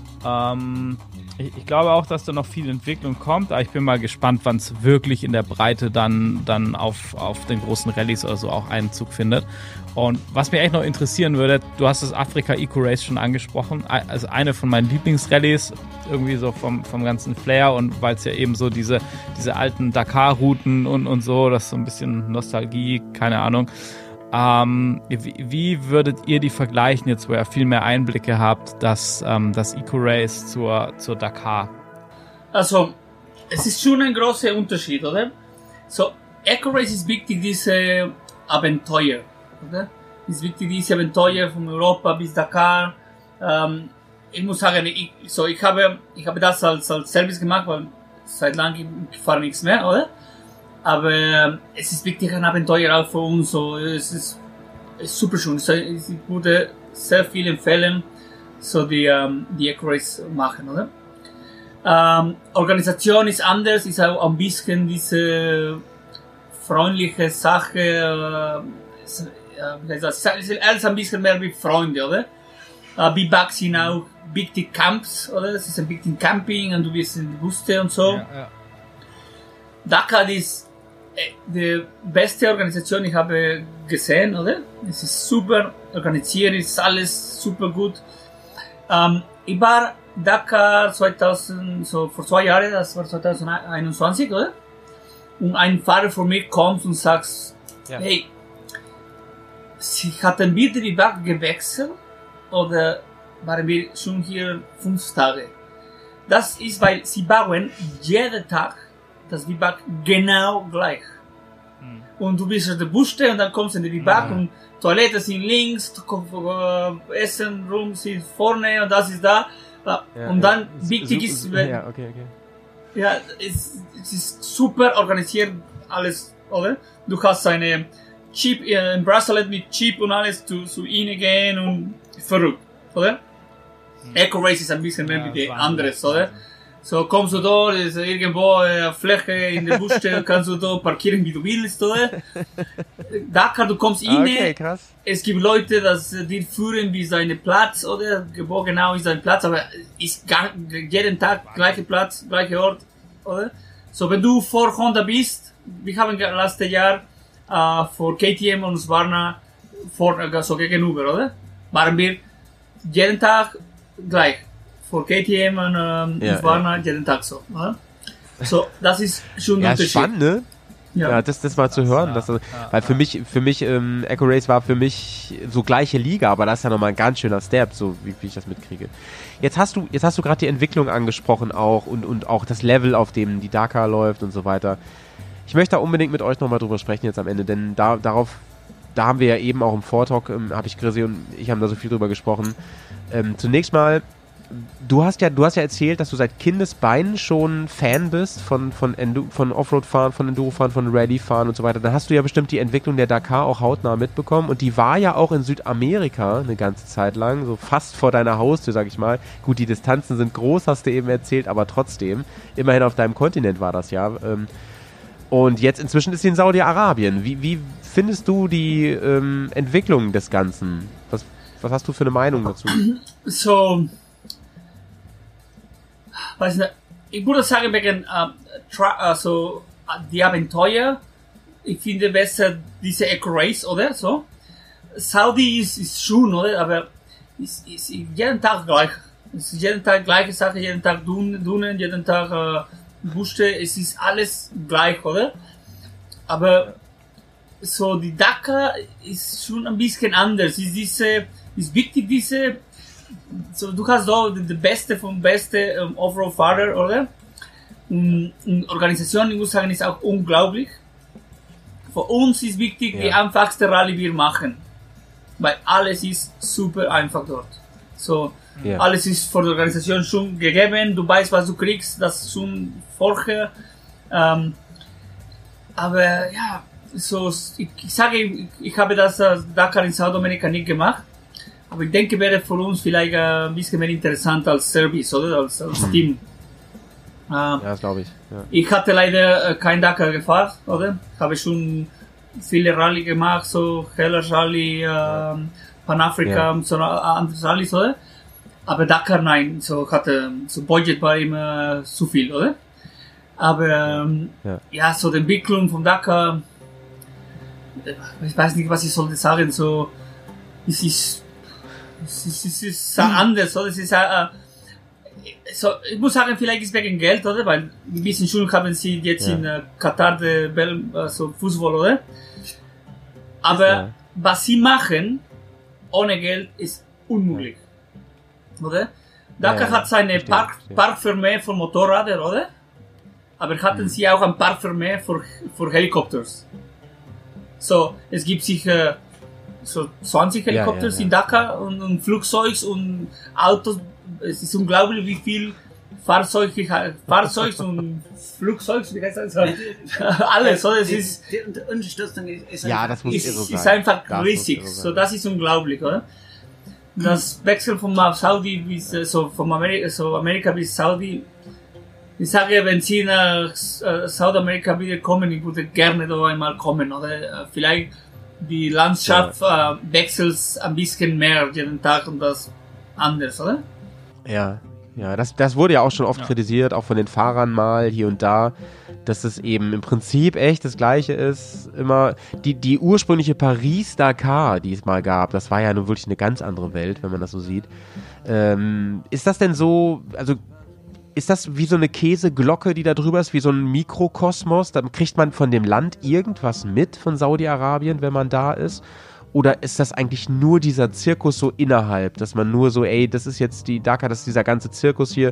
Ich glaube auch, dass da noch viel Entwicklung kommt, aber ich bin mal gespannt, wann es wirklich in der Breite dann auf den großen Rallyes oder so auch Einzug findet. Und was mich echt noch interessieren würde, du hast das Afrika Eco Race schon angesprochen, also eine von meinen Lieblingsrallyes, irgendwie so vom ganzen Flair und weil es ja eben so diese alten Dakar-Routen und so, das ist so ein bisschen Nostalgie, keine Ahnung. Wie würdet ihr die vergleichen, jetzt wo ihr viel mehr Einblicke habt, das Eco Race zur Dakar? Also, es ist schon ein großer Unterschied, oder? So, Eco Race ist wichtig, diese Abenteuer, oder? Es ist wichtig, diese Abenteuer von Europa bis Dakar. Ich muss sagen, ich habe das als Service gemacht, weil seit langem ich fahre nichts mehr, oder? Aber es ist wirklich ein Abenteuer auch für uns. So, es ist super schön. Ich würde sehr viel empfehlen, so die Eco Race machen, oder? Organisation ist anders, ist auch ein bisschen diese freundliche Sache. Es ist alles ein bisschen mehr wie Freunde, oder? Biwak sind auch Big Camps, oder? Es ist ein bisschen Camping und du bist in die Wüste und so. Ja. Dakar ist die beste Organisation, ich habe gesehen, oder? Es ist super organisiert, ist alles super gut. Ich war Dakar vor 2 Jahren, das war 2021, oder? Und ein Fahrer von mir kommt und sagt, hey, Sie hatten wieder die Biwak gewechselt, oder waren wir schon hier 5 Tage? Das ist, weil sie bauen jeden Tag das Biwak genau gleich. Und du bist in der Wüste und dann kommst du in die Biwak und Toiletten sind links, Essen, Room sind vorne und das ist da. Und dann wichtig ist, ja, es ist super organisiert alles, oder? Du hast eine Chip, ein Bracelet mit Chip und alles zu ihnen gehen und verrückt, oder? Eco Race ist ein bisschen mehr wie anderes, oder? So, kommst du da, ist irgendwo eine Fläche in der Wüste, kannst du da parkieren, wie du willst, oder? Dakar, du kommst rein. Okay, krass. Es gibt Leute, die dir führen wie seine Platz, oder? Wo genau ist dein Platz, aber ist jeden Tag gleicher Platz, gleicher Ort, oder? So, wenn du vor Honda bist, wir haben letztes Jahr, vor KTM und Husqvarna so gegenüber, oder? Waren wir jeden Tag gleich. Vor KTM und Husqvarna jeden Tag so, oder? So, das ist schon ein Unterschied. Spannend, ne? Ja, das mal zu hören. Weil für mich Eco Race war für mich so gleiche Liga, aber das ist ja nochmal ein ganz schöner Step, so wie ich das mitkriege. Jetzt hast du gerade die Entwicklung angesprochen auch und auch das Level, auf dem die Dakar läuft und so weiter. Ich möchte da unbedingt mit euch nochmal drüber sprechen jetzt am Ende, denn da haben wir ja eben auch im Vortalk, habe ich Chrissy und ich haben da so viel drüber gesprochen. Zunächst mal, du hast ja erzählt, dass du seit Kindesbeinen schon Fan bist von Offroad-Fahren, von Enduro-Fahren, von Rallye-Fahren und so weiter. Dann hast du ja bestimmt die Entwicklung der Dakar auch hautnah mitbekommen und die war ja auch in Südamerika eine ganze Zeit lang, so fast vor deiner Haustür, sag ich mal. Gut, die Distanzen sind groß, hast du eben erzählt, aber trotzdem, immerhin auf deinem Kontinent war das ja. Und jetzt inzwischen ist sie in Saudi-Arabien. Wie findest du die Entwicklung des Ganzen? Was hast du für eine Meinung dazu? So, weiß nicht, ich würde sagen, wegen die Abenteuer, ich finde besser diese Eco Race, oder? So. Saudi ist schön, oder? Aber ist jeden Tag gleich. Es ist jeden Tag gleiche Sache, jeden Tag Dünen, jeden Tag Wüste, es ist alles gleich, oder? Aber so die Dakar ist schon ein bisschen anders. Es ist diese ist wichtig, so, du hast da die Beste vom Beste Offroad-Fahrer, oder? Und Organisation, ich muss sagen, ist auch unglaublich. Für uns ist wichtig, die einfachste Rallye wir machen. Weil alles ist super einfach dort. So, alles ist von der Organisation schon gegeben, du weißt, was du kriegst, das schon vorher. Aber ja, so, ich sage, ich habe das Dakar in Südamerika nicht gemacht. Aber ich denke, wäre für uns vielleicht ein bisschen mehr interessant als Service, oder? Als Team. Ja, das glaube ich. Ja. Ich hatte leider kein Dakar gefahren, oder? Ich habe schon viele Rallye gemacht, so Hellas Rallye, Panafrica, so andere Rallyes, oder? Aber Dakar nein, so hatte, so Budget war immer zu viel, oder? Aber so die Entwicklung vom Dakar, ich weiß nicht, was ich sollte sagen, so, es ist anders, oder? Es ist so, ich muss sagen, vielleicht ist es wegen Geld, oder? Weil ein bisschen schon haben sie jetzt in Katar so Fußball, oder? Aber was sie machen ohne Geld ist unmöglich, oder? Dakar hat seine Parkvermehr für Motorräder, oder? Aber hatten sie auch ein Parkvermehr für Helikopters. So, es gibt sicher so 20 Helikopters in Dakar und Flugzeugs und Autos. Es ist unglaublich, wie viel Fahrzeugs und Flugzeugs, wie heißt das? Alles, oder? Es ist, die Unterstützung ist das muss ist einfach riesig. So, das ist unglaublich, oder? Das Wechsel von Saudi bis, Amerika bis Saudi. Ich sage, wenn sie nach Südamerika wieder kommen, ich würde gerne da einmal kommen, oder? Vielleicht die Landschaft wechselt ein bisschen mehr jeden Tag und das anders, oder? Ja, das wurde ja auch schon oft kritisiert, auch von den Fahrern mal hier und da, dass es eben im Prinzip echt das Gleiche ist. Immer die ursprüngliche Paris-Dakar, die es mal gab, das war ja nun wirklich eine ganz andere Welt, wenn man das so sieht. Ist das denn so, also ist das wie so eine Käseglocke, die da drüber ist, wie so ein Mikrokosmos? Dann kriegt man von dem Land irgendwas mit von Saudi-Arabien, wenn man da ist? Oder ist das eigentlich nur dieser Zirkus so innerhalb, dass man nur so, das ist jetzt die Dakar, das ist dieser ganze Zirkus hier,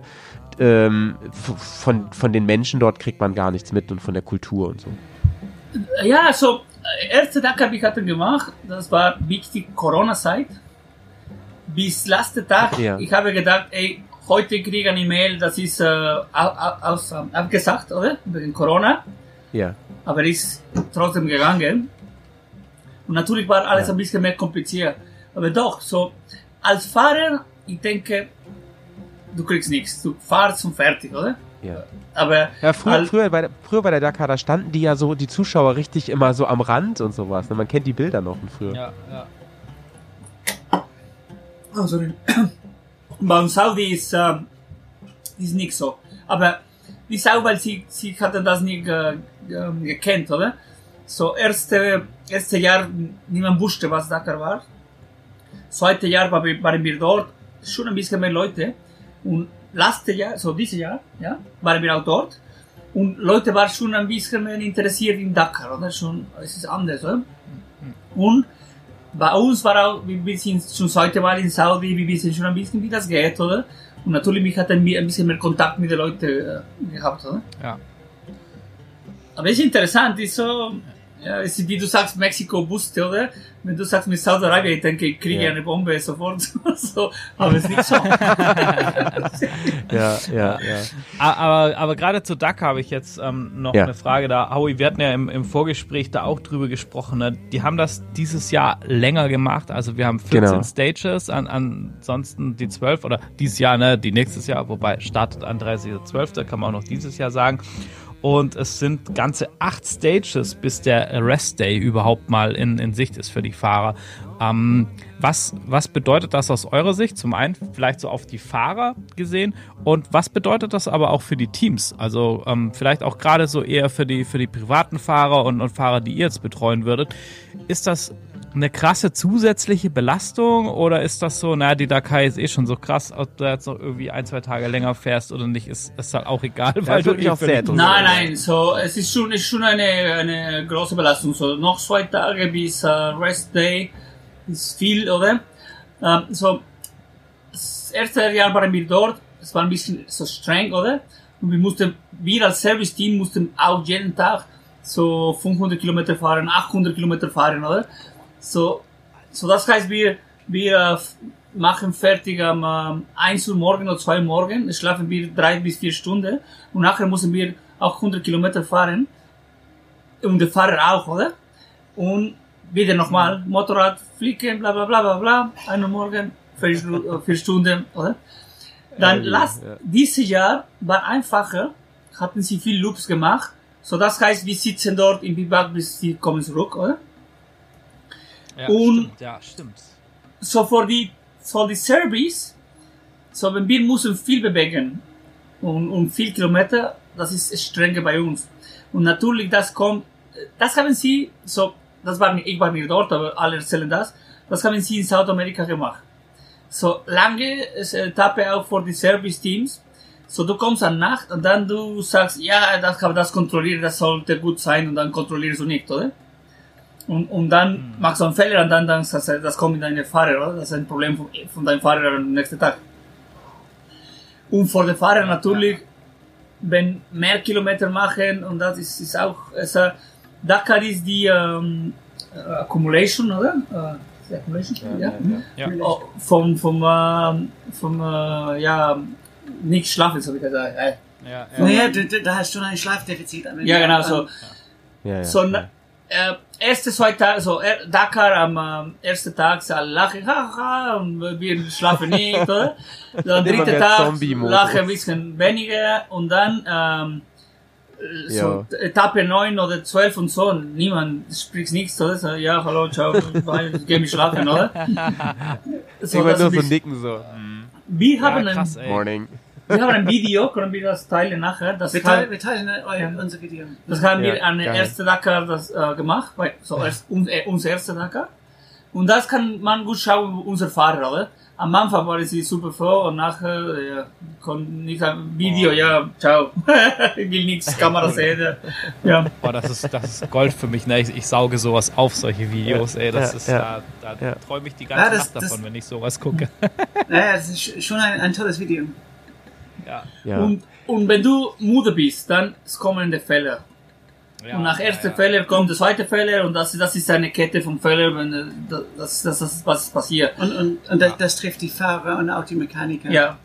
von den Menschen dort kriegt man gar nichts mit und von der Kultur und so? Ja, so, erste Dakar, ich hatte gemacht, das war wichtig Corona-Zeit. Bis letzten Tag, ich habe gedacht, heute kriege ich eine E-Mail, das ist abgesagt, oder? Wegen Corona. Ja. Aber ist trotzdem gegangen. Und natürlich war alles ein bisschen mehr kompliziert. Aber doch, so, als Fahrer, ich denke, du kriegst nichts. Du fahrst und fertig, oder? Ja. Aber früher bei der Dakar, da standen die ja so, die Zuschauer richtig immer so am Rand und sowas. Man kennt die Bilder noch von früher. Ja. Oh, sorry. Bei Saudi ist nicht so. Aber ist auch, weil sie hatten das nicht gekannt, oder? So, erste Jahr, niemand wusste, was Dakar war. Zweite Jahr waren wir dort, schon ein bisschen mehr Leute. Und dieses Jahr, waren wir auch dort. Und Leute waren schon ein bisschen mehr interessiert in Dakar, oder? Schon, es ist anders, oder? Und bei uns war auch, wir sind schon das zweite Mal in Saudi, wir wissen schon ein bisschen, wie das geht, oder? Und natürlich hatten wir ein bisschen mehr Kontakt mit den Leuten gehabt, oder? Ja. Aber es ist interessant, ist so, es ist, wie du sagst, Mexiko wusste, oder? Wenn du sagst mit Saudi-Arabien, ich denke, ich kriege eine Bombe sofort, so, aber es ist nicht so. Aber gerade zu Dakar habe ich jetzt noch eine Frage da. Howie, wir hatten ja im Vorgespräch da auch drüber gesprochen, ne? Die haben das dieses Jahr länger gemacht, also wir haben 14 Stages, ansonsten die 12, oder dieses Jahr, ne, die nächstes Jahr, wobei startet an 30.12., kann man auch noch dieses Jahr sagen. Und es sind ganze 8 Stages, bis der Rest Day überhaupt mal in Sicht ist für die Fahrer. Was bedeutet das aus eurer Sicht? Zum einen vielleicht so auf die Fahrer gesehen. Und was bedeutet das aber auch für die Teams? Also vielleicht auch gerade so eher für die privaten Fahrer und Fahrer, die ihr jetzt betreuen würdet. Ist das eine krasse zusätzliche Belastung oder ist das so, die Dakar ist schon so krass, ob du jetzt noch irgendwie 1-2 Tage länger fährst oder nicht, ist halt auch egal, weil du auch sehr Nein, so, es ist schon eine große Belastung, so, noch 2 Tage bis Rest Day ist viel, oder? So, das erste Jahr waren wir dort, es war ein bisschen so streng, oder? Und wir als Service-Team mussten auch jeden Tag so 500 Kilometer fahren, 800 Kilometer fahren, oder? So das heißt, wir machen fertig am 1 Uhr morgen oder 2 Uhr morgen, schlafen wir 3 bis 4 Stunden und nachher müssen wir auch 100 Kilometer fahren. Und der Fahrer auch, oder? Und wieder nochmal, Motorrad fliegen, bla bla bla bla bla, 1 Uhr morgen, 4 Stunden, oder? Dann dieses Jahr war einfacher, hatten sie viel Loops gemacht, so das heißt, wir sitzen dort im Biwak, bis sie kommen zurück, oder? Ja, und stimmt. So für die Service, so wenn wir müssen viel bewegen und viel Kilometer, das ist strenger bei uns. Und natürlich, das haben sie, so, ich war nicht dort, aber alle erzählen das haben sie in Südamerika gemacht. So, lange Etappe auch für die Service-Teams. So, du kommst an Nacht und dann du sagst, ja, das kontrollieren, das sollte gut sein und dann kontrollierst du nicht, oder? Und dann machst du einen Fehler und dann sagst du, das kommt in deine Fahrer, oder? Das ist ein Problem von deinem Fahrer am nächsten Tag. Und für den Fahrer natürlich, wenn mehr Kilometer machen, und das ist auch, Dakar ist die Accumulation, oder? Accumulation? Ja. Vom nicht schlafen, so wie gesagt. Naja, da hast du ein Schlafdefizit. Ja, genau, so. So, erste 2 Tage, so, Dakar am ersten Tag, sie alle lachen, haha, und wir schlafen nicht, oder? Dann dritte Tag, lachen ein bisschen weniger, und dann, so, Etappe 9 oder 12 und so, niemand spricht nichts, oder? So, ja, hallo, ciao, geh mich schlafen, oder? So, ich nur so nicken, so. Wir haben krass, Morning. Wir haben ein Video, können wir das teilen nachher? Wir teilen unser Video. Das haben wir an der ersten Dakar gemacht, unser erster Dakar. Und das kann man gut schauen, unser Fahrer, oder? Am Anfang war sie super froh und nachher, konnten nicht sagen, Video, ciao. Ich will nichts, Kamera sehen. Ja. Boah, das ist Gold für mich, ne? Ich sauge sowas auf, solche Videos, ey. Da träume ich die ganze Nacht davon, wenn ich sowas gucke. Naja, das ist schon ein tolles Video. Ja. Und wenn du müde bist, dann kommen die Fehler. Ja, und nach ersten Fehler kommt der zweite Fehler und das ist eine Kette von Fehlern, wenn das was passiert. Und das trifft die Fahrer und auch die Mechaniker. Ja.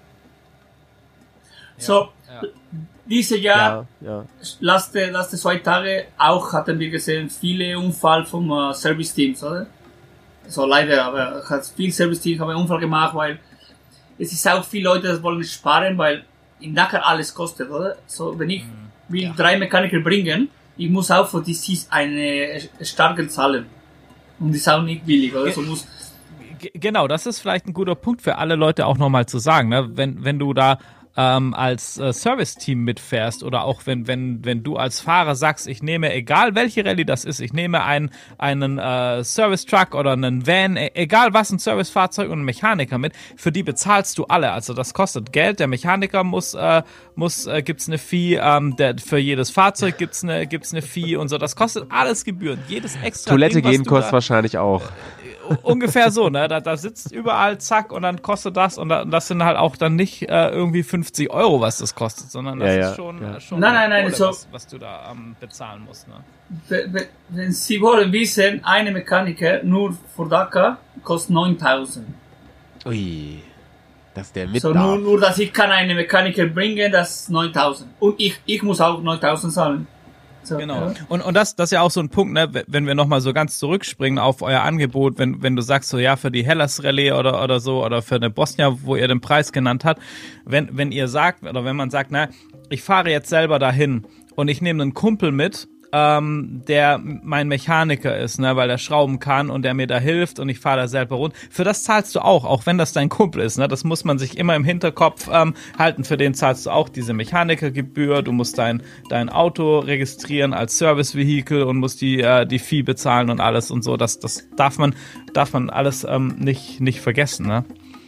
So, dieses Jahr, letzte 2 Tage auch hatten wir gesehen, viele Unfall vom Service-Teams, oder? So leider, aber viele Service-Teams haben einen Unfall gemacht, weil es ist auch viele Leute, die wollen sparen, weil in Dakar alles kostet, oder? So, wenn ich will 3 Mechaniker bringen, ich muss auch für die eine starke zahlen. Und das ist auch nicht billig, oder? So genau, das ist vielleicht ein guter Punkt für alle Leute auch nochmal zu sagen, ne? Wenn du da als Service-Team mitfährst oder auch wenn du als Fahrer sagst, ich nehme, egal welche Rallye das ist, ich nehme einen Service-Truck oder einen Van, egal was, ein Servicefahrzeug und einen Mechaniker mit, für die bezahlst du alle, also das kostet Geld, der Mechaniker gibt's eine Fee, für jedes Fahrzeug gibt's eine Fee und so, das kostet alles Gebühren, jedes extra Toilette gehen kostet wahrscheinlich auch. Ungefähr so, ne? Da sitzt überall, zack, und dann kostet das und das sind halt auch dann nicht irgendwie 50 €, was das kostet, sondern das ist schon nein, Kohle, was du da bezahlen musst, ne? Wenn Sie wollen wissen, eine Mechaniker nur für Dakar kostet 9.000. Ui, dass der mit so darf. Nur, dass ich kann eine Mechaniker bringen, das ist 9.000. Und ich muss auch 9.000 zahlen. So, genau. Und das ist ja auch so ein Punkt, ne, wenn wir nochmal so ganz zurückspringen auf euer Angebot, wenn du sagst so, ja, für die Hellas Rallye oder so, oder für eine Bosnia, wo ihr den Preis genannt habt, wenn ihr sagt, oder wenn man sagt, na, ich fahre jetzt selber dahin und ich nehme einen Kumpel mit, der mein Mechaniker ist, ne, weil der schrauben kann und der mir da hilft und ich fahre da selber rund. Für das zahlst du auch wenn das dein Kumpel ist, ne, das muss man sich immer im Hinterkopf halten. Für den zahlst du auch diese Mechanikergebühr, du musst dein Auto registrieren als Servicevehikel und musst die Fee bezahlen und alles und so. Das darf man alles nicht vergessen, ne?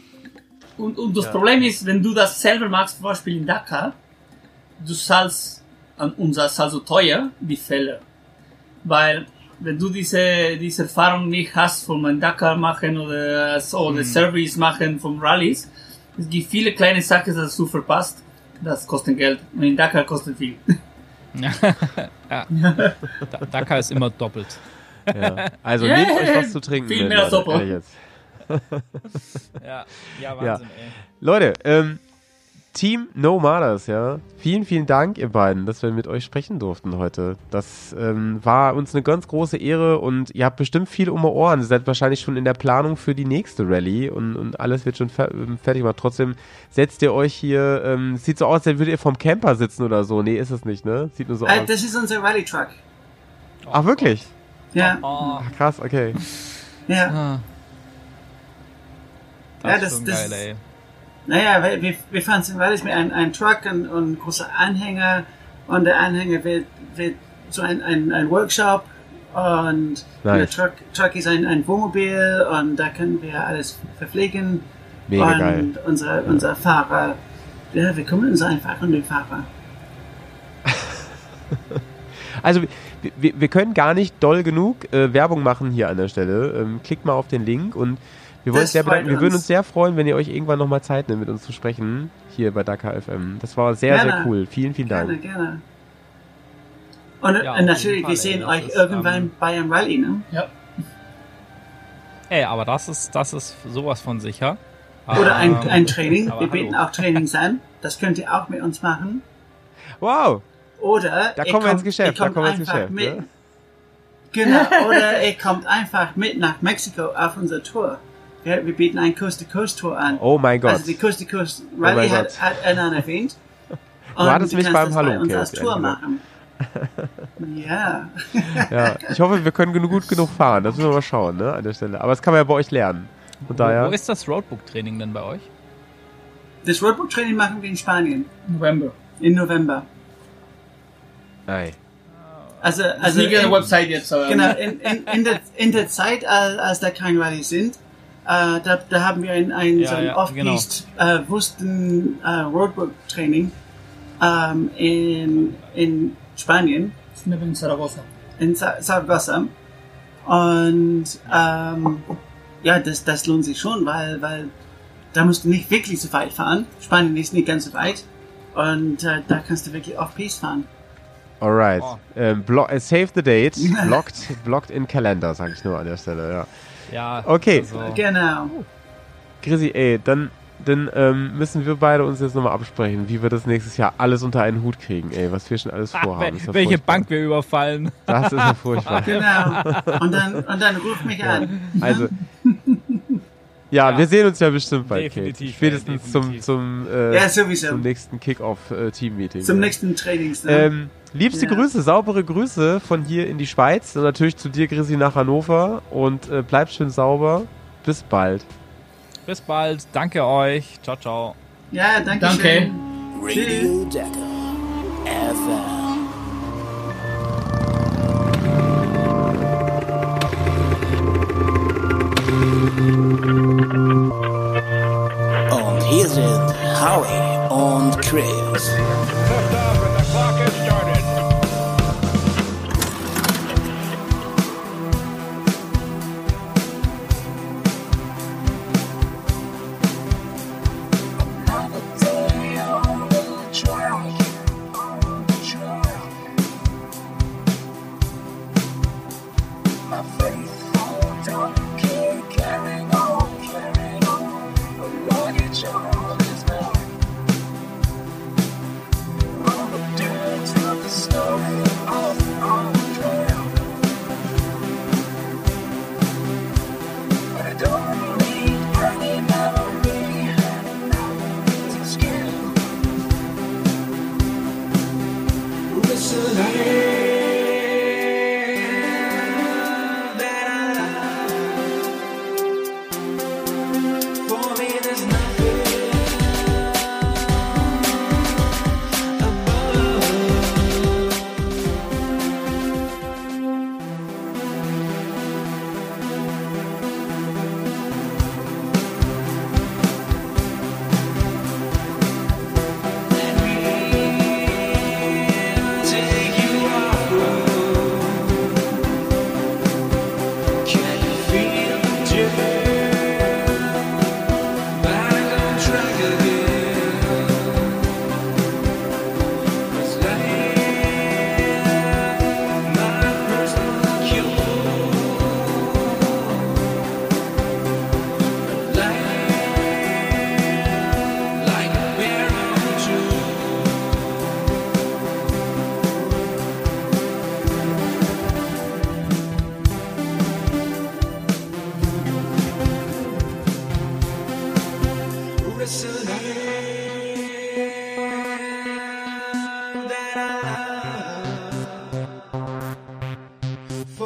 Und das Problem ist, wenn du das selber machst, zum Beispiel in Dakar, du zahlst und das ist also teuer, die Fälle. Weil wenn du diese Erfahrung nicht hast vom Dakar machen oder Service machen vom Rallyes, es gibt viele kleine Sachen, dass du verpasst. Das kostet Geld. Und in Dakar kostet viel. Ja. Dakar ist immer doppelt. Ja. Also nehmt euch was zu trinken. Viel mehr Suppe. Jetzt. Ja, Wahnsinn, ey. Leute, Team Nomadas, ja. Vielen, vielen Dank, ihr beiden, dass wir mit euch sprechen durften heute. Das war uns eine ganz große Ehre und ihr habt bestimmt viel um die Ohren. Ihr seid wahrscheinlich schon in der Planung für die nächste Rallye und alles wird schon fertig gemacht. Trotzdem setzt ihr euch hier, sieht so aus, als würdet ihr vom Camper sitzen oder so. Nee, ist es nicht, ne? Sieht nur so aus. Das ist unser Rally-Truck. Ach, wirklich? Ja. Oh, Ach, krass, okay. Ja. Das ist geil, ey. Naja, wir fahren zum Rallye mit einem Truck und großer Anhänger und der Anhänger wird so ein Workshop und der Truck ist ein Wohnmobil und da können wir alles verpflegen. Mega und geil. Unser Fahrer, ja, wir kümmern uns einfach um den Fahrer. Also wir können gar nicht doll genug Werbung machen hier an der Stelle. Klickt mal auf den Link und wir wollen uns sehr bedanken. Wir würden uns sehr freuen, wenn ihr euch irgendwann nochmal Zeit nehmt, mit uns zu sprechen, hier bei Dakar FM. Das war sehr, sehr cool. Vielen, vielen Dank. Gerne. Und natürlich, wir sehen euch irgendwann bei einem Rallye, ne? Ja. Ey, aber das ist sowas von sicher. Oder ein Training. Wir bieten auch Trainings an. Das könnt ihr auch mit uns machen. Wow. Oder da kommen wir ins Geschäft. Mit, ne? Genau. Oder ihr kommt einfach mit nach Mexiko auf unsere Tour. Wir bieten eine Coast-to-Coast-Tour an. Oh mein Gott. Also die Coast-to-Coast Rally hat Ernan erwähnt. Du hattest mich beim Hallo als Tour machen. Ja. Ja. Ich hoffe, wir können gut genug fahren. Das müssen wir mal schauen, ne, an der Stelle. Aber das kann man ja bei euch lernen. Von daher. Wo ist das Roadbook-Training denn bei euch? Das Roadbook-Training machen wir in Spanien. In November. Nein. Also nicht in der Website jetzt. Genau, in der Zeit, als da kein Rallye sind, da haben wir ein Off-Piste Roadbook-Training in Spanien. In Zaragoza. In Zaragoza. Und das lohnt sich schon, weil da musst du nicht wirklich so weit fahren. Spanien ist nicht ganz so weit. Und da kannst du wirklich Off-Piste fahren. Alright. Save the date. Blocked in Kalender, sag ich nur an der Stelle, ja. Ja. Okay. Also. Genau. Chrissy, dann müssen wir beide uns jetzt nochmal absprechen, wie wir das nächstes Jahr alles unter einen Hut kriegen, ey, was wir schon alles vorhaben. Welche Bank wir überfallen. Das ist ja furchtbar. Genau. Und dann ruf mich an. Also. Ja, wir sehen uns ja bestimmt bald, Kate. Spätestens zum nächsten Kick-Off-Team-Meeting. Zum nächsten Trainings. Liebste Grüße, saubere Grüße von hier in die Schweiz und natürlich zu dir, Chrissy, nach Hannover und bleib schön sauber. Bis bald. Bis bald. Danke euch. Ciao, ciao. Ja, danke. Radio Dakar FM. Und hier sind Howie und Chris.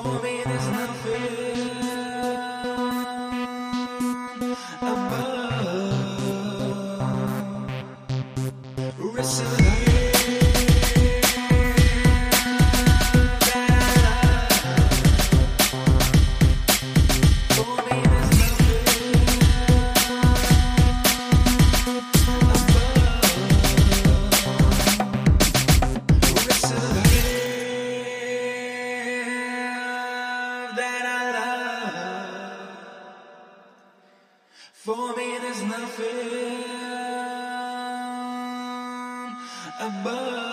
For me there's nothing above. Rest of the For me there's nothing above.